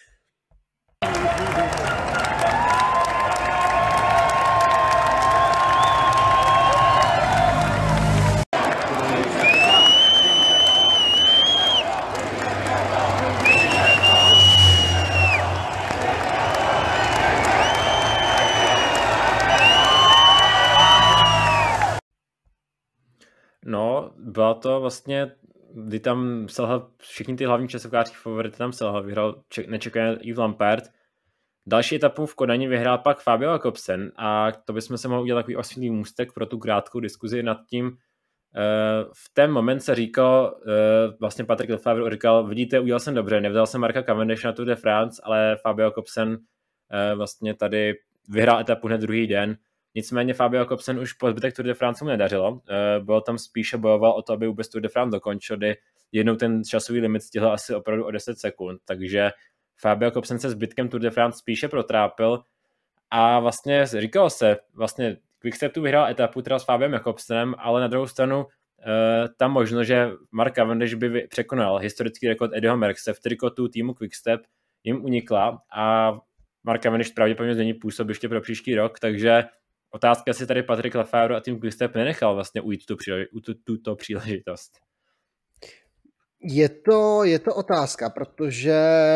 No, byla to vlastně, kdy tam selhal všichni ty hlavní časovkáři favority, tam selhal, vyhrál nečekaně Yves Lampert. Další etapu v Kodani vyhrál pak Fabio Jakobsen a to bychom se mohli udělat takový osvětlý můstek pro tu krátkou diskuzi nad tím. V ten moment se říkal, vlastně Patrick Lefevere říkal, vidíte, udělal jsem dobře, nevzal jsem Marka Cavendish na Tour de France, ale Fabio Jakobsen vlastně tady vyhrál etapu hned druhý den. Nicméně Fabio Jakobsen už po zbytek Tour de France mu nedařilo. Bylo tam spíše bojoval o to, aby vůbec Tour de France dokončil, kdy jednou ten časový limit stihl asi opravdu o 10 sekund, takže Fabio Jakobsen se zbytkem Tour de France spíše protrápil a vlastně říkalo se, vlastně Quickstepu vyhrál etapu teda s Fabiem Jakobsenem, ale na druhou stranu tam možno, že Mark Cavendish by překonal historický rekord Eddieho Merckxe v trikotu týmu Quickstep, jim unikla a Mark Cavendish pravděpodobně změní působiště pro příští rok, takže otázka, jestli tady Patrick Lefevere a tým Quickstep nenechal vlastně ujít tuto příležitost. Je to otázka, protože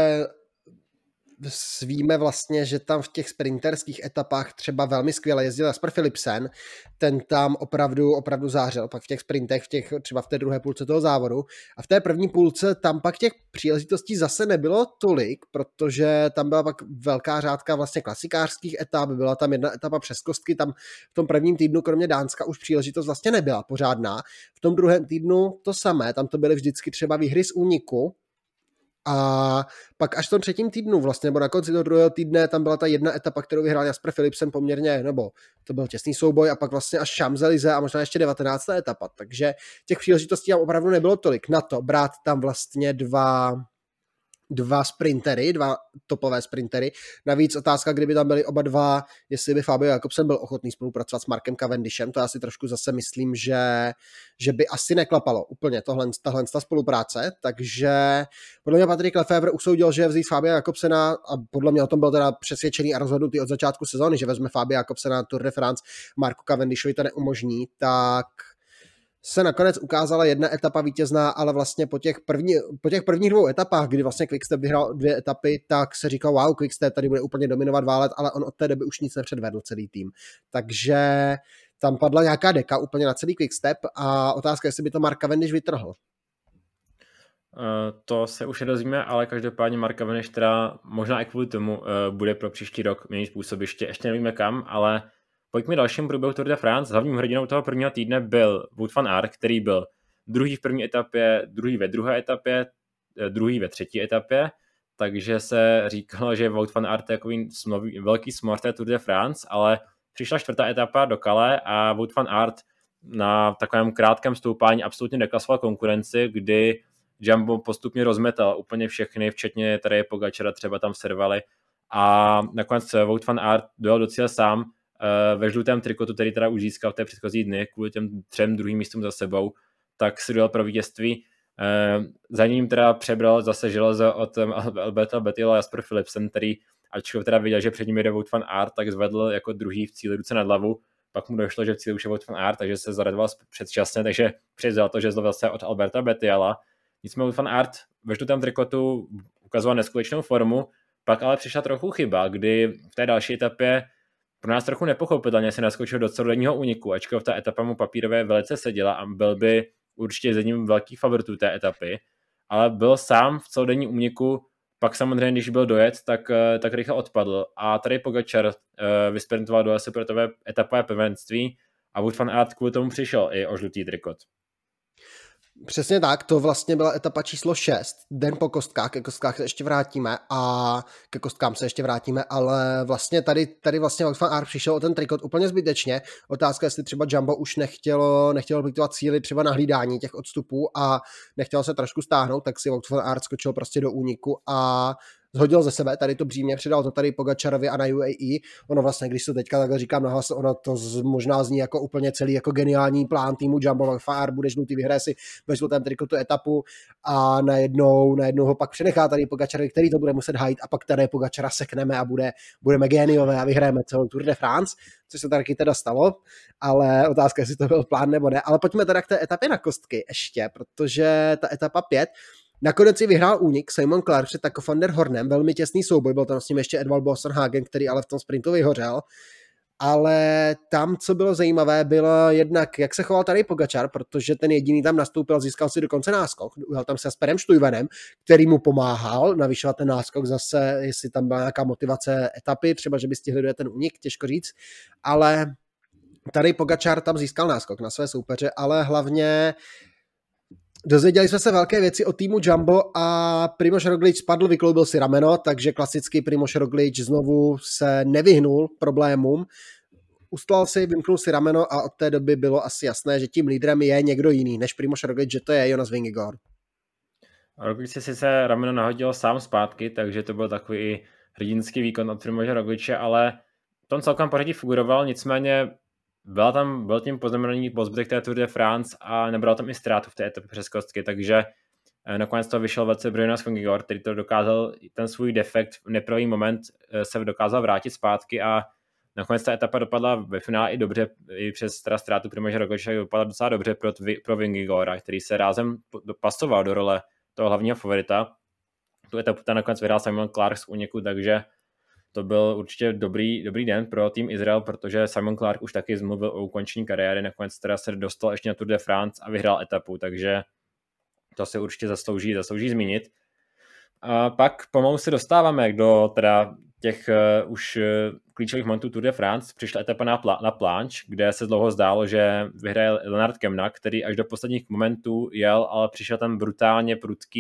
víme vlastně, že tam v těch sprinterských etapách třeba velmi skvěle jezdil Jasper Philipsen, ten tam opravdu zářil, pak v těch sprintech, třeba v té druhé půlce toho závodu a v té první půlce tam pak těch příležitostí zase nebylo tolik, protože tam byla pak velká řádka vlastně klasikářských etap, byla tam jedna etapa přes kostky, tam v tom prvním týdnu kromě Dánska už příležitost vlastně nebyla pořádná, v tom druhém týdnu to samé, tam to byly vždycky třeba výhry z úniku. A pak až v tom třetím týdnu vlastně, nebo na konci toho druhého týdne, tam byla ta jedna etapa, kterou vyhrál Jasper Philipsen poměrně, nebo to byl těsný souboj a pak vlastně až Champs-Élysées a možná ještě 19. etapa, takže těch příležitostí tam opravdu nebylo tolik na to brát tam vlastně dva sprintery, dva topové sprintery. Navíc otázka, kdyby tam byli oba dva, jestli by Fabio Jakobsen byl ochotný spolupracovat s Markem Cavendishem, to já si trošku zase myslím, že by asi neklapalo úplně tahle spolupráce, takže podle mě Patrick Lefevere usoudil, že vzít Fabia Jakobsena a podle mě o tom byl teda přesvědčený a rozhodnutý od začátku sezóny, že vezme Fabia Jakobsena na Tour de France, Marku Cavendishovi to neumožní, tak se nakonec ukázala jedna etapa vítězná, ale vlastně po těch prvních 2 etapách, kdy vlastně Quickstep vyhrál 2 etapy, tak se říkal, wow, Quickstep tady bude úplně dominovat válet, ale on od té doby už nic nepředvedl celý tým. Takže tam padla nějaká deka úplně na celý Quickstep a otázka, jestli by to Mark Cavendish vytrhl. To se už nedozvíme, ale každopádně Mark Cavendish teda možná i kvůli tomu bude pro příští rok měnit působiště. Ještě nevíme kam, ale pojďme dalším průběhu Tour de France. Hlavním hrdinou toho prvního týdne byl Wout van Aert, který byl druhý v první etapě, druhý ve druhé etapě, druhý ve třetí etapě, takže se říkalo, že Wout van Aert je takový velký smor té Tour de France, ale přišla 4. etapa do Calais a Wout van Aert na takovém krátkém stoupání absolutně deklasoval konkurenci, kdy Jumbo postupně rozmetal úplně všechny, včetně tady Pogačara třeba tam servali a nakonec Wout van Aert dojel do cíle sám ve žlutém trikotu, který teda už získal v té předchozí dny kvůli těm 3 druhým místům za sebou, tak si dojel pro vítězství. Za ním teda přebral zase železo od Alberta Bettila Jasper Philipsen, který, ačkoliv teda viděl, že před ním jede Wout van Aert, tak zvedl jako druhý v cíli ruce nad hlavu, pak mu došlo, že v cíli už je Wout van Aert, takže se zaradoval předčasně, takže přizval to, že zlovil se od Alberta Bettiala. Nicméně Wout van Aert ve žlutém trikotu ukazoval neskutečnou formu, pak ale přišla trochu chyba, kdy v té další etapě pro nás trochu nepochopitelně se naskočil do celodenního úniku, ačkoliv ta etapa mu papírově velice seděla a byl by určitě jedním velkých favoritů té etapy, ale byl sám v celodenním úniku, pak samozřejmě, když byl dojet, tak rychle odpadl a tady Pogačar vysprintoval do supertové etapové prvenství a Wout van Aert kvůli tomu přišel i o žlutý trikot. Přesně tak, to vlastně byla etapa číslo 6, den po kostkách, ke kostkách se ještě vrátíme a ke kostkám se ještě vrátíme, ale vlastně tady vlastně Wout van Aert přišel o ten trikot úplně zbytečně. Otázka, jestli třeba Jumbo už nechtělo plýtvat síly třeba na hlídání těch odstupů a nechtělo se trošku stáhnout, tak si Wout van Aert skočil prostě do úniku a zhodil ze sebe tady to břímě, předal to tady Pogačarovi a na UAE. Ono vlastně, když se teďka takhle říkám nahlas, ono to možná zní jako úplně celý jako geniální plán týmu Jumbo. Wout van Aert bude žlutý, vyhraje si ve žlutém trikotu etapu a najednou ho pak přenechá tady Pogačarovi, který to bude muset hajit a pak tady Pogačara sekneme a budeme géniové a vyhrajeme celou Tour de France, což se taky teda stalo, ale otázka, jestli to byl plán nebo ne. Ale pojďme teda k té etapě na kostky ještě, protože ta etapa 5 nakonec si vyhrál únik Simon Clark před Taco van der Hornem, velmi těsný souboj, byl tam s ním ještě Edvald Boasson-Hagen, který ale v tom sprintu vyhořel. Ale tam, co bylo zajímavé, bylo jednak, jak se choval tady Pogačar, protože ten jediný tam nastoupil, získal si dokonce náskok. Ujel tam se s Perem Stuyvenem, který mu pomáhal navyšovat ten náskok zase, jestli tam byla nějaká motivace etapy, třeba, že by stihli dojet ten únik, těžko říct. Ale tady Pogačar tam získal náskok na své soupeře, ale hlavně dozvěděli jsme se velké věci o týmu Jumbo a Primož Roglič spadl, vykloubil si rameno, takže klasicky Primož Roglič znovu se nevyhnul problémům. Ustlal si, vymknul si rameno a od té doby bylo asi jasné, že tím lídrem je někdo jiný než Primož Roglič, že to je Jonas Vingegaard. Roglič si sice rameno nahodil sám zpátky, takže to byl takový hrdinský výkon od Primože Rogliče, ale tom celkem pořadí figuroval, nicméně byl tím poznamenaný po zbytek té Tour de France a nebral tam i ztrátu v té etapě přes kostky, takže nakonec to vyšel velice Jonas Vingegaard, který to dokázal, ten svůj defekt v nepravý moment se dokázal vrátit zpátky a nakonec ta etapa dopadla ve finále i dobře, i přes ztrátu Primože Rogliče dopadla docela dobře pro Vingegaarda, který se rázem pasoval do role toho hlavního favorita. Tu etapu ta nakonec vyhrál Simon Clark z úniku, takže to byl určitě dobrý den pro tým Izrael, protože Simon Clark už taky zmluvil o ukončení kariéry, nakonec teda se dostal ještě na Tour de France a vyhrál etapu, takže to se určitě zaslouží zmínit. A pak pomalu se dostáváme do teda těch už klíčových momentů Tour de France. Přišla etapa na Planche, kde se dlouho zdálo, že vyhraje Lennart Kemna, který až do posledních momentů jel, ale přišel ten brutálně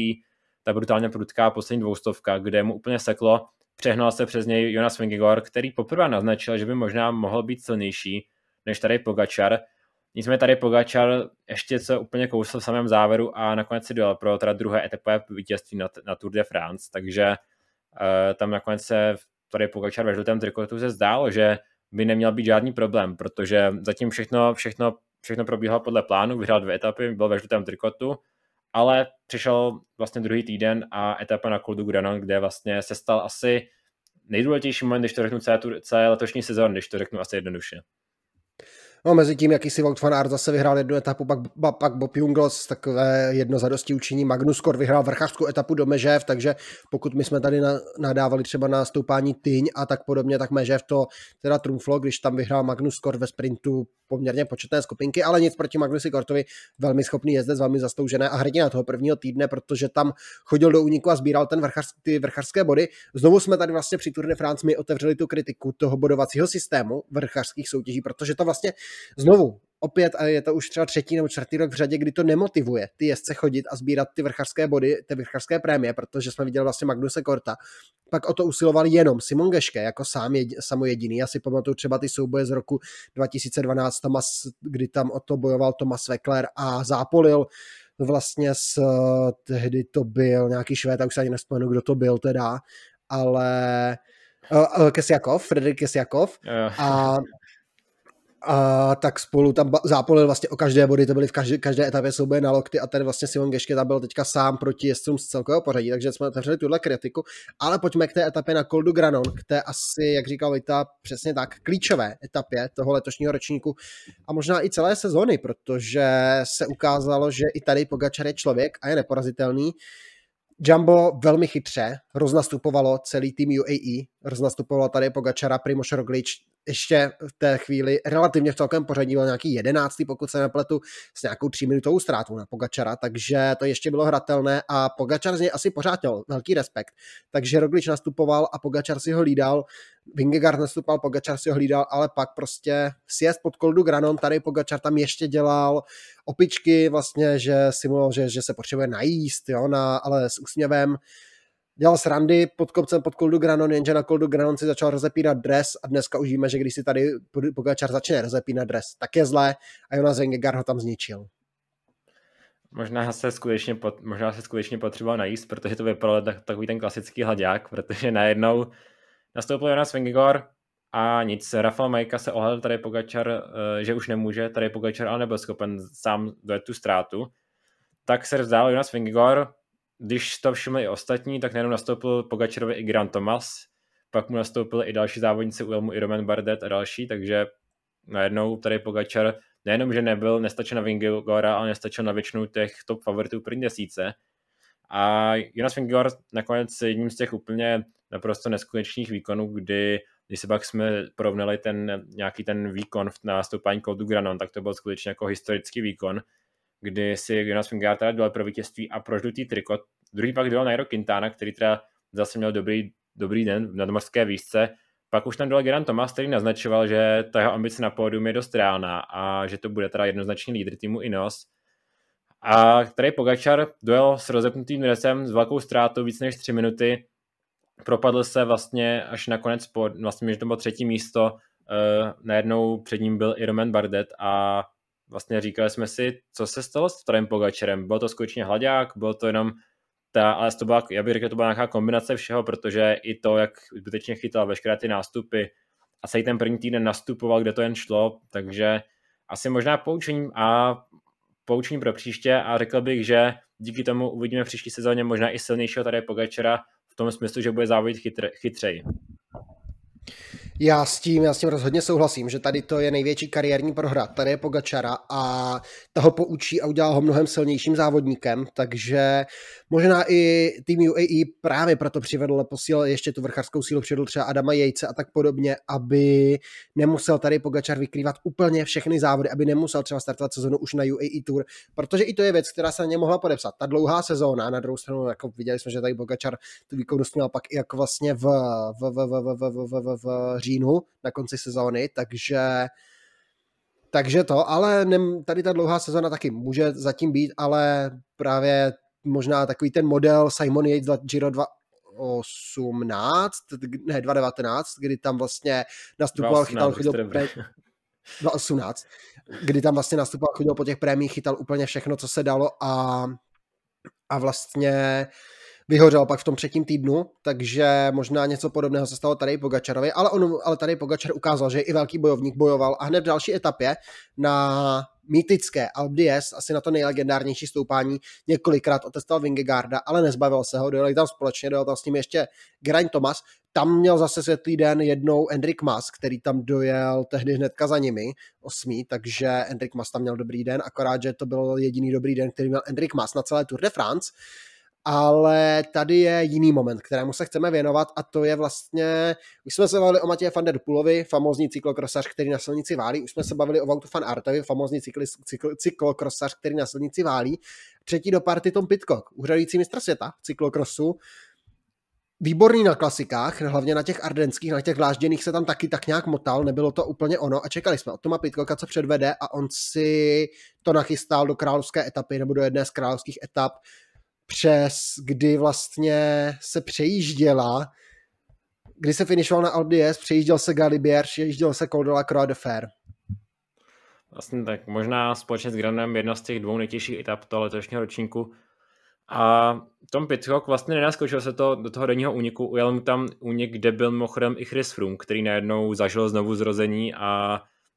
prudká poslední dvoustovka, kde mu úplně seklo. Přehnal se přes něj Jonas Vingegaard, který poprvé naznačil, že by možná mohl být silnější než tady Pogačar. Nicméně tady Pogačar ještě se úplně kousl v samém závěru a nakonec si dojel pro teda druhé etapové vítězství na Tour de France, takže tam nakonec se tady Pogačar ve žlutém trikotu se zdálo, že by neměl být žádný problém, protože zatím všechno probíhalo podle plánu, vyhrál 2 etapy, byl ve žlutém trikotu, ale přišel vlastně druhý týden a etapa na Col du Granon, kde vlastně se stal asi nejdůležitější moment, když to řeknu celé letošní sezóny, když to řeknu asi jednoduše. No, mezi tím, jaký si Wout van Aert zase vyhrál jednu etapu, pak Bob Jungels, takové jedno zadosti učiní. Magnus Kort vyhrál vrchařskou etapu do Mežev, takže pokud my jsme tady nadávali třeba na stoupání Tyň a tak podobně, tak Mežev to teda trumflo, když tam vyhrál Magnus Kort ve sprintu poměrně početné skupinky, ale nic proti Magnusi Kortovi, velmi schopný jezdec, velmi zasloužené a hrdina toho prvního týdne, protože tam chodil do úniku a sbíral ty vrchařské body. Znovu jsme tady vlastně při Tour de France mi otevřeli tu kritiku toho bodovacího systému vrchařských soutěží, protože to vlastně znovu opět, a je to už třeba 3. nebo 4. rok v řadě, kdy to nemotivuje ty jezdce chodit a sbírat ty vrchařské body, ty vrchařské prémie, protože jsme viděli vlastně Magnuse Korta. Pak o to usiloval jenom Simon Geschke, jako samo jediný. Já si pamatuju třeba ty souboje z roku 2012, kdy tam o to bojoval Thomas Weckler a zápolil vlastně tehdy to byl nějaký Švéd, a už se ani nespomenu, kdo to byl teda, ale Kesiakov, Frederik Kesiakov. a tak spolu tam zápolil vlastně o každé body, to byly v každé etapě souboje na lokty a ten vlastně Simon Geschke tam byl teďka sám proti jezdcům z celkového pořadí, takže jsme otevřeli tuhle kritiku, ale pojďme k té etapě na Col du Granon, k té asi, jak říkal Vojta, přesně tak, klíčové etapě toho letošního ročníku a možná i celé sezony, protože se ukázalo, že i tady Pogačar je člověk a je neporazitelný. Jumbo velmi chytře roznastupovalo celý tým UAE, roznastupovalo tady Pogačara, Primož Roglič ještě v té chvíli relativně v celkem pořadí byl nějaký 11. pokud se nepletu, s nějakou 3minutovou ztrátou na Pogačara, takže to ještě bylo hratelné a Pogačar z něj asi pořád měl velký respekt, takže Roglič nastupoval a Pogačar si ho hlídal, Vingegaard nastupoval, Pogačar si ho hlídal, ale pak prostě sjezd pod Col du Granon, tady Pogačar tam ještě dělal opičky vlastně, že simuloval, že se potřebuje najíst, jo, ale s úsměvem. Dělal srandy pod kopcem pod Col du Granon, jenže na Col du Granon si začal rozepínat dres a dneska už víme, že když si tady Pogačar začne rozepínat dres, tak je zlé a Jonas Vingegaard ho tam zničil. Možná se skutečně potřeboval najíst, protože to vypadalo takový ten klasický hlaďák, protože najednou nastoupil Jonas Vingegaard a nic. Rafał Majka se ohledl tady Pogačar, že už nemůže, tady Pogačar ale nebyl schopen sám dojet tu ztrátu. Tak se vzdál Jonas Vingegaard, když to všimli i ostatní, tak nejenom nastoupil Pogačarovi i Geraint Thomas, pak mu nastoupili i další závodníci, ujel mu i Romain Bardet a další, takže najednou tady Pogačar nejenom, že nestačil na Vingegaarda, ale nestačil na většinu těch top favoritů první desíce. A Jonas Vingegaard nakonec jedním z těch úplně naprosto neskutečných výkonů, kdy se pak jsme porovnali nějaký ten výkon na stoupání Col du Granon, tak to byl skutečně jako historický výkon, kdy si Jonas Vingegaard teda dělal pro vítězství a pro žlutý trikot. Druhý pak dělal Nairo Quintana, který teda zase měl dobrý den v nadmořské výšce. Pak už tam dal Geraint Thomas, který naznačoval, že ta jeho ambice na pódium je dost reálná a že to bude teda jednoznačný lídr týmu Ineos. A tady Pogačar dojel s rozepnutým dresem s velkou ztrátou víc než 3 minuty. Propadl se vlastně až nakonec vlastně, že to bylo 3. místo. Najednou před ním byl i Romain Bardet a vlastně říkali jsme si, co se stalo s Tadem Pogačarem. Byl to skutečně hlaďák, bylo to jenom ale to byla, já bych řekl, to byla nějaká kombinace všeho, protože i to, jak zbytečně chytal veškeré ty nástupy a celý ten první týden nastupoval, kde to jen šlo, takže asi možná poučení pro příště a řekl bych, že díky tomu uvidíme v příští sezóně možná i silnějšího tady Pogačara v tom smyslu, že bude závodit chytřej. Já s tím rozhodně souhlasím, že tady to je největší kariérní prohra. Tady je Pogačara a ta ho poučí a udělá ho mnohem silnějším závodníkem, takže možná i tým UAE právě proto posílil ještě tu vrchařskou sílu, přivedl třeba Adama Jejce a tak podobně, aby nemusel tady Pogačar vykrývat úplně všechny závody, aby nemusel třeba startovat sezonu už na UAE Tour, protože i to je věc, která se na ně mohla podepsat. Ta dlouhá sezóna, na druhou stranu, jako viděli jsme, že tady Pogačar tu výkonnost měl pak i jako vlastně v říjnu na konci sezóny, takže to, ale tady ta dlouhá sezona taky může zatím být, ale právě možná takový ten model Simon Yates za Giro 2019, kdy tam vlastně nastupoval, kdy tam vlastně nastupoval, chodil po těch prémiích, chytal úplně všechno, co se dalo a vlastně vyhořel pak v tom 3. týdnu, takže možná něco podobného se stalo tady Pogačarovi, ale tady Pogačar ukázal, že je i velký bojovník, bojoval a hned v další etapě na mýtické Alpe d'Huez, asi na to nejlegendárnější stoupání, několikrát otestoval Vingegaarda, ale nezbavil se ho, dojeli tam společně, dojel tam s ním ještě Geraint Thomas, tam měl zase světlý den jednou Enric Mas, který tam dojel tehdy hnedka za nimi, 8. takže Enric Mas tam měl dobrý den, akorát, že to byl jediný dobrý den, který měl Enric Mas na celé Tour de France. Ale tady je jiný moment, kterému se chceme věnovat a to je vlastně, už jsme se bavili o Matěji van der Poelovi, famózní cyklokrosař, který na silnici válí, už jsme se bavili o Woutu van Aertovi, famózní cyklokrosař, který na silnici válí. Třetí do party Tom Pidcock, úřadující mistr světa v cyklokrosu, výborný na klasikách, hlavně na těch ardenských, na těch dlážděných se tam taky tak nějak motal, nebylo to úplně ono a čekali jsme od Toma Pidcocka, co předvede a on si to nachystal do královské etapy nebo do jedné z královských etap, kdy vlastně se přejížděla, kdy se finišoval na Alpe d'Huez, přejížděl se Galibier, přejížděl se Col de la Croix de Fer. Vlastně tak, možná společně s Granem jedna z těch 2 nejtěžších etap toho letošního ročníku. A Tom Pidcock vlastně nenaskočil se to do toho denního úniku, ujel mu tam únik, kde byl mimochodem i Chris Froome, který najednou zažil znovu zrození a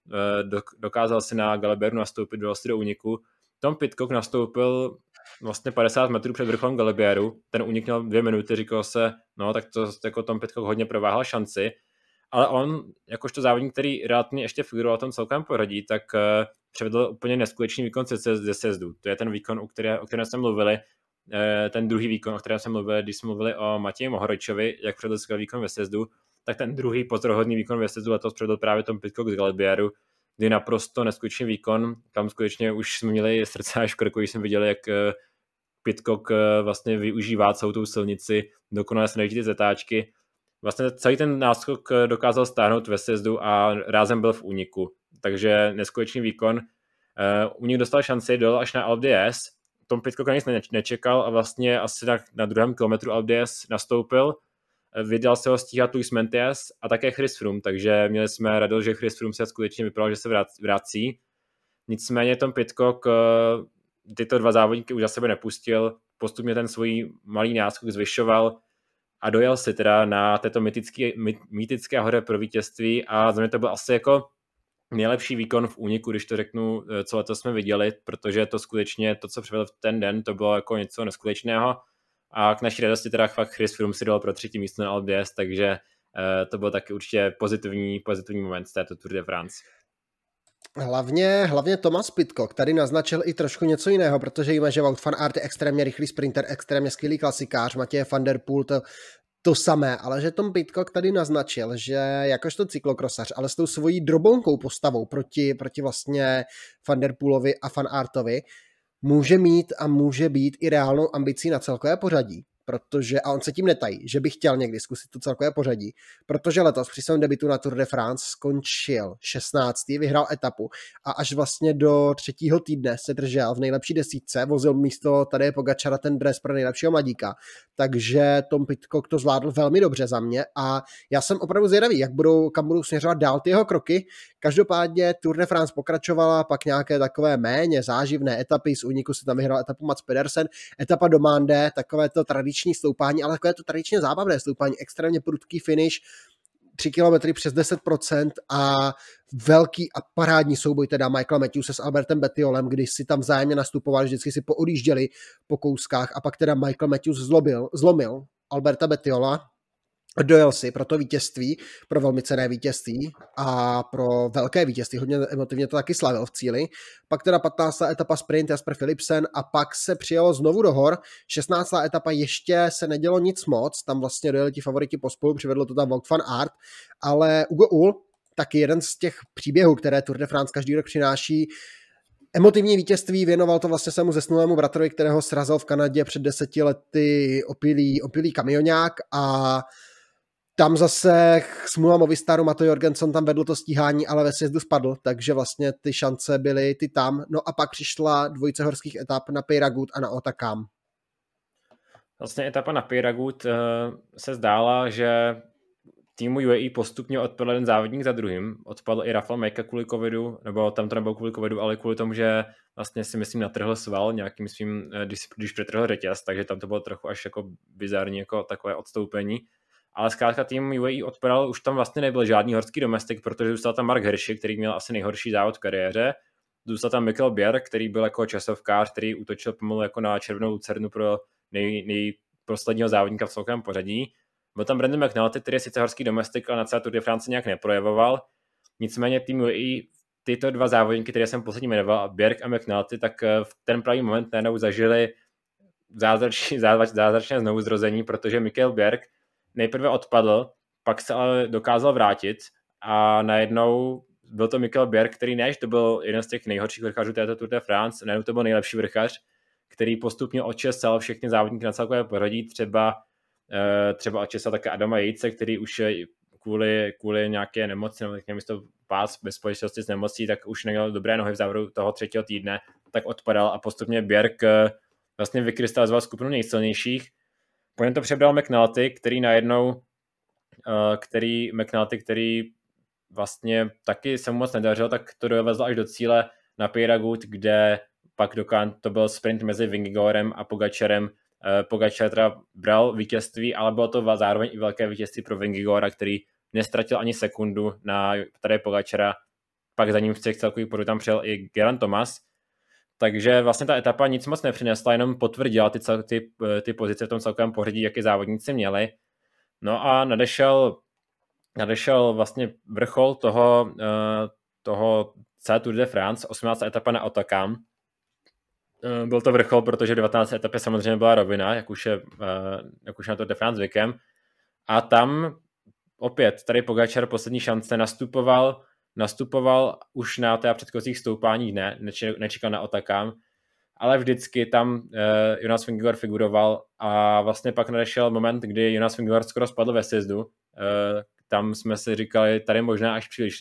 dokázal si na Galibiéru nastoupit, dal si do úniku. Tom Pidcock nastoupil vlastně 50 metrů před vrcholem Galibiéru, ten únik měl 2 minuty, říkalo se, no tak to jako Tom Pidcock hodně prováhal šanci, ale on, jakožto závodník, který relativně ještě figuroval v tom celkovém poradí, tak převedl úplně neskutečný výkon ze sjezdu. To je ten výkon, o kterém jsme mluvili, ten druhý výkon, o kterém jsme mluvili, když jsme mluvili o Matěji Mohoričovi, jak předvedl skvělý výkon ve sjezdu, tak ten druhý pozoruhodný výkon ve sjezdu letos předvedl právě Tom Pidcock z Galibiéru, kdy naprosto neskutečný výkon, tam skutečně už jsme měli srdce až v krku, když jsme viděli, jak Pidcock vlastně využívá celou tu silnici, dokonale se nejdí ty zetáčky. Vlastně celý ten náskok dokázal stáhnout ve sjezdu a rázem byl v úniku. Takže neskutečný výkon. Únik dostal šanci, dojel až na Alpe d'Huez. Tom Pidcock na nic nečekal a vlastně asi na druhém kilometru Alpe d'Huez nastoupil. Vydal se ho stíhat Luis Mentias a také Chris Froome, takže měli jsme radost, že Chris Froome se skutečně vypadal, že se vrací. Nicméně Tom Pidcock tyto dva závodníky už za sebe nepustil, postupně ten svůj malý náskok zvyšoval a dojel si teda na této mýtické hoře pro vítězství a za mě to byl asi jako nejlepší výkon v úniku, když to řeknu, co letos jsme viděli, protože to skutečně, to, co přivedl v ten den, to bylo jako něco neskutečného a k naší radosti teda fakt Chris Froome si dal pro 3. místo na Alpe d'Huez, takže to byl taky určitě pozitivní moment z této Tour de France. Hlavně Thomas Pidcock tady naznačil i trošku něco jiného, protože víme, že Wout van Aert je extrémně rychlý sprinter, extrémně skvělý klasikář, Mathieu van der Poel to samé, ale že Tom Pidcock tady naznačil, že jakožto cyklokrosař, ale s tou svojí drobonkou postavou proti vlastně Van der Poelovi a Van Aertovi může mít a může být i reálnou ambicí na celkové pořadí. Protože, a on se tím netají, že by chtěl někdy zkusit to celkové pořadí, protože letos při svém debutu na Tour de France skončil 16. vyhrál etapu a až vlastně do 3. týdne se držel v nejlepší desítce, vozil místo Tadeje Pogačara ten dres pro nejlepšího mladíka, takže Tom Pidcock to zvládl velmi dobře za mě a já jsem opravdu zvědavý, kam budou směřovat dál ty jeho kroky. Každopádně Tour de France pokračovala, pak nějaké takové méně záživné etapy, z úniku se tam vyhrál etapu Mats Pedersen, etapa do Mande, takové to tradiční stoupání, ale takové to tradičně zábavné stoupání, extrémně prudký finish, 3 km přes 10% a velký a parádní souboj teda Michaela Matthewse s Albertem Bettiolem, když si tam vzájemně nastupovali, vždycky si poodjížděli po kouskách a pak teda Michael Matthews zlomil Alberta Bettiola, dojel si pro to vítězství, pro velmi cenné vítězství a pro velké vítězství, hodně emotivně to taky slavil v cíli. Pak teda 15. etapa sprint Jasper Philipsen a pak se přijelo znovu do hor. 16. etapa ještě se nedělo nic moc, tam vlastně dojeli ti favoriti pospolu, přivedlo to tam Wout van Aert, ale Ugo Ull, taky jeden z těch příběhů, které Tour de France každý rok přináší, emotivní vítězství, věnoval to vlastně svému zesnulému bratrovi, kterého srazil v Kanadě před 10 lety opilý kamionák a tam zase smůla Movistaru, Mateo Jorgenson tam vedl to stíhání, ale ve sjezdu spadl, takže vlastně ty šance byly ty tam. No a pak přišla dvojice horských etap na Peyragut a na Otakam. Vlastně etapa na Peyragut se zdála, že týmu UAE postupně odpadl jeden závodník za druhým. Odpadl i Rafał Majka kvůli covidu, nebo tam to nebylo kvůli covidu, ale kvůli tomu, že vlastně si myslím natrhl sval nějakým svým, když přetrhl řetěz, takže tam to bylo trochu až jako bizarní, jako takové odstoupení. Ale zkrátka tým UAE odpadal, už tam vlastně nebyl žádný horský domestik, protože zůstal tam Mark Hirschi, který měl asi nejhorší závod v kariéře. Zůstal tam Mikkel Bjerg, který byl jako časovkář, který útočil pomalu jako na červenou lucernu pro nejposledního závodníka v celkovém pořadí. Byl tam Brandon McNulty, který je sice horský domestik, ale na celé Tour de France nějak neprojevoval. Nicméně tým UAE tyto dva závodníky, které jsem posledně jmenoval, Bjerg a McNulty, tak v ten pravý moment najednou zažili zázračné znovuzrození, protože Mikkel Bjerg nejprve odpadl, pak se ale dokázal vrátit a najednou byl to Mikkel Bjerg, který než to byl jeden z těch nejhorších vrchařů této Tour de France, najednou to byl nejlepší vrchař, který postupně odčesal všechny závodníky na celkové pořadí, třeba odčesal také Adama Jejce, který už kvůli nějaké nemoci, nebo nevím, to pás bez spojitosti s nemocí, tak už neměl dobré nohy v závodu toho 3. týdne, tak odpadal a postupně Bjerg vlastně vykrystalizoval skupinu nejsilnějších. Po něm to přebral McNulty, který vlastně taky se mu moc nedařil, tak to dovezl až do cíle na Peyragut, kde pak to byl sprint mezi Vingegorem a Pogačarem. Pogačar teda bral vítězství, ale bylo to zároveň i velké vítězství pro Vingegora, který nestratil ani sekundu na tady Pogačara. pak za ním v těch celkových bodů tam přijel i Geraint Thomas. Takže vlastně ta etapa nic moc nepřinesla, jenom potvrdila ty pozice v tom celkovém pořadí, jaké závodníci měli. No a nadešel vlastně vrchol toho celé Tour de France, 18. etapa na Otakam. Byl to vrchol, protože v 19. etapě samozřejmě byla rovina, jak už na Tour de France zvykem. A tam opět tady Pogačar poslední šance nastupoval už na té předchozích stoupáních, nečekal na Otakam, ale vždycky tam Jonas Vingegaard figuroval a vlastně pak nadešel moment, kdy Jonas Vingegaard skoro spadl ve sjezdu. Tam jsme si říkali, tady možná až příliš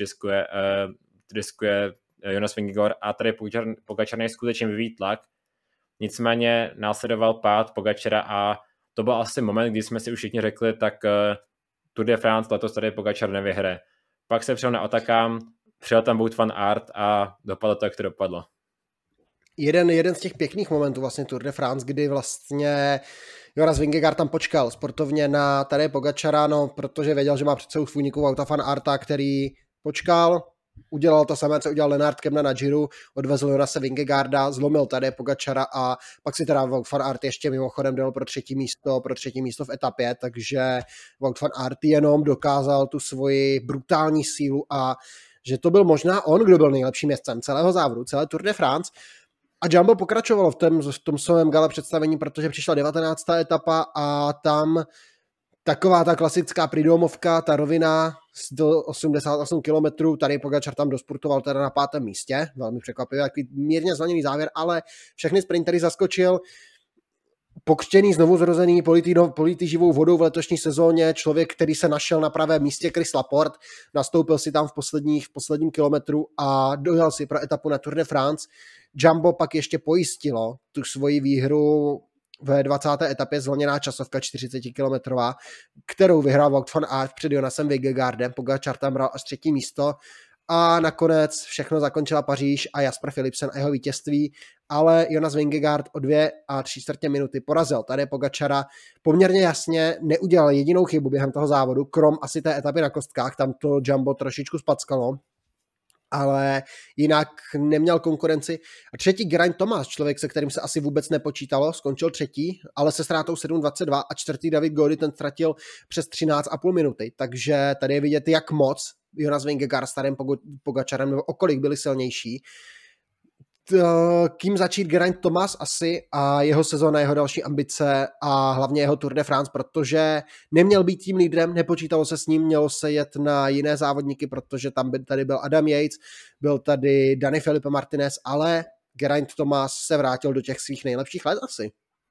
riskuje Jonas Vingegaard a tady Pogačar skutečně vyvíjí tlak. Nicméně následoval pád Pogačara a to byl asi moment, kdy jsme si už všichni řekli, tak Tour de France letos tady Pogačar nevyhraje. Pak se přijel na Otakam, přijel tam Wout van Aert a dopadlo to, jak to dopadlo. Jeden z těch pěkných momentů vlastně Tour de France, kdy vlastně Jonas Vingegaard tam počkal sportovně na tady Pogačara, no, protože věděl, že má před sebou svůjníku Wouta van Aerta, který počkal, udělal to samé, co udělal Lennart Kemna na Giro, odvezl Jonase Vingegaarda, zlomil tady Pogačara a pak si teda Wout van Aert ještě mimochodem dal pro třetí místo v etapě, takže Wout van Aert jenom dokázal tu svoji brutální sílu a že to byl možná on, kdo byl nejlepším jezdcem celého závodu, celé Tour de France. A Jumbo pokračovalo v tom svém gala představení, protože přišla 19. etapa a tam taková ta klasická pridomovka, ta rovina do 88 km, tady Pogačar tam dospurtoval teda na 5. místě, velmi překvapivě, takový mírně zlaněný závěr, ale všechny sprintery zaskočil. Pokřtěný, znovu zrozený, politý živou vodou v letošní sezóně, člověk, který se našel na pravém místě, Chris Laporte, nastoupil si tam v posledním kilometru a dojel si pro etapu na Tour de France. Jumbo pak ještě pojistilo tu svoji výhru ve 20. etapě zlněná časovka 40-kilometrová, kterou vyhrál Wout van Aert před Jonasem Vingegaardem. Pogačar tam bral až 3. místo a nakonec všechno zakončila Paříž a Jasper Philipsen a jeho vítězství, ale Jonas Vingegaard o 2 3/4 minuty porazil tady Pogačara poměrně jasně, neudělal jedinou chybu během toho závodu, krom asi té etapy na kostkách, tam to Jumbo trošičku spackalo, ale jinak neměl konkurenci. A třetí Geraint Thomas, člověk, se kterým se asi vůbec nepočítalo, skončil třetí, ale se ztrátou 7:22 a čtvrtý David Gody, ten ztratil přes 13,5 minuty, takže tady je vidět, jak moc Jonas Vingegaard s Tadem Pogačarem nebo okolik byli silnější. Kým začít Geraint Thomas asi a jeho sezóna, jeho další ambice a hlavně jeho Tour de France, protože neměl být tím lídrem, nepočítalo se s ním, mělo se jet na jiné závodníky, protože tady byl Adam Yates, byl tady Dani Felipe Martinez, ale Geraint Thomas se vrátil do těch svých nejlepších let asi.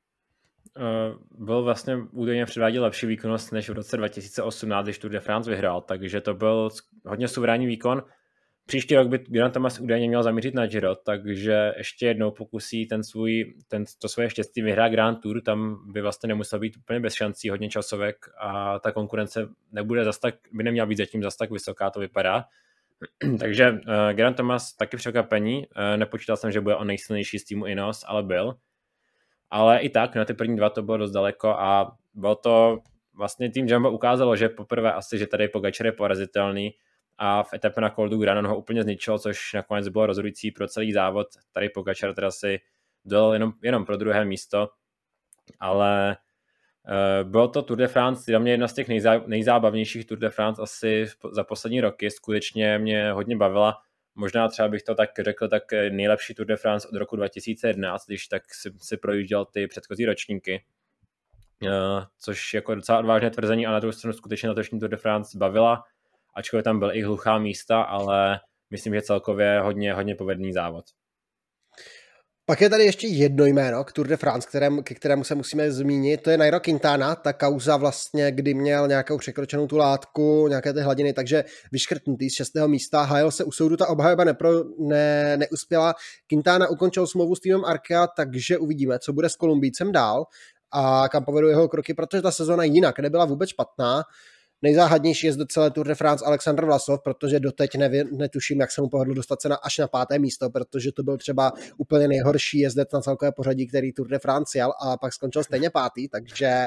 Byl vlastně údajně předváděl lepší výkonnost než v roce 2018, když Tour de France vyhrál, takže to byl hodně suverénní výkon. Příští rok by Geraint Thomas údajně měl zamířit na Giro, takže ještě jednou pokusí to svoje štěstí vyhrát Grand Tour, tam by vlastně nemusel být úplně bez šancí, hodně časovek a ta konkurence by neměla být zatím zas tak vysoká, to vypadá. Takže Geraint Thomas taky překvapení, nepočítal jsem, že bude on nejsilnější z týmu Ineos, ale byl. Ale i tak, na ty první 2 to bylo dost daleko a bylo to vlastně tým Jumbo ukázalo, že poprvé asi, že tady Pogačar je porazitelný a v etapě na Col du Grand ho úplně zničilo, což nakonec bylo rozhodující pro celý závod. Tady Pogačar teda si dojel jenom pro 2. místo, ale bylo to Tour de France, za mě jedna z těch nejzábavnějších Tour de France asi za poslední roky, skutečně mě hodně bavila. Možná třeba bych to tak řekl, tak nejlepší Tour de France od roku 2011, když tak si projížděl ty předchozí ročníky, což jako docela odvážné tvrzení a na druhou stranu skutečně letošní Tour de France bavila, ačkoliv tam byl i hluchá místa, ale myslím, že celkově hodně povedený závod. Pak je tady ještě jedno jméno k Tour de France, ke kterému se musíme zmínit, to je Nairo Quintana, ta kauza vlastně, kdy měl nějakou překročenou tu látku, nějaké ty hladiny, takže vyškrtnutý z 6. místa, hájil se u soudu, ta obhajoba neuspěla, Quintana ukončil smlouvu s týmem Arkea, takže uvidíme, co bude s Kolumbijcem dál a kam povedou jeho kroky, protože ta sezona jinak nebyla vůbec špatná. Nejzáhadnější je z celé Tour de France Alexander Vlasov, protože doteď netuším, jak se mu povedlo dostat se až na 5. místo, protože to byl třeba úplně nejhorší jezdec na celkové pořadí, který Tour de France jel a pak skončil stejně 5. Takže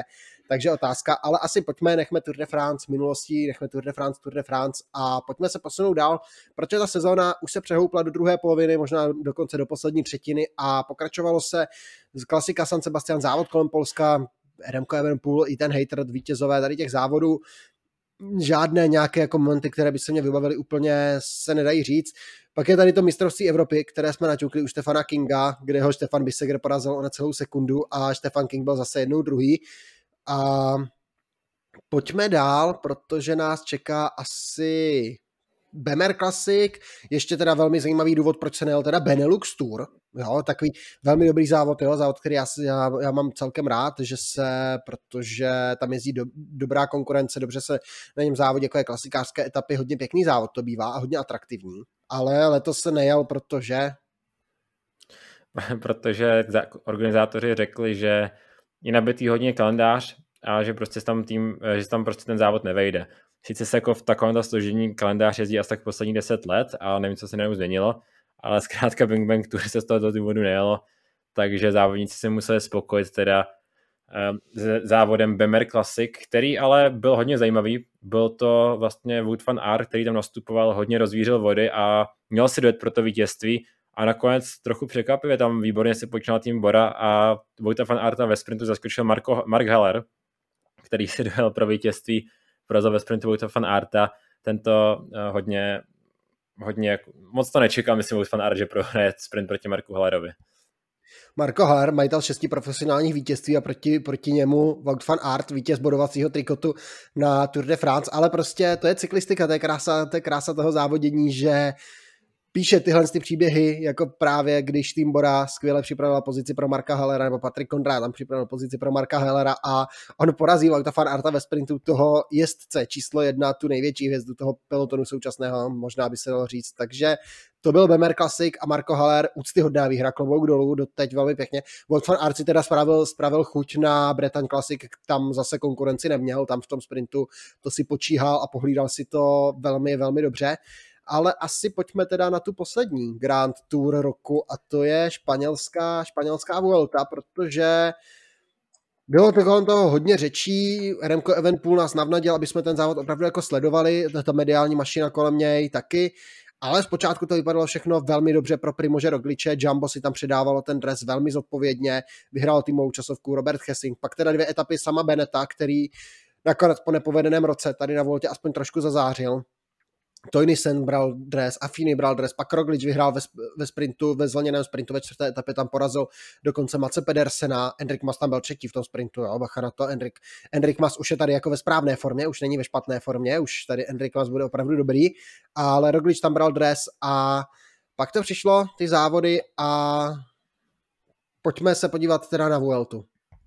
takže otázka, ale asi pojďme, nechme Tour de France minulostí, nechme Tour de France a pojďme se posunout dál, protože ta sezóna už se přehoupla do druhé poloviny, možná dokonce do poslední třetiny a pokračovalo se z klasika San Sebastian, závod kolem Polska, Remco Evenepoel i ten hater vítězové tady těch závodů, žádné nějaké jako momenty, které by se mě vybavily úplně, se nedají říct. Pak je tady to mistrovství Evropy, které jsme naťukli u Stefana Kinga, kde ho Stefan Bissegger porazil o necelou sekundu a Stefan King byl zase jednou druhý. A pojďme dál, protože nás čeká asi Bemer Classic, ještě teda velmi zajímavý důvod, proč se nejel teda Benelux Tour, jo, takový velmi dobrý závod, jo, závod, který já mám celkem rád, protože tam jezdí dobrá konkurence, dobře se na něm závodí, jako je klasikářské etapy, hodně pěkný závod to bývá a hodně atraktivní, ale letos se nejel, protože organizátoři řekli, že je nabitý hodně kalendář a že prostě tam prostě ten závod nevejde. Sice se jako v takovémto složení kalendář jezdí asi tak poslední 10 let a nevím, co se najednou změnilo, ale zkrátka Bing Bang Tour se z toho důvodu nejelo, takže závodníci se museli spokojit teda s závodem Bemer Classic, který ale byl hodně zajímavý. Byl to vlastně Wout van Aert, který tam nastupoval, hodně rozvířil vody a měl si dojet pro to vítězství a nakonec trochu překvapivě tam výborně se počínal tým Bora a Wouta van Aerta ve sprintu zaskočil Mark Heller, který si dojel pro vítězství, porazil ve sprintu Wouta van Aerta. Tento hodně moc to nečekal, myslím, Wout van Aert, že prohraje sprint proti Marku Hellerovi. Marko Heller, majitel 6 profesionálních vítězství a proti němu Wout van Aert, vítěz bodovacího trikotu na Tour de France, ale prostě to je cyklistika, to je krása toho závodění, že píše tyhle ty příběhy, jako právě když tým Bora skvěle připravila pozici pro Marka Hellera, nebo Patrick Conrad tam připravil pozici pro Marka Hellera a on porazí Wouta van Aerta ve sprintu, toho jezdce číslo 1, tu největší hvězdu toho pelotonu současného, možná by se dalo říct. Takže to byl Bemer Classic a Marko Heller, úctyhodná výhra, klobouk dolů, doteď velmi pěkně. Wout van Aert si teda spravil chuť na Bretagne Classic, tam zase konkurenci neměl, tam v tom sprintu to si počíhal a pohlídal si to velmi, velmi dobře. Ale asi pojďme teda na tu poslední Grand Tour roku a to je španělská Vuelta, protože bylo toho hodně řečí, Remco Evenepoel nás navnadil, aby jsme ten závod opravdu jako sledovali, ta mediální mašina kolem něj taky, ale zpočátku to vypadalo všechno velmi dobře pro Primože Rogliče, Jumbo si tam předávalo ten dres velmi zodpovědně, vyhrál týmovou časovku Robert Hessing, pak teda 2 etapy sama Beneta, který nakonec po nepovedeném roce tady na Vueltě aspoň trošku zazářil. Toynisen bral dres, Affini bral dres, pak Roglič vyhrál ve sprintu, ve zlněném sprintu ve 4. etapě, tam porazil dokonce Matse Pedersena, Enric Mas tam byl 3. v tom sprintu, jo, bacha na to, Enric Mas už je tady jako ve správné formě, už není ve špatné formě, už tady Enric Mas bude opravdu dobrý, ale Roglič tam bral dres a pak to přišlo, ty závody a pojďme se podívat teda na Vueltu.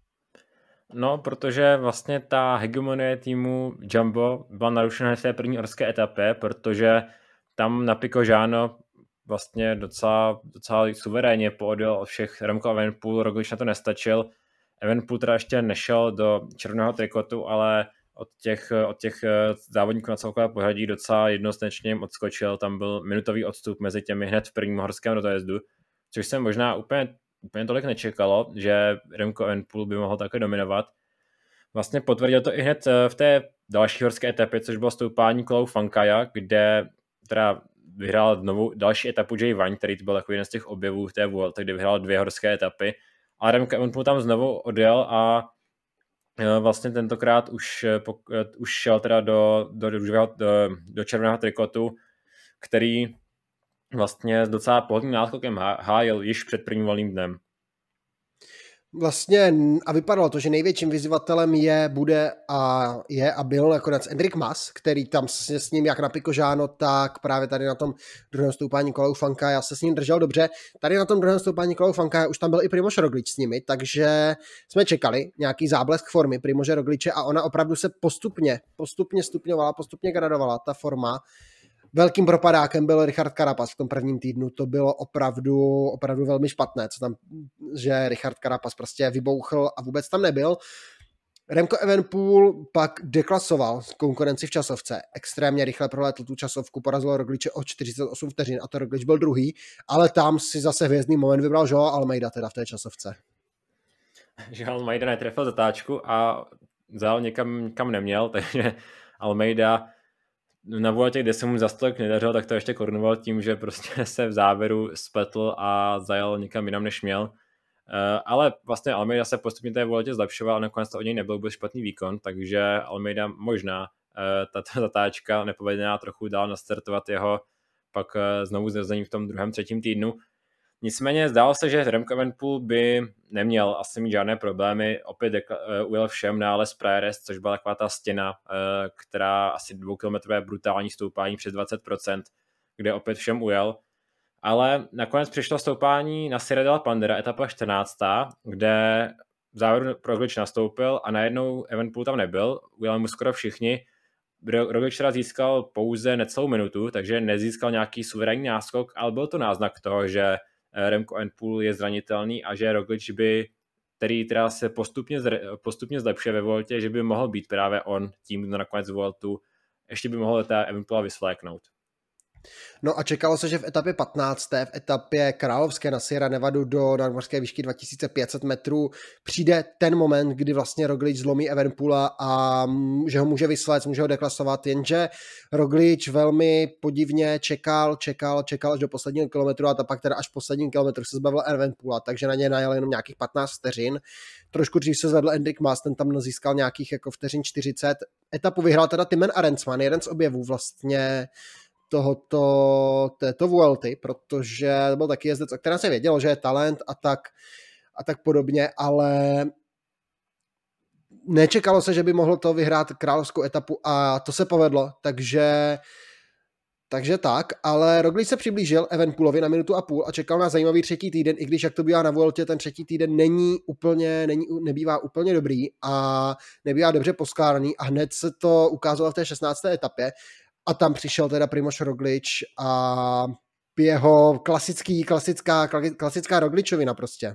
No, protože vlastně ta hegemonie týmu Jumbo byla narušena v té první orské etapě, protože tam na Picožano vlastně docela suverénně poodjel všech Remco Evenepoel, Roglič na to nestačil. Evenepoel teda ještě nešel do červeného trikotu, ale od těch závodníků na celkové pořadí docela jednoznačně jim odskočil. Tam byl minutový odstup mezi těmi hned v prvním horském dojezdu, což jsem možná úplně tolik nečekalo, že Remco Evenepoel by mohl také dominovat. Vlastně potvrdil to i hned v té další horské etapě, což bylo stoupání kolou Fankaja, kde teda vyhrál další etapu Jay Vine, který byl jako jeden z těch objevů v té Vuelty, kde vyhrál 2 horské etapy. A Remco Evenepoel tam znovu odjel a vlastně tentokrát už šel teda do červeného trikotu, který vlastně s docela pohodlným náskokem hájil již před prvním volným dnem. Vlastně a vypadalo to, že největším vyzývatelem bude a byl nakonec Enric Mas, který tam s ním jak na Picožano, tak právě tady na tom druhém stoupání kolou Fankaja se s ním držel dobře. Tady na tom druhém stoupání kolou Fankaja už tam byl i Primož Roglič s nimi, takže jsme čekali nějaký záblesk formy Primože Rogliče a ona opravdu se postupně stupňovala, postupně gradovala ta forma. Velkým propadákem byl Richard Carapaz v tom prvním týdnu, to bylo opravdu velmi špatné, že Richard Carapaz prostě vybouchl a vůbec tam nebyl. Remco Evenepoel pak deklasoval konkurenci v časovce, extrémně rychle prolétl tu časovku, porazil Rogliče o 48 vteřin a to Roglič byl druhý, ale tam si zase hvězdný moment vybral Joao Almeida teda v té časovce. Joao Almeida netrefil zatáčku a vzal, nikam neměl, takže Almeida na Vueltě, kde se mu za stolik nedařilo, tak to ještě korunoval tím, že prostě se v závěru spletl a zajel někam jinam, než měl. Ale vlastně Almeida se postupně té Vueltě zlepšoval a nakonec to od něj nebyl vůbec špatný výkon, takže Almeida možná tato zatáčka nepovedená trochu dál nastartovat jeho pak znovu zrazením v tom druhém, třetím týdnu. Nicméně zdálo se, že Remco Evenepoel by neměl asi mít žádné problémy, opět ujel všem na Les Prayeres, což byla taková ta stěna, která asi 2kilometrové brutální stoupání přes 20%, kde opět všem ujel. Ale nakonec přišlo stoupání na Sierra de la Pandera, etapa 14., kde v závěru Roglič nastoupil a najednou Evenepoel tam nebyl, ujel mu skoro všichni. Roglič teda získal pouze necelou minutu, takže nezískal nějaký suverénní náskok, ale byl to náznak toho, že Remco Evenepoel je zranitelný a že Roglič by, který teda se postupně zlepšuje ve Vueltě, že by mohl být právě on tím, kdo nakonec Vueltu ještě by mohl Evenepoela vysvléknout. No a čekalo se, že v etapě 15. v etapě královské na Sierra Nevadu do nadmořské výšky 2500 metrů přijde ten moment, kdy vlastně Roglič zlomí Evenepoela a že ho může vysléct, může ho deklasovat, jenže Roglič velmi podivně čekal až do posledního kilometru a pak teda až v posledním kilometru se zbavil Evenepoela, takže na ně najel jenom nějakých 15 vteřin. Trošku dřív se zvedl Enric Mas, ten tam získal nějakých jako vteřin 40. Etapu vyhrál teda Thymen Arensman, jeden z objevů vlastně této Vuelty, protože to byl taky jezdec, o kterém se vědělo, že je talent a tak podobně, ale nečekalo se, že by mohlo to vyhrát královskou etapu a to se povedlo, takže tak, ale Roglič se přiblížil Evenepoelovi na 1,5 minuty a čekal na zajímavý třetí týden, i když jak to bývá na Vueltě, ten třetí týden nebývá úplně dobrý a nebývá dobře poskládaný a hned se to ukázalo v té 16. etapě, a tam přišel teda Primož Roglič a jeho klasická Rogličovina prostě.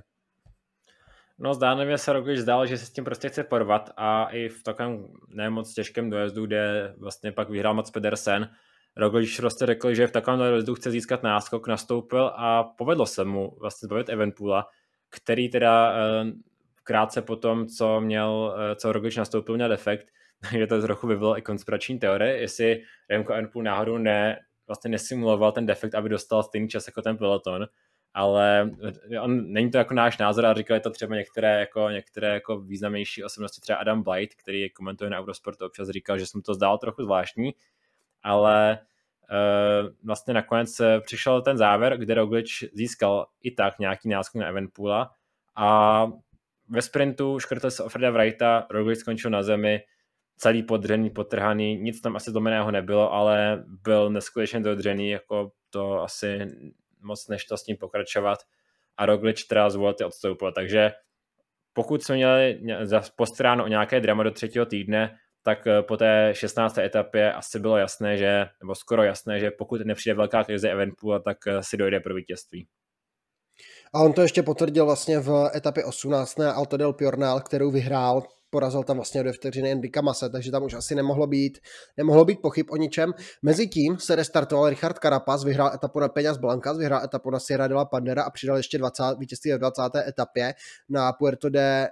No zdánlivě se Roglič zdál, že se s tím prostě chce porvat a i v takovém nemoc těžkém dojezdu, kde vlastně pak vyhrál Mats Pedersen, Roglič prostě řekl, že v takovém dojezdu chce získat náskok, nastoupil a povedlo se mu vlastně zbavit Evenepoela, který teda krátce potom, co Roglič nastoupil, měl defekt, takže to trochu vyvolalo i konspirační teorie, jestli Remco Evenepoel náhodou nesimuloval ten defekt, aby dostal stejný čas jako ten peloton, ale není to jako náš názor a říkali to třeba některé jako významnější osobnosti, třeba Adam Blythe, který komentuje na Eurosportu, občas říkal, že jsem to zdál trochu zvláštní, ale vlastně nakonec přišel ten závěr, kde Roglič získal i tak nějaký náskok na Evenepoela a ve sprintu škrtl se o Freda Wrighta, Roglič skončil na zemi, celý podřený, potrhaný, nic tam asi zlomeného nebylo, ale byl neskutečně dodřený, jako to asi moc nešlo s ním pokračovat a Roglič teda z Vuelty odstoupil, takže pokud jsme měli postaráno o nějaké drama do třetího týdne, tak po té 16. etapě asi bylo jasné, nebo skoro jasné, že pokud nepřijde velká krize Evenepoela, tak si dojde pro vítězství. A on to ještě potvrdil vlastně v etapě 18. Alto del Piornal, kterou vyhrál, porazil tam vlastně 2 vteřiny Enrica Mase, takže tam už asi nemohlo být pochyb o ničem. Mezitím se restartoval Richard Carapaz, vyhrál etapu na Peñas Blancas, vyhrál etapu na Sierra de la Pandera a přidal ještě vítězství v 20. etapě na Puerto de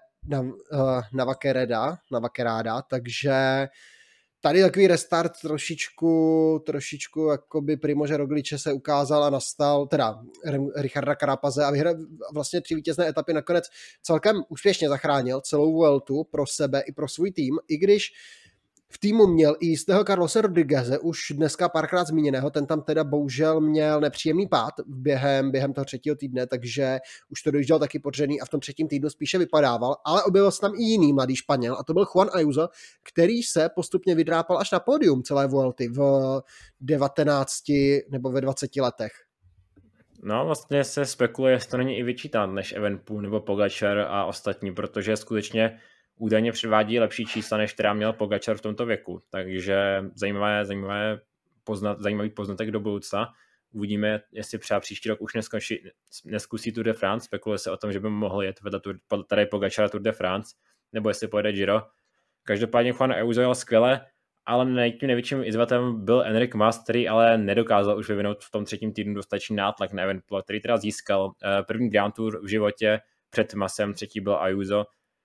Navacerada, takže tady takový restart trošičku jakoby Primože Rogliče se ukázal a nastal, teda Richarda Carapaze a vlastně 3 vítězné etapy nakonec celkem úspěšně zachránil celou Vueltu pro sebe i pro svůj tým, i když v týmu měl i jistého Carlose Rodrigueze, už dneska párkrát zmíněného, ten tam teda bohužel měl nepříjemný pád během toho třetího týdne, takže už to dojížděl taky podřený a v tom třetím týdnu spíše vypadával, ale objevil se tam i jiný mladý Španěl a to byl Juan Ayuso, který se postupně vydrápal až na pódium celé Vuelty v 19 nebo ve 20 letech. No vlastně se spekuluje, jestli to není i vyčítán než Evenepoel nebo Pogačar a ostatní, protože skutečně údajně předvádí lepší čísla, než která měl Pogačar v tomto věku. Takže zajímavý poznatek do budoucna. Uvidíme, jestli třeba příští rok už neskusí Tour de France. Spekuluje se o tom, že by mohl jet tady Pogačar Tour de France, nebo jestli pojede Giro. Každopádně Juan Ayuso jel skvěle, ale tím největším izvatem byl Enric Mas, který ale nedokázal už vyvinout v tom třetím týdnu dostatečný nátlak na Evenepoela, který teda získal první Grand Tour v životě před Masem, třetí byl Ayuso.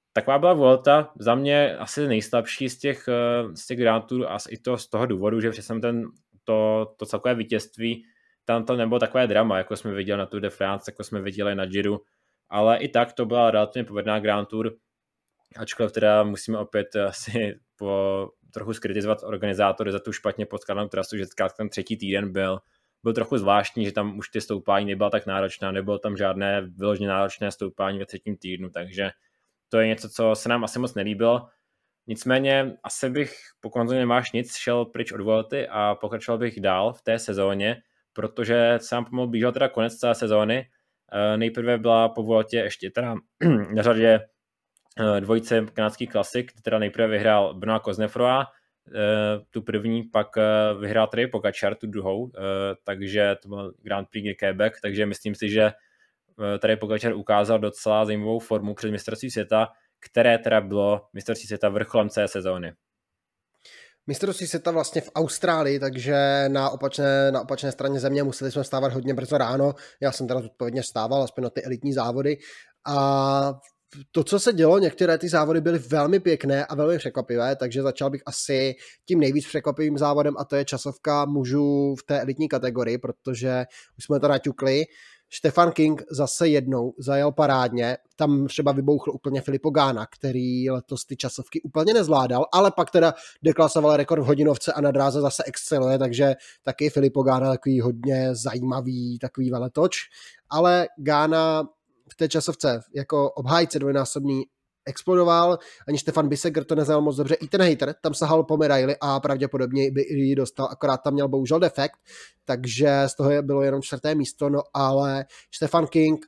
taková byla Vuelta za mě asi nejslabší z těch Grand Tour a i to z toho důvodu, že přesně to celkové vítězství, tam to nebylo takové drama, jako jsme viděli na Tour de France, jako jsme viděli na Giro, ale i tak to byla relativně povedená Grand Tour, ačkoliv teda musíme opět asi trochu skritizovat organizátory za tu špatně poskládanou trasu, že ten třetí týden byl trochu zvláštní, že tam už ty stoupání nebyla tak náročná, nebylo tam žádné vyloženě náročné stoupání ve třetím týdnu, takže to je něco, co se nám asi moc nelíbilo. Nicméně asi bych, pokud nemáš nic, šel pryč od Vuelty a pokračoval bych dál v té sezóně, protože se nám pomalu blížil teda konec celé sezóny. Nejprve byla po Vueltě ještě teda na řadě dvojice kanadských klasik, teda nejprve vyhrál Benoît Cosnefroy, tu první, pak vyhrál tady Pogačar, tu druhou, takže to byl Grand Prix de Quebec, takže myslím si, že tady Pogačar ukázal docela zajímavou formu před mistrovství světa, které teda bylo mistrovství světa vrcholem celé sezóny. Mistrovství světa vlastně v Austrálii, takže na opačné straně země museli jsme vstávat hodně brzo ráno. Já jsem teda odpovědně vstával, aspoň na ty elitní závody. A to, co se dělo, některé ty závody byly velmi pěkné a velmi překvapivé, takže začal bych asi tím nejvíc překvapivým závodem a to je časovka mužů v té elitní kategorii, protože už jsme to naťukli. Stefan King zase jednou zajel parádně, tam třeba vybouchl úplně Filippo Ganna, který letos ty časovky úplně nezvládal, ale pak teda deklasoval rekord v hodinovce a na dráze zase exceluje, takže taky Filippo Ganna takový hodně zajímavý takový veletoč, ale Ganna v té časovce jako obhájce dvojnásobný explodoval, ani Stefan Bissegger to nezajel moc dobře, Ethan Hayter tam sahal po medaili a pravděpodobně by ji dostal, akorát tam měl bohužel defekt, takže z toho bylo jenom 4. místo, no ale Stefan King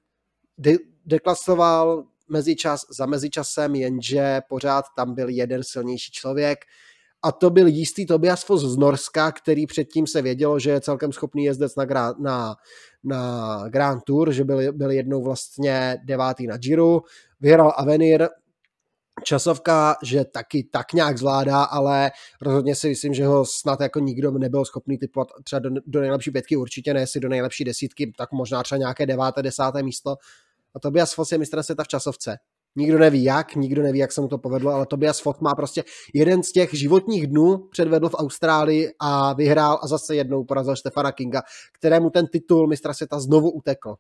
deklasoval mezičas za mezičasem, jenže pořád tam byl jeden silnější člověk a to byl jistý Tobias Foss z Norska, který předtím se vědělo, že je celkem schopný jezdec na Grand Tour, že byl jednou vlastně 9. na Giro, vyhrál Avenir, časovka, že taky tak nějak zvládá, ale rozhodně si myslím, že ho snad jako nikdo nebyl schopný typovat třeba do nejlepší 5, určitě ne, jestli do nejlepší 10, tak možná třeba nějaké 9., 10. místo. A Tobias Foss je mistr světa v časovce. Nikdo neví, jak se mu to povedlo, ale Tobias Foss má prostě jeden z těch životních dnů předvedl v Austrálii a vyhrál a zase jednou porazil Stefana Kinga, kterému ten titul mistra světa znovu utekl.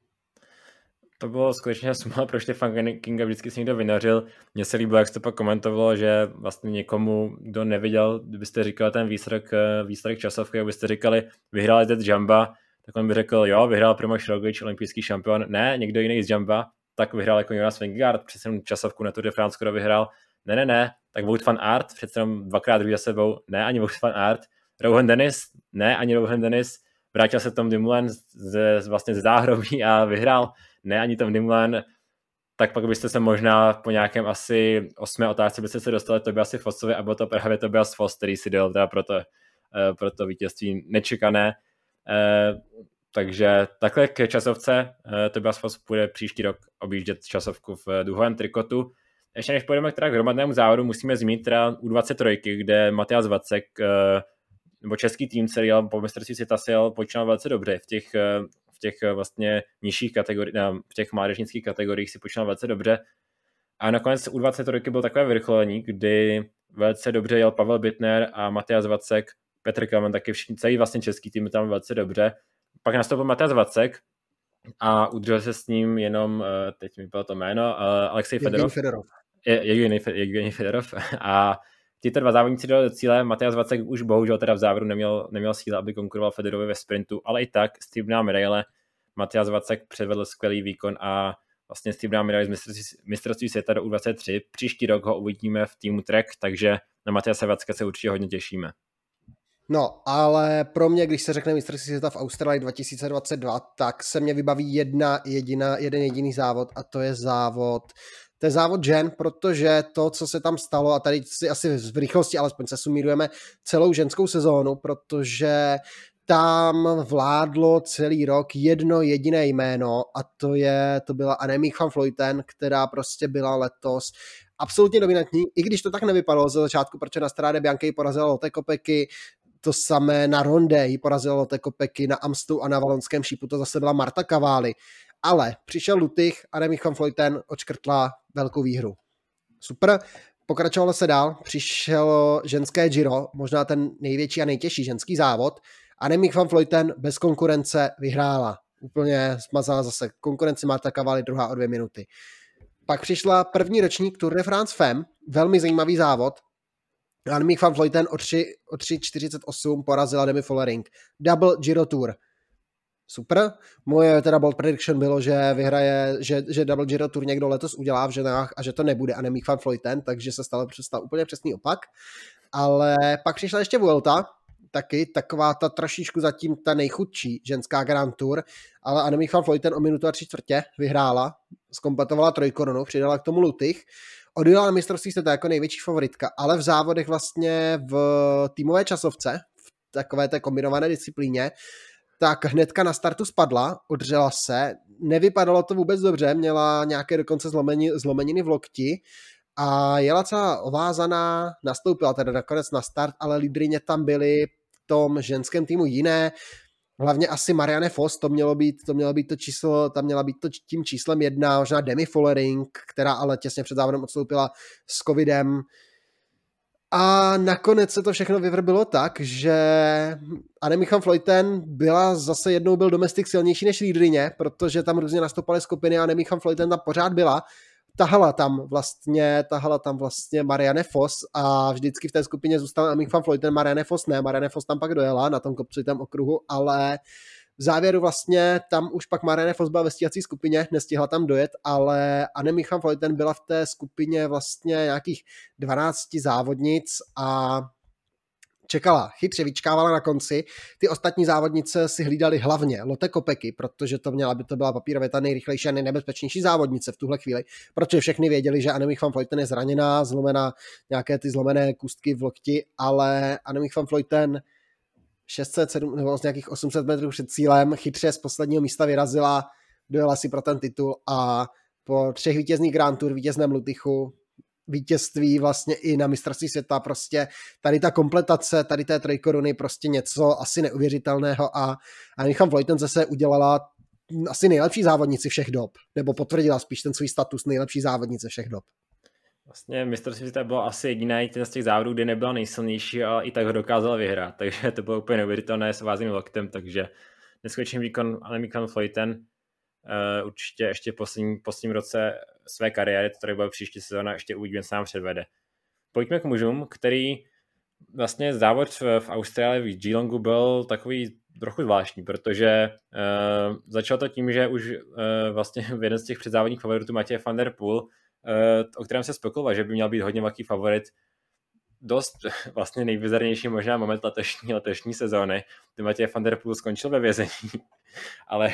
To bylo skutečně smutné pro Stefana Kinga, vždycky si někdo vynořil. Mně se líbilo, jak se to pak komentovalo, že vlastně někomu, kdo neviděl, kdybyste říkali ten výsledek časovky, kdybyste říkali, vyhrál jezdec Jamba, tak on by řekl, jo, vyhrál Primož Roglič, olympijský šampion, ne, někdo jiný z Jamba, tak vyhrál jako Jonas Vingegaard, přece jenom časovku na Tour de France, kdo vyhrál, ne, tak Wout van Aert, přece jenom 2x druhý za sebou, ne, ani Wout van Aert, Rowan Dennis, ne, ani Rowan Dennis, vrátil se Tom Dumoulin vlastně z záhrobí a vyhrál, ne, ani Tom Dumoulin, tak pak byste se možná po nějakém asi 8. otázce byste se dostali Tobiasi Fossovi a byl to právě Tobias Foss, který si dal teda pro to vítězství nečekané. Takže takhle k časovce Tobias Foss bude příští rok objíždět časovku v duhovém trikotu. Ještě než půjdeme k hromadnému závodu, musíme zmínit teda U23, kde Matyáš Vacek, nebo český tým, který jel po mistrovství světa, počínal velice dobře. V těch vlastně nižších kategoriích, v těch mládežnických kategoriích si počínal velice dobře. A nakonec U23 byl takové vyrychlení, kdy velice dobře jel Pavel Bittner a Matyáš Vacek, Petr Kelman, taky všichni, celý vlastně český tým tam velice dobře. Pak nastoupil Matyáš Vacek a udržel se s ním jenom, teď mi bylo to jméno, Alexej Fedorov. Evgenij Fedorov. A tyto dva závodníci dali do cíle. Matyáš Vacek už bohužel teda v závěru neměl sílu, aby konkuroval Fedorovi ve sprintu, ale i tak stříbrná medaile. Matyáš Vacek předvedl skvělý výkon a vlastně stříbrná medaile z mistrovství světa do U23. Příští rok ho uvidíme v týmu Trek, takže na Matyáše Vacka se určitě hodně těšíme. No, ale pro mě, když se řekne mistrovství světa v Austrálii 2022, tak se mě vybaví jeden jediný závod a to je závod žen, protože to, co se tam stalo, a tady si asi v rychlosti alespoň se sumírujeme celou ženskou sezónu, protože tam vládlo celý rok jedno jediné jméno a to byla Annemiek van Vleuten, která prostě byla letos absolutně dominantní, i když to tak nevypadalo ze začátku, protože na Strade Bianche ji porazila Lotte Kopecky, to samé na Ronde ji porazila Lotte Kopecky, na Amstu a na Valonském šípu to zase byla Marta Cavalli. Ale přišel Lutych a Annemiek van Vleuten odškrtla velkou výhru. Super. Pokračovalo se dál, přišel ženské Giro, možná ten největší a nejtěžší ženský závod. Annemiek van Vleuten bez konkurence vyhrála. Úplně smazala zase konkurenci Marta Cavalli, druhá o 2 minuty. Pak přišla první ročník Tour de France Femme, velmi zajímavý závod. Annemiek van Vleuten o 3:48 porazila Demi Vollering. Double Giro Tour. Super. Moje teda bold prediction bylo, že vyhraje, že Double Giro Tour někdo letos udělá v ženách a že to nebude Annemiek van Vleuten, takže se stal úplně přesný opak. Ale pak přišla ještě Vuelta, taky taková ta trošičku zatím ta nejchudší ženská Grand Tour, ale Annemiek van Vleuten o 1 minutu a 3/4 vyhrála, zkompletovala trojkorunu, přidala k tomu Lutych, odjela na mistrovství světa jako největší favoritka, ale v závodech vlastně v týmové časovce, v takové té kombinované disciplíně, tak hnedka na startu spadla, odřela se, nevypadalo to vůbec dobře, měla nějaké dokonce zlomeniny v lokti a jela celá ovázaná, nastoupila teda nakonec na start, ale lídryně tam byly v tom ženském týmu jiné, hlavně asi Marianne Vos, to mělo být to číslo, tam měla být to tím číslem 1, možná Demi Vollering, která ale těsně před závodem odstoupila s covidem. A nakonec se to všechno vyvrbilo tak, že Annemiek van Vleuten byl domestik silnější než lídryně, protože tam různě nastoupaly skupiny a Annemiek van Vleuten tam pořád byla. Tahala tam vlastně Marianne Vos a vždycky v té skupině zůstala Annemiek van Vleuten, Marianne Vos ne. Marianne Vos tam pak dojela na tom kopcovitém okruhu, ale v závěru vlastně tam už pak Marianne Vos byla ve stíhací skupině, nestihla tam dojet, ale Annemiek van Vleuten byla v té skupině vlastně nějakých 12 závodnic a čekala, chytře vyčkávala na konci. Ty ostatní závodnice si hlídali hlavně Lotte Kopecky, protože to byla papírově ta nejrychlejší a nejnebezpečnější závodnice v tuhle chvíli, protože všechny věděli, že Annemiek van Vleuten je zraněná, zlomená nějaké ty zlomené kůstky v lokti, ale Annemiek van Vleuten 607 nebo z nějakých 800 metrů před cílem chytře z posledního místa vyrazila, dojela si pro ten titul a po 3 vítězných Grand Tour, vítězném Lutychu, vítězství vlastně i na mistrovství světa, prostě tady ta kompletace, tady té trojkoruny, prostě něco asi neuvěřitelného a Annemiek van Vleuten zase udělala asi nejlepší závodnici všech dob, nebo potvrdila spíš ten svůj status nejlepší závodnice všech dob. Vlastně mistrovství světa bylo asi jediný z těch závodů, kde nebyla nejsilnější, ale i tak ho dokázala vyhrát, takže to bylo úplně neuvěřitelné s ovázeným loktem, takže neskutečný výkon Annemiek van Vleuten, určitě ještě v posledním roce své kariéry, to tady bude příští sezóna, ještě uvidíme, co nám předvede. Pojďme k mužům, který vlastně závod v Austrálii v Geelongu byl takový trochu zvláštní, protože začalo to tím, že už vlastně jeden z těch předzávodních favoritů Mathieu van der Poel, o kterém se spekuloval, že by měl být hodně velký favorit, dost vlastně nejbizarnější možná moment letošní sezóny, kdy Mathieu van der Poel skončil ve vězení, ale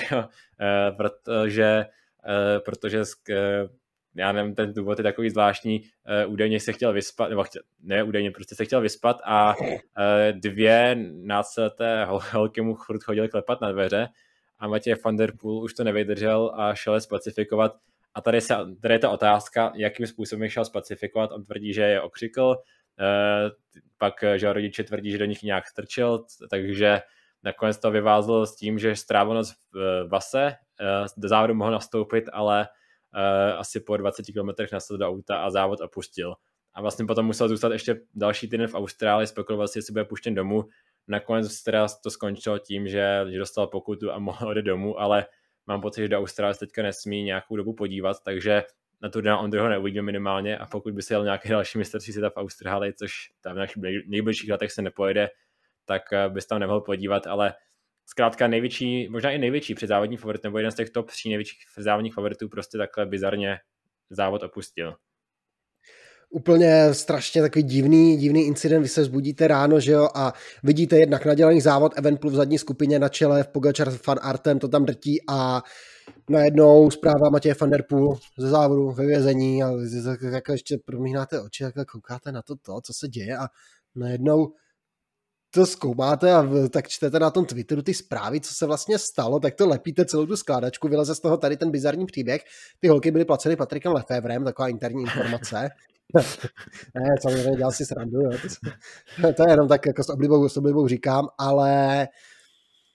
protože já nevím, ten důvod je takový zvláštní, údajně se chtěl vyspat, nebo prostě se chtěl vyspat a 2 náctileté holky mu furt chodily klepat na dveře a Mathieu van der Poel už to nevydržel a šel je spacifikovat. A tady je ta otázka, jakým způsobem šel spacifikovat. On tvrdí, že je okřikl, pak že rodiče tvrdí, že do nich nějak strčil, takže nakonec to vyvázlo s tím, že strávil noc v base, do závodu mohl nastoupit, ale asi po 20 kilometrech nasedl do auta a závod opustil. A vlastně potom musel zůstat ještě další týden v Austrálii, spekuloval si, jestli bude puštěn domů. Nakonec teda to skončilo tím, že dostal pokutu a mohl odejít domů, ale mám pocit, že do Austrálie se teďka nesmí nějakou dobu podívat, takže na Tour Down Under ho neuvidíme minimálně a pokud by se jel nějaké další mistrovství světa v Austrálii, což tam v našich nejbližších letech se nepojede, tak bys tam nemohl podívat, ale zkrátka možná i největší předzávodní favorit, nebo jeden z těch top 3 největších předzávodních favoritů prostě takhle bizarně závod opustil. Úplně strašně takový divný incident, vy se vzbudíte ráno, že jo, a vidíte jednak nadělaný závod Evenepoel v zadní skupině na čele, v Pogačar Van Aertem to tam drtí a najednou zpráva Mathieu van der Poel ze závodu ve vězení a jako ještě promínáte oči, jak koukáte na to, co se děje a najednou to zkoumáte a tak čtete na tom Twitteru ty zprávy, co se vlastně stalo, tak to lepíte celou tu skládačku, vyleze z toho tady ten bizarní příběh. Ty holky byly placeny Patrikem Lefevrem, taková interní informace. Ne, samozřejmě dělal si srandu, jo. To je jenom tak jako s oblibou říkám, ale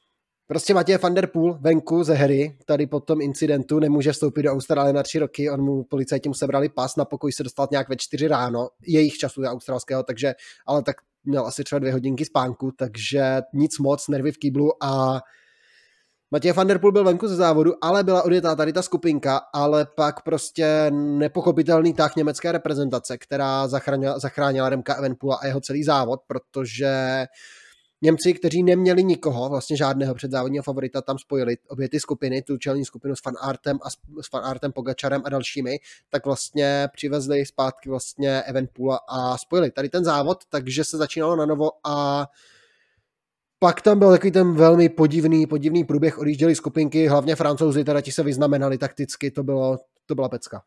Prostě Matěj van der Poel venku ze hry, tady po tom incidentu nemůže vstoupit do Austrálie na 3 roky, policajti mu sebrali pas, na pokoj se dostal nějak ve 4 ráno, jejich času australského, takže, ale tak měl asi třeba 2 hodinky spánku, takže nic moc, nervy v kýblu a Matěj van der Poel byl venku ze závodu, ale byla odjetá tady ta skupinka, ale pak prostě nepochopitelný tah německé reprezentace, která zachránila Remka Evenepoela a jeho celý závod, protože Němci, kteří neměli nikoho, vlastně žádného předzávodního favorita, tam spojili obě ty skupiny, tu čelní skupinu s Van Aertem, Pogačarem a dalšími, tak vlastně přivezli zpátky vlastně Evenepoela a spojili tady ten závod, takže se začínalo na novo a pak tam byl takový ten velmi podivný průběh, odjížděli skupinky, hlavně Francouzi, teda ti se vyznamenali takticky, to byla pecka.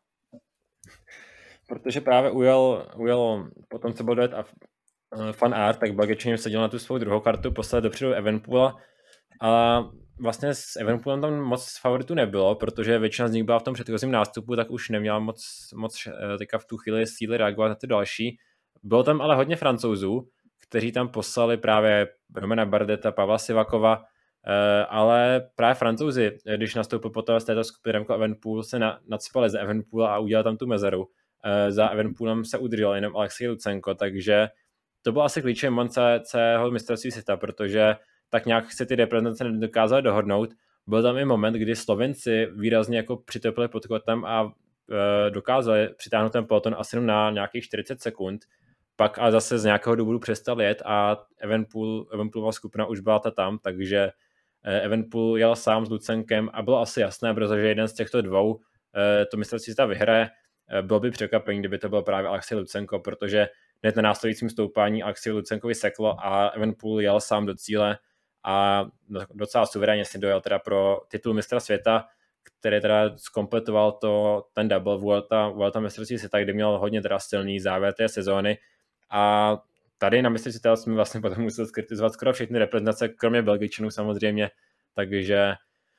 Protože právě ujel potom, co byl dojet a Van Aert, tak Bagečením seděl na tu svou druhou kartu, poslal dopředu Evenepoela a vlastně s Evenepoelem tam moc favoritů nebylo, protože většina z nich byla v tom předchozím nástupu, tak už neměla moc teďka v tu chvíli síly reagovat na ty další. Bylo tam ale hodně Francouzů, kteří tam poslali právě Romana Bardeta, Pavla Sivakova, ale právě Francouzi, když nastoupil potom z této skupiny Remco Evenepoel, se nacpali za Evenepoela a udělal tam tu mezeru. Za Evenepoelem se udržel jenom Alexej Lucenko, takže to byl asi klíčový moment celého mistrovství světa, protože tak nějak se ty reprezentace nedokázaly dohodnout. Byl tam i moment, kdy Slovenci výrazně jako přitopili pod kotem a dokázali přitáhnout ten peloton asi na nějakých 40 sekund. Pak ale zase z nějakého důvodu přestal jet a Evenepoelova skupina už byla tam, takže Evenepoel jel sám s Lucenkem a bylo asi jasné, protože jeden z těchto dvou to mistrovství světa vyhraje. Bylo by překvapení, kdyby to byl právě Alexej Lucenko, protože hned na následujícím stoupání Alexej Lucenkovi seklo a Evenepoel jel sám do cíle a docela suverénně si dojel teda pro titul mistra světa, který teda zkompletoval ten double Vuelta mistrovství světa, kde měl hodně teda silný závěr té sezóny a tady na mistrovství světa jsme vlastně potom museli skritizovat skoro všechny reprezentace, kromě Belgičanů samozřejmě, takže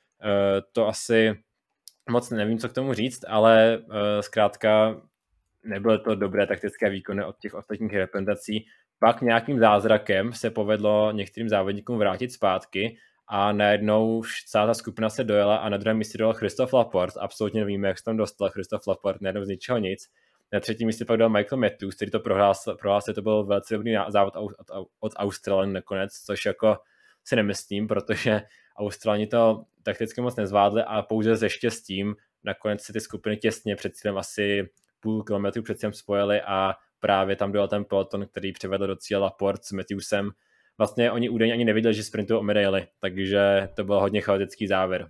to asi moc nevím, co k tomu říct, ale zkrátka nebyly to dobré taktické výkony od těch ostatních reprezentací. Pak nějakým zázrakem se povedlo některým závodníkům vrátit zpátky a najednou už celá ta skupina se dojela a na druhém místě dojel Christophe Laporte. Absolutně nevíme, jak se tam dostal Christophe Laporte, najednou z ničeho nic. Na třetím místě pak dal Michael Matthews, který to prohlásil, to byl velice dobrý závod od Australan nakonec, což jako si nemyslím, protože Australani to takticky moc nezvládli a pouze se štěstím nakonec se ty skupiny těsně před cílem asi půl kilometru před cílem spojili a právě tam byl ten peloton, který přivedl do cíle Laporte s Matthewsem. Vlastně oni údajně ani neviděli, že sprintují o medaili, takže to byl hodně chaotický závěr.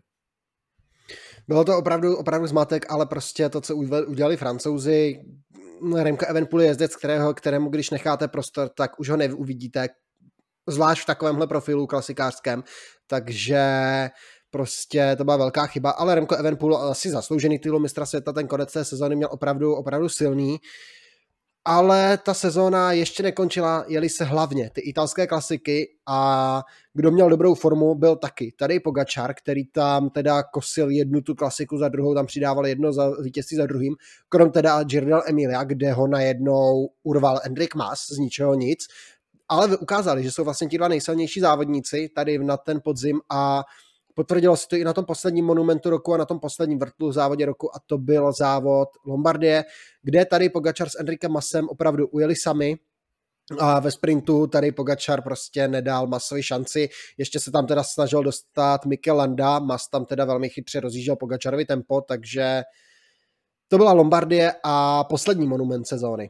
Bylo to opravdu zmatek, ale prostě to, co udělali Francouzi, Remco Evenepoel je jezdec, kterému když necháte prostor, tak už ho neuvidíte, zvlášť v takovémhle profilu klasikářském, takže prostě to byla velká chyba, ale Remco Evenepoel asi zasloužený titul mistra světa, ten konec té sezóny měl opravdu silný, ale ta sezóna ještě nekončila, jeli se hlavně ty italské klasiky a kdo měl dobrou formu, byl taky Tadej Pogačar, který tam teda kosil jednu tu klasiku za druhou, tam přidával jedno za vítězství za druhým, krom teda Giro Emilia, kde ho najednou urval Enric Mas z ničeho nic, ale ukázali, že jsou vlastně ti dva nejsilnější závodníci tady na ten podzim a potvrdilo se to i na tom posledním monumentu roku a na tom posledním vrtlu v závodě roku a to byl závod Lombardie, kde tady Pogačar s Enricem Masem opravdu ujeli sami a ve sprintu tady Pogačar prostě nedal Masovi šanci. Ještě se tam teda snažil dostat Mikel Landa, Mas tam teda velmi chytře rozjížděl Pogačarovi tempo, takže to byla Lombardie a poslední monument sezóny.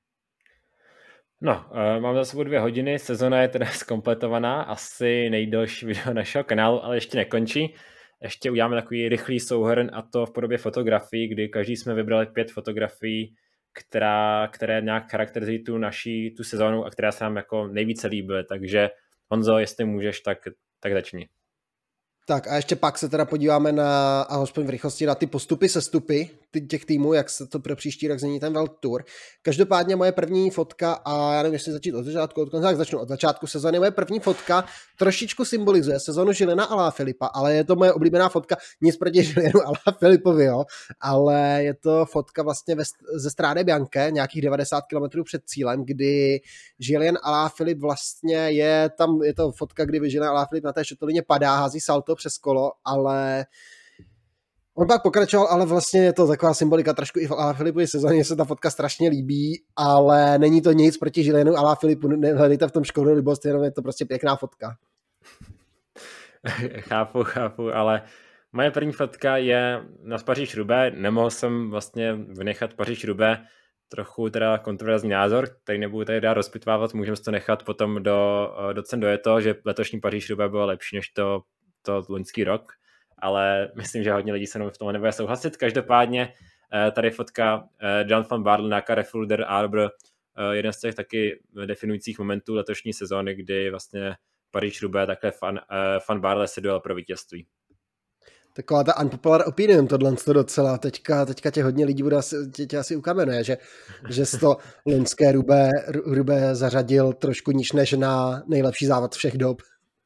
No, mám za sebou 2 hodiny, sezona je teda zkompletovaná, asi nejdelší video našeho kanálu, ale ještě nekončí. Ještě uděláme takový rychlý souhrn a to v podobě fotografií, kdy každý jsme vybrali 5 fotografií, které nějak charakterizují tu sezónu a které se nám jako nejvíce líbily. Takže Honzo, jestli můžeš, tak začni. Tak a ještě pak se teda podíváme aspoň v rychlosti na ty postupy, sestupy, těch týmů, jak se to pro příští rok změní ten World Tour. Každopádně moje první fotka, a já nevím, jestli začít od začátku, od konce, tak začnu od začátku sezóny, moje první fotka trošičku symbolizuje sezónu Žilina Alaphilippa, ale je to moje oblíbená fotka, nic proti Žilinu Alaphilippovi, jo, ale je to fotka vlastně ze Strade Bianche, nějakých 90 km před cílem, kdy Julien Alaphilippe vlastně je to fotka, kdy Julien Alaphilippe na té šotolině padá, hází salto přes kolo, ale on pak pokračoval, ale vlastně je to taková symbolika trošku i v Alaphilippově sezóně, se ta fotka strašně líbí, ale není to nic proti Julienu Alaphilippu, nehledejte v tom škodu libost, jenom je to prostě pěkná fotka. Chápu, ale moje první fotka je na Paříž-Roubaix, nemohl jsem vlastně vynechat Paříž-Roubaix, trochu teda kontroverzní názor, který nebudu tady dát rozpitvávat, můžeme si to nechat potom do cen dojeto, že letošní Paříž-Roubaix bylo lepší než to loňský rok, ale myslím, že hodně lidí se mnou v tomhle nebude souhlasit. Každopádně tady fotka Jan van Baarle na Carrefour der Arbre, jeden z těch taky definujících momentů letošní sezóny, kdy vlastně Paříž-Roubaix takhle van Baarle se dojel pro vítězství. Taková ta unpopular opinion, tohle to docela. Teďka tě hodně lidí bude asi ukamenuje, že jsi to loňské Roubaix zařadil trošku níž než na nejlepší závod všech dob.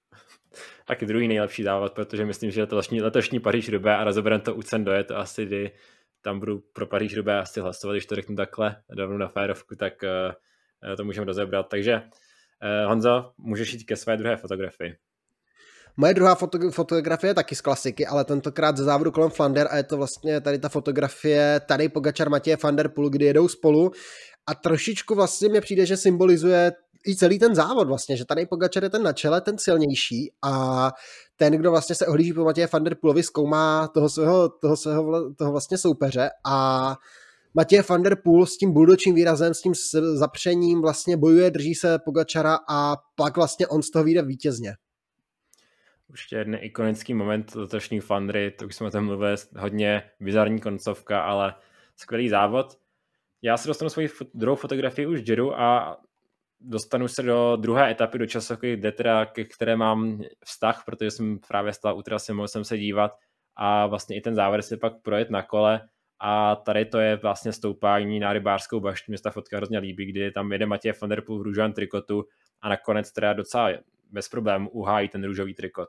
Taky druhý nejlepší závod, protože myslím, že letošní Paříž-Roubaix a rozoberem to u cen dojet, to asi kdy tam budu pro Paříž-Roubaix asi hlasovat, když to řeknu takhle, dávnu na férovku, tak to můžeme rozebrat. Takže Honzo, můžeš jít ke své druhé fotografii. Moje druhá fotografie je taky z klasiky, ale tentokrát ze závodu kolem Flander a je to vlastně tady ta fotografie Tadej Pogačar, Matěj van der Poel, kdy jedou spolu a trošičku vlastně mně přijde, že symbolizuje i celý ten závod vlastně, že Tadej Pogačar je ten na čele, ten silnější a ten, kdo vlastně se ohlíží po Matěje van der Poelovi, zkoumá toho vlastně soupeře a Matěj van der Poel s tím buldočím výrazem, s tím zapřením vlastně bojuje, drží se Pogačara a pak vlastně on z toho vyjde vítězně. Určitě jeden ikonický moment letošní Flandry, to už jsme o tom mluvili, hodně bizarní koncovka, ale skvělý závod. Já se dostanu svoji druhou fotografii už Giro a dostanu se do druhé etapy do časovky, kde teda, ke které mám vztah, protože jsem právě stál u trasy, mohl jsem se dívat a vlastně i ten závěr se pak projet na kole a tady to je vlastně stoupání na rybářskou baštu, mě se ta fotka hrozně líbí, kdy tam jede Matěj van der Poel v růžovém trikotu a nakonec teda docela bez problémů uhájí ten růžový trikot.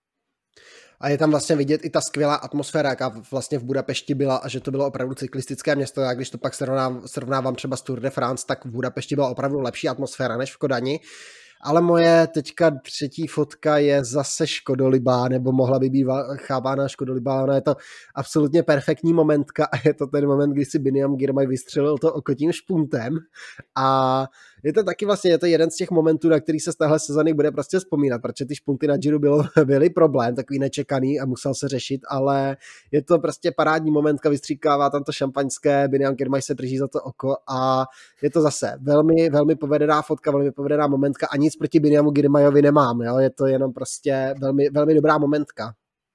A je tam vlastně vidět i ta skvělá atmosféra, jaká vlastně v Budapešti byla a že to bylo opravdu cyklistické město. Já když to pak srovnávám třeba s Tour de France, tak v Budapešti byla opravdu lepší atmosféra než v Kodani. Ale moje teďka třetí fotka je zase škodolibá, nebo mohla by být chápána škodolibá. Ona je to absolutně perfektní momentka a je to ten moment, kdy si Biniam Girmay vystřelil to oko tím špuntem a je to taky vlastně, je to jeden z těch momentů, na který se z téhle sezony bude prostě vzpomínat, protože ty špunty na Giro byly problém, takový nečekaný a musel se řešit, ale je to prostě parádní momentka, vystříkává tam to šampaňské, Biniam Girmay se drží za to oko a je to zase velmi, velmi povedená fotka, velmi povedená momentka a nic proti Biniamu Girmayovi nemám, jo? Je to jenom prostě velmi, velmi dobrá momentka.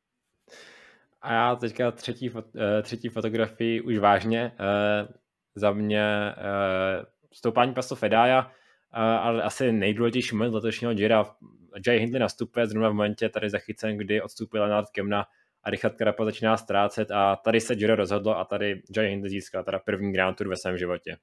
A já teďka třetí fotografii už vážně. Za mě stoupání pasu Fedája, ale asi nejdůležitější moment letošního Gira. Jay Hindley nastupuje zrovna v momentě tady zachycen, kdy odstupil Lennart Kemna a Richard Carapaz začíná ztrácet a tady se Giro rozhodlo a tady Jay Hindley získal teda první Grand Tour ve svém životě.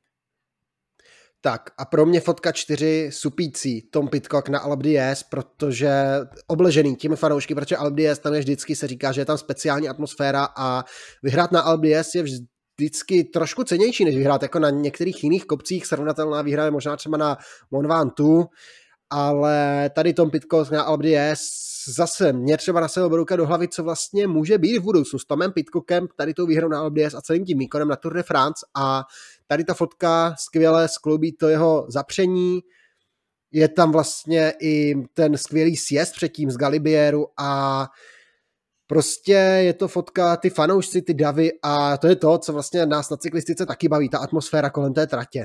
Tak a pro mě fotka 4 supící Tom Pidcock na Alpe d'Huez, protože obležený těmi fanoušky, protože Alpe d'Huez tam je vždycky, se říká, že je tam speciální atmosféra a vyhrát na Alpe d'Huez je vždycky trošku cenější, než vyhrát jako na některých jiných kopcích. Srovnatelná výhra je možná třeba na Mont Ventoux, ale tady Tom Pidcock na Alpe d'Huez zase mě třeba na sebe beruka do hlavy, co vlastně může být v budoucnu s Tomem Pidcockem, tady tou výhrou na Alpe d'Huez a celým tím výkonem na Tour de France a tady ta fotka skvěle skloubí to jeho zapření, je tam vlastně i ten skvělý sjezd předtím z Galibieru a prostě je to fotka, ty fanoušci, ty davy a to je to, co vlastně nás na cyklistice taky baví, ta atmosféra kolem té tratě.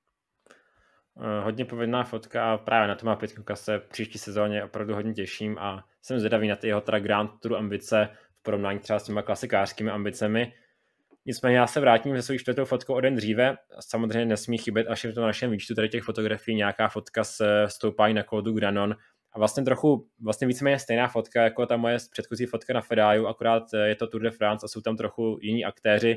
Hodně povedná fotka a právě na Toma Pidcocka se příští sezóně opravdu hodně těším a jsem zvědavý na ty jeho teda Grand Tour ambice v porovnání třeba s těma klasikářskými ambicemi. Nicméně já se vrátím se svou čtvrtou fotkou o den dříve. Samozřejmě nesmí chybět až v tom našem výčtu tady těch fotografií nějaká fotka s stoupání na Col du Granon a vlastně víceméně stejná fotka jako ta moje předchozí fotka na Fedáju, akorát je to Tour de France a jsou tam trochu jiní aktéři.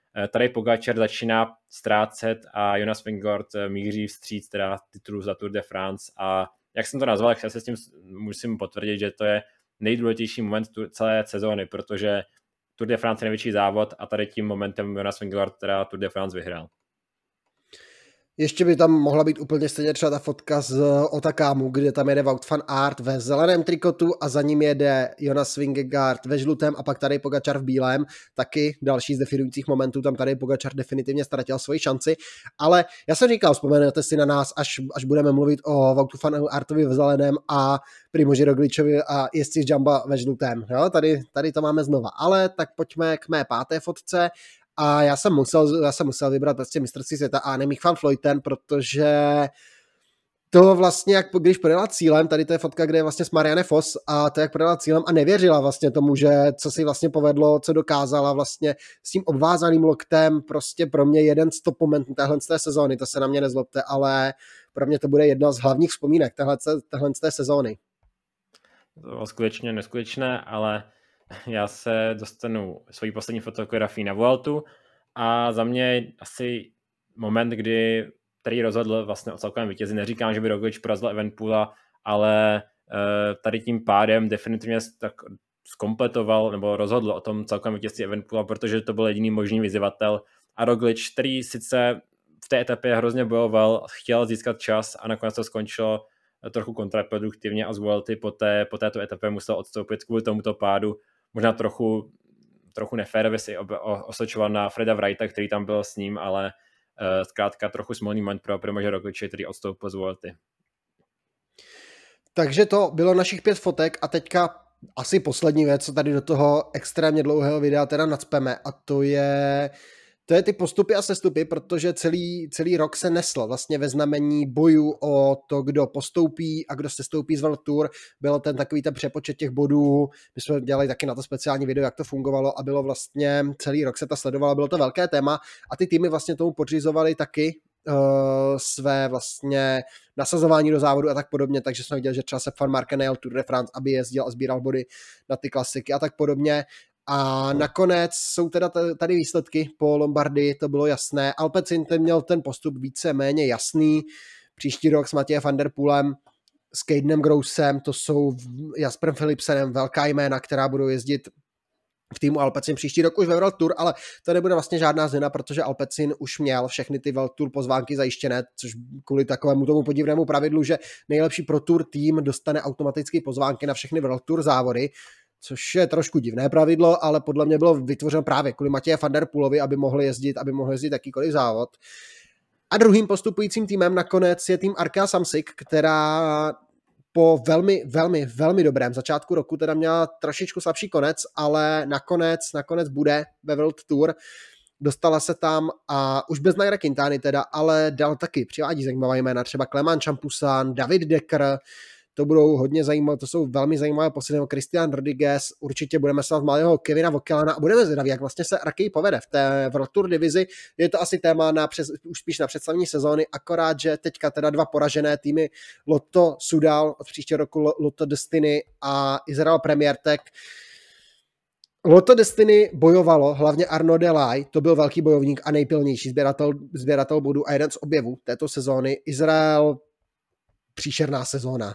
Tady Pogačar začíná ztrácet a Jonas Vingegaard míří vstříc teda titulu za Tour de France a jak jsem to nazval, tak já se s tím musím potvrdit, že to je nejdůležitější moment celé sezóny, protože Tour de France je největší závod a tady tím momentem Jonas Vingegaard teda Tour de France vyhrál. Ještě by tam mohla být úplně stejně třeba ta fotka z Otakamu, kde tam jede Wout van Aert ve zeleném trikotu a za ním jede Jonas Vingegaard ve žlutém a pak tady Pogačar v bílém. Taky další z definujících momentů, tam tady Pogačar definitivně ztratil svoji šanci. Ale já jsem říkal, vzpomenete si na nás, až budeme mluvit o Woutu van Aertovi v zeleném a Primoži Rogličovi a jezdci Jamba ve žlutém. Jo, tady to máme znova. Ale tak pojďme k mé páté fotce. A já jsem musel vybrat prostě mistrovství světa a Annemiek van Vleuten, protože to vlastně, jak když projela cílem, tady to je fotka, kde je vlastně s Marianne Vos a to, jak projela cílem a nevěřila vlastně tomu, že co si vlastně povedlo, co dokázala vlastně s tím obvázaným loktem, prostě pro mě jeden z top momentů téhle z té sezóny, to se na mě nezlobte, ale pro mě to bude jedna z hlavních vzpomínek téhle z té sezóny. To bylo skutečně neskutečné, ale já se dostanu svojí poslední fotografii na Vueltu a za mě asi moment, který rozhodl vlastně o celkovém vítězi. Neříkám, že by Roglič porazil Evenepoela, ale tady tím pádem definitivně tak zkompletoval nebo rozhodl o tom celkovém vítězství Evenepoela, protože to byl jediný možný vyzývatel a Roglič, který sice v té etapě hrozně bojoval, chtěl získat čas a nakonec to skončilo trochu kontraproduktivně a z Vuelty po této etapě musel odstoupit kvůli tomuto pádu. Možná trochu neférově si osočoval na Freda Wrighta, který tam byl s ním, ale zkrátka trochu smolný moment pro Primože Rogliče, který odstoupil z Vuelty. Takže to bylo našich 5 fotek a teďka asi poslední věc, co tady do toho extrémně dlouhého videa teda nacpeme a to je ty postupy a sestupy, protože celý rok se nesl vlastně ve znamení bojů o to, kdo postoupí a kdo sestoupí z World Tour. Byl ten přepočet těch bodů, my jsme dělali taky na to speciální video, jak to fungovalo a bylo vlastně celý rok se to sledovalo, bylo to velké téma a ty týmy vlastně tomu podřizovaly taky své vlastně nasazování do závodu a tak podobně, takže jsme viděli, že třeba Sepp van Marken nejel Tour de France, aby jezdil a sbíral body na ty klasiky a tak podobně. A nakonec jsou teda tady výsledky po Lombardii, to bylo jasné. Alpecin měl ten postup více-méně jasný. Příští rok s Matějem van der Poelem, s Cadenem Grousem, to jsou Jasperem Philipsenem, velká jména, která budou jezdit v týmu Alpecin příští rok už ve World Tour, ale to nebude vlastně žádná změna, protože Alpecin už měl všechny ty World Tour pozvánky zajištěné, což kvůli takovému tomu podivnému pravidlu, že nejlepší pro Tour tým dostane automaticky pozvánky na všechny World Tour závody, což je trošku divné pravidlo, ale podle mě bylo vytvořeno právě kvůli Matěje van der Poelovi, aby mohl jezdit jakýkoliv závod. A druhým postupujícím týmem nakonec je tým Arkea Samsic, která po velmi, velmi, velmi dobrém začátku roku teda měla trošičku slabší konec, ale nakonec bude ve World Tour. Dostala se tam a už bez Naira Quintany teda, ale dal taky přivádí zajímavá jména, třeba Clément Champoussin, David Decker, to jsou velmi zajímavé posily. Christian Rodriguez, určitě budeme sledovat malého Kevina Vokelana a budeme zvědaví, jak vlastně se Arkea povede v té World Tour divizi. Je to asi téma už spíš na představní sezóny, akorát, že teďka teda 2 poražené týmy Lotto Soudal od příštího roku Lotto Destiny a Israel Premier Tech. Lotto Destiny bojovalo, hlavně Arnaud Delay, to byl velký bojovník a nejpilnější sběratel bodů a jeden z objevů této sezóny. Izrael, příšerná sezóna.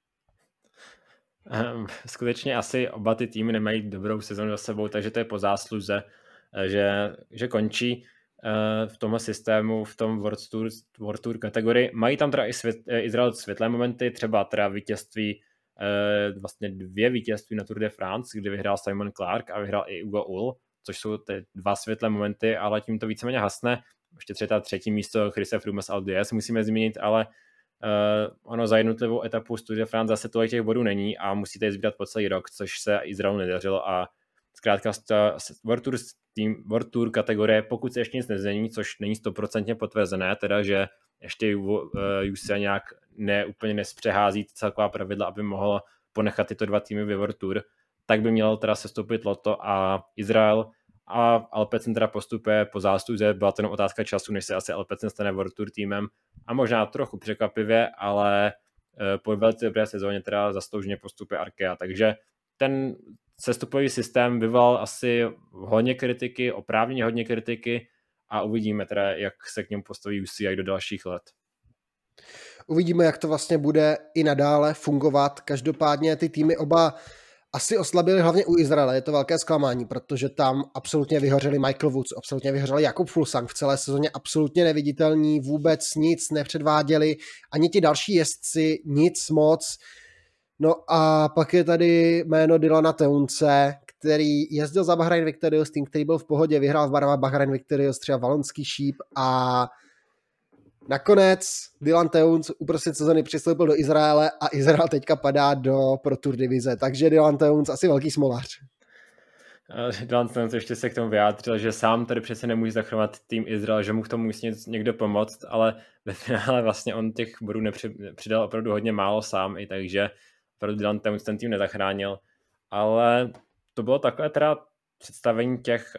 Skutečně asi oba ty týmy nemají dobrou sezonu za sebou, takže to je po zásluze, že končí v tomhle systému, v tom World Tour kategorii. Mají tam teda i Izrael světlé momenty, třeba teda vlastně 2 vítězství na Tour de France, kdy vyhrál Simon Clark a vyhrál i Ugo Ull, což jsou ty 2 světlé momenty, ale tím to víceméně hasne. Ještě třetí místo Chrise Froome z Aldies musíme zmínit, ale ono za jednotlivou etapu Tour de France zase tolik těch bodů není a musíte je sbírat po celý rok, což se Izraelu nedařilo a zkrátka World Tour kategorie, pokud se ještě nic nezmění, což není 100% potvrzené, teda že ještě UCI nějak úplně nespřehází celková pravidla, aby mohlo ponechat tyto 2 týmy ve World Tour, tak by mělo teda sestoupit Lotto a Izrael a Alpecin teda postupuje po zásluze, byla to jenom otázka času, než se asi Alpecin stane World Tour týmem a možná trochu překvapivě, ale po velice dobré sezóně teda zaslouženě postupuje Arkea, takže sestupový systém vyvolal asi hodně kritiky, oprávněně hodně kritiky a uvidíme teda, jak se k němu postaví UCI do dalších let. Uvidíme, jak to vlastně bude i nadále fungovat. Každopádně ty týmy oba asi oslabili hlavně u Izraele. Je to velké zklamání, protože tam absolutně vyhořeli Michael Woods, absolutně vyhořeli Jakub Fuglsang v celé sezóně, absolutně neviditelní, vůbec nic nepředváděli, ani ti další jezdci nic moc. No a pak je tady jméno Dylana Teunce, který jezdil za Bahrain Victorious, tým, který byl v pohodě, vyhrál v barvách Bahrain Victorious, třeba valonský šíp a nakonec Dylan Teuns uprostřed sezony přistoupil do Izraele a Izrael teďka padá do Pro Tour divize, takže Dylan Teuns asi velký smolař. Dylan Teuns ještě se k tomu vyjádřil, že sám tady přece nemůže zachrovat tým Izrael, že mu k tomu musí někdo pomoct, ale ve finále vlastně on těch bodů přidal opravdu hodně málo sám, i takže opravdu Dylan Teuns ten tým nezachránil, ale to bylo takové teda představení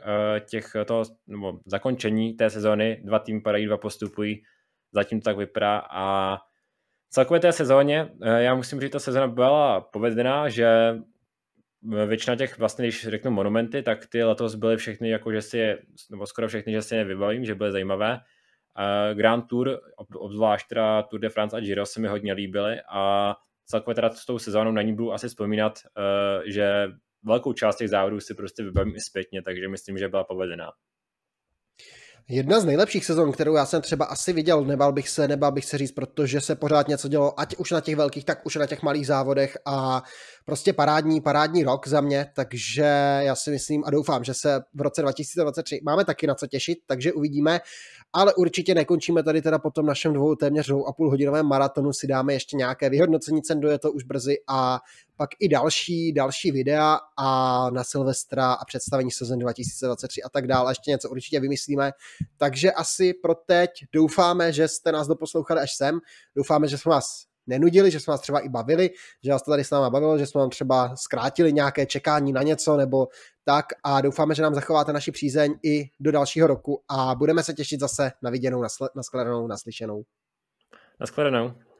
nebo zakončení té sezóny, 2 týmy padají, 2 postupují, zatím to tak vypadá a celkově té sezóně, já musím říct, ta sezóna byla povedená, že většina těch, vlastně když řeknu monumenty, tak ty letos byly všechny, jako že si je, nebo skoro všechny, že si je vybavím, že byly zajímavé. Grand Tour, obzvlášť teda Tour de France a Giro se mi hodně líbily a celkově teda s tou sezónou na ní budu asi vzpomínat, že velkou část těch závodů si prostě vybavím i zpětně, takže myslím, že byla povedená. Jedna z nejlepších sezon, kterou já jsem třeba asi viděl, nebál bych se říct, protože se pořád něco dělo, ať už na těch velkých, tak už na těch malých závodech a prostě parádní rok za mě, takže já si myslím a doufám, že se v roce 2023 máme taky na co těšit, takže uvidíme, ale určitě nekončíme tady teda po tom našem téměř 2,5 hodinovém maratonu, si dáme ještě nějaké vyhodnocení cen, je to už brzy a pak i další videa a na Silvestra a představení sezóny 2023 a tak dále, ještě něco určitě vymyslíme, takže asi pro teď doufáme, že jste nás doposlouchali až sem, doufáme, že jsme vás nenudili, že jsme vás třeba i bavili, že vás to tady s náma bavilo, že jsme vám třeba zkrátili nějaké čekání na něco nebo tak a doufáme, že nám zachováte naši přízeň i do dalšího roku a budeme se těšit zase na viděnou, nashledanou, naslyšenou. Nashledanou.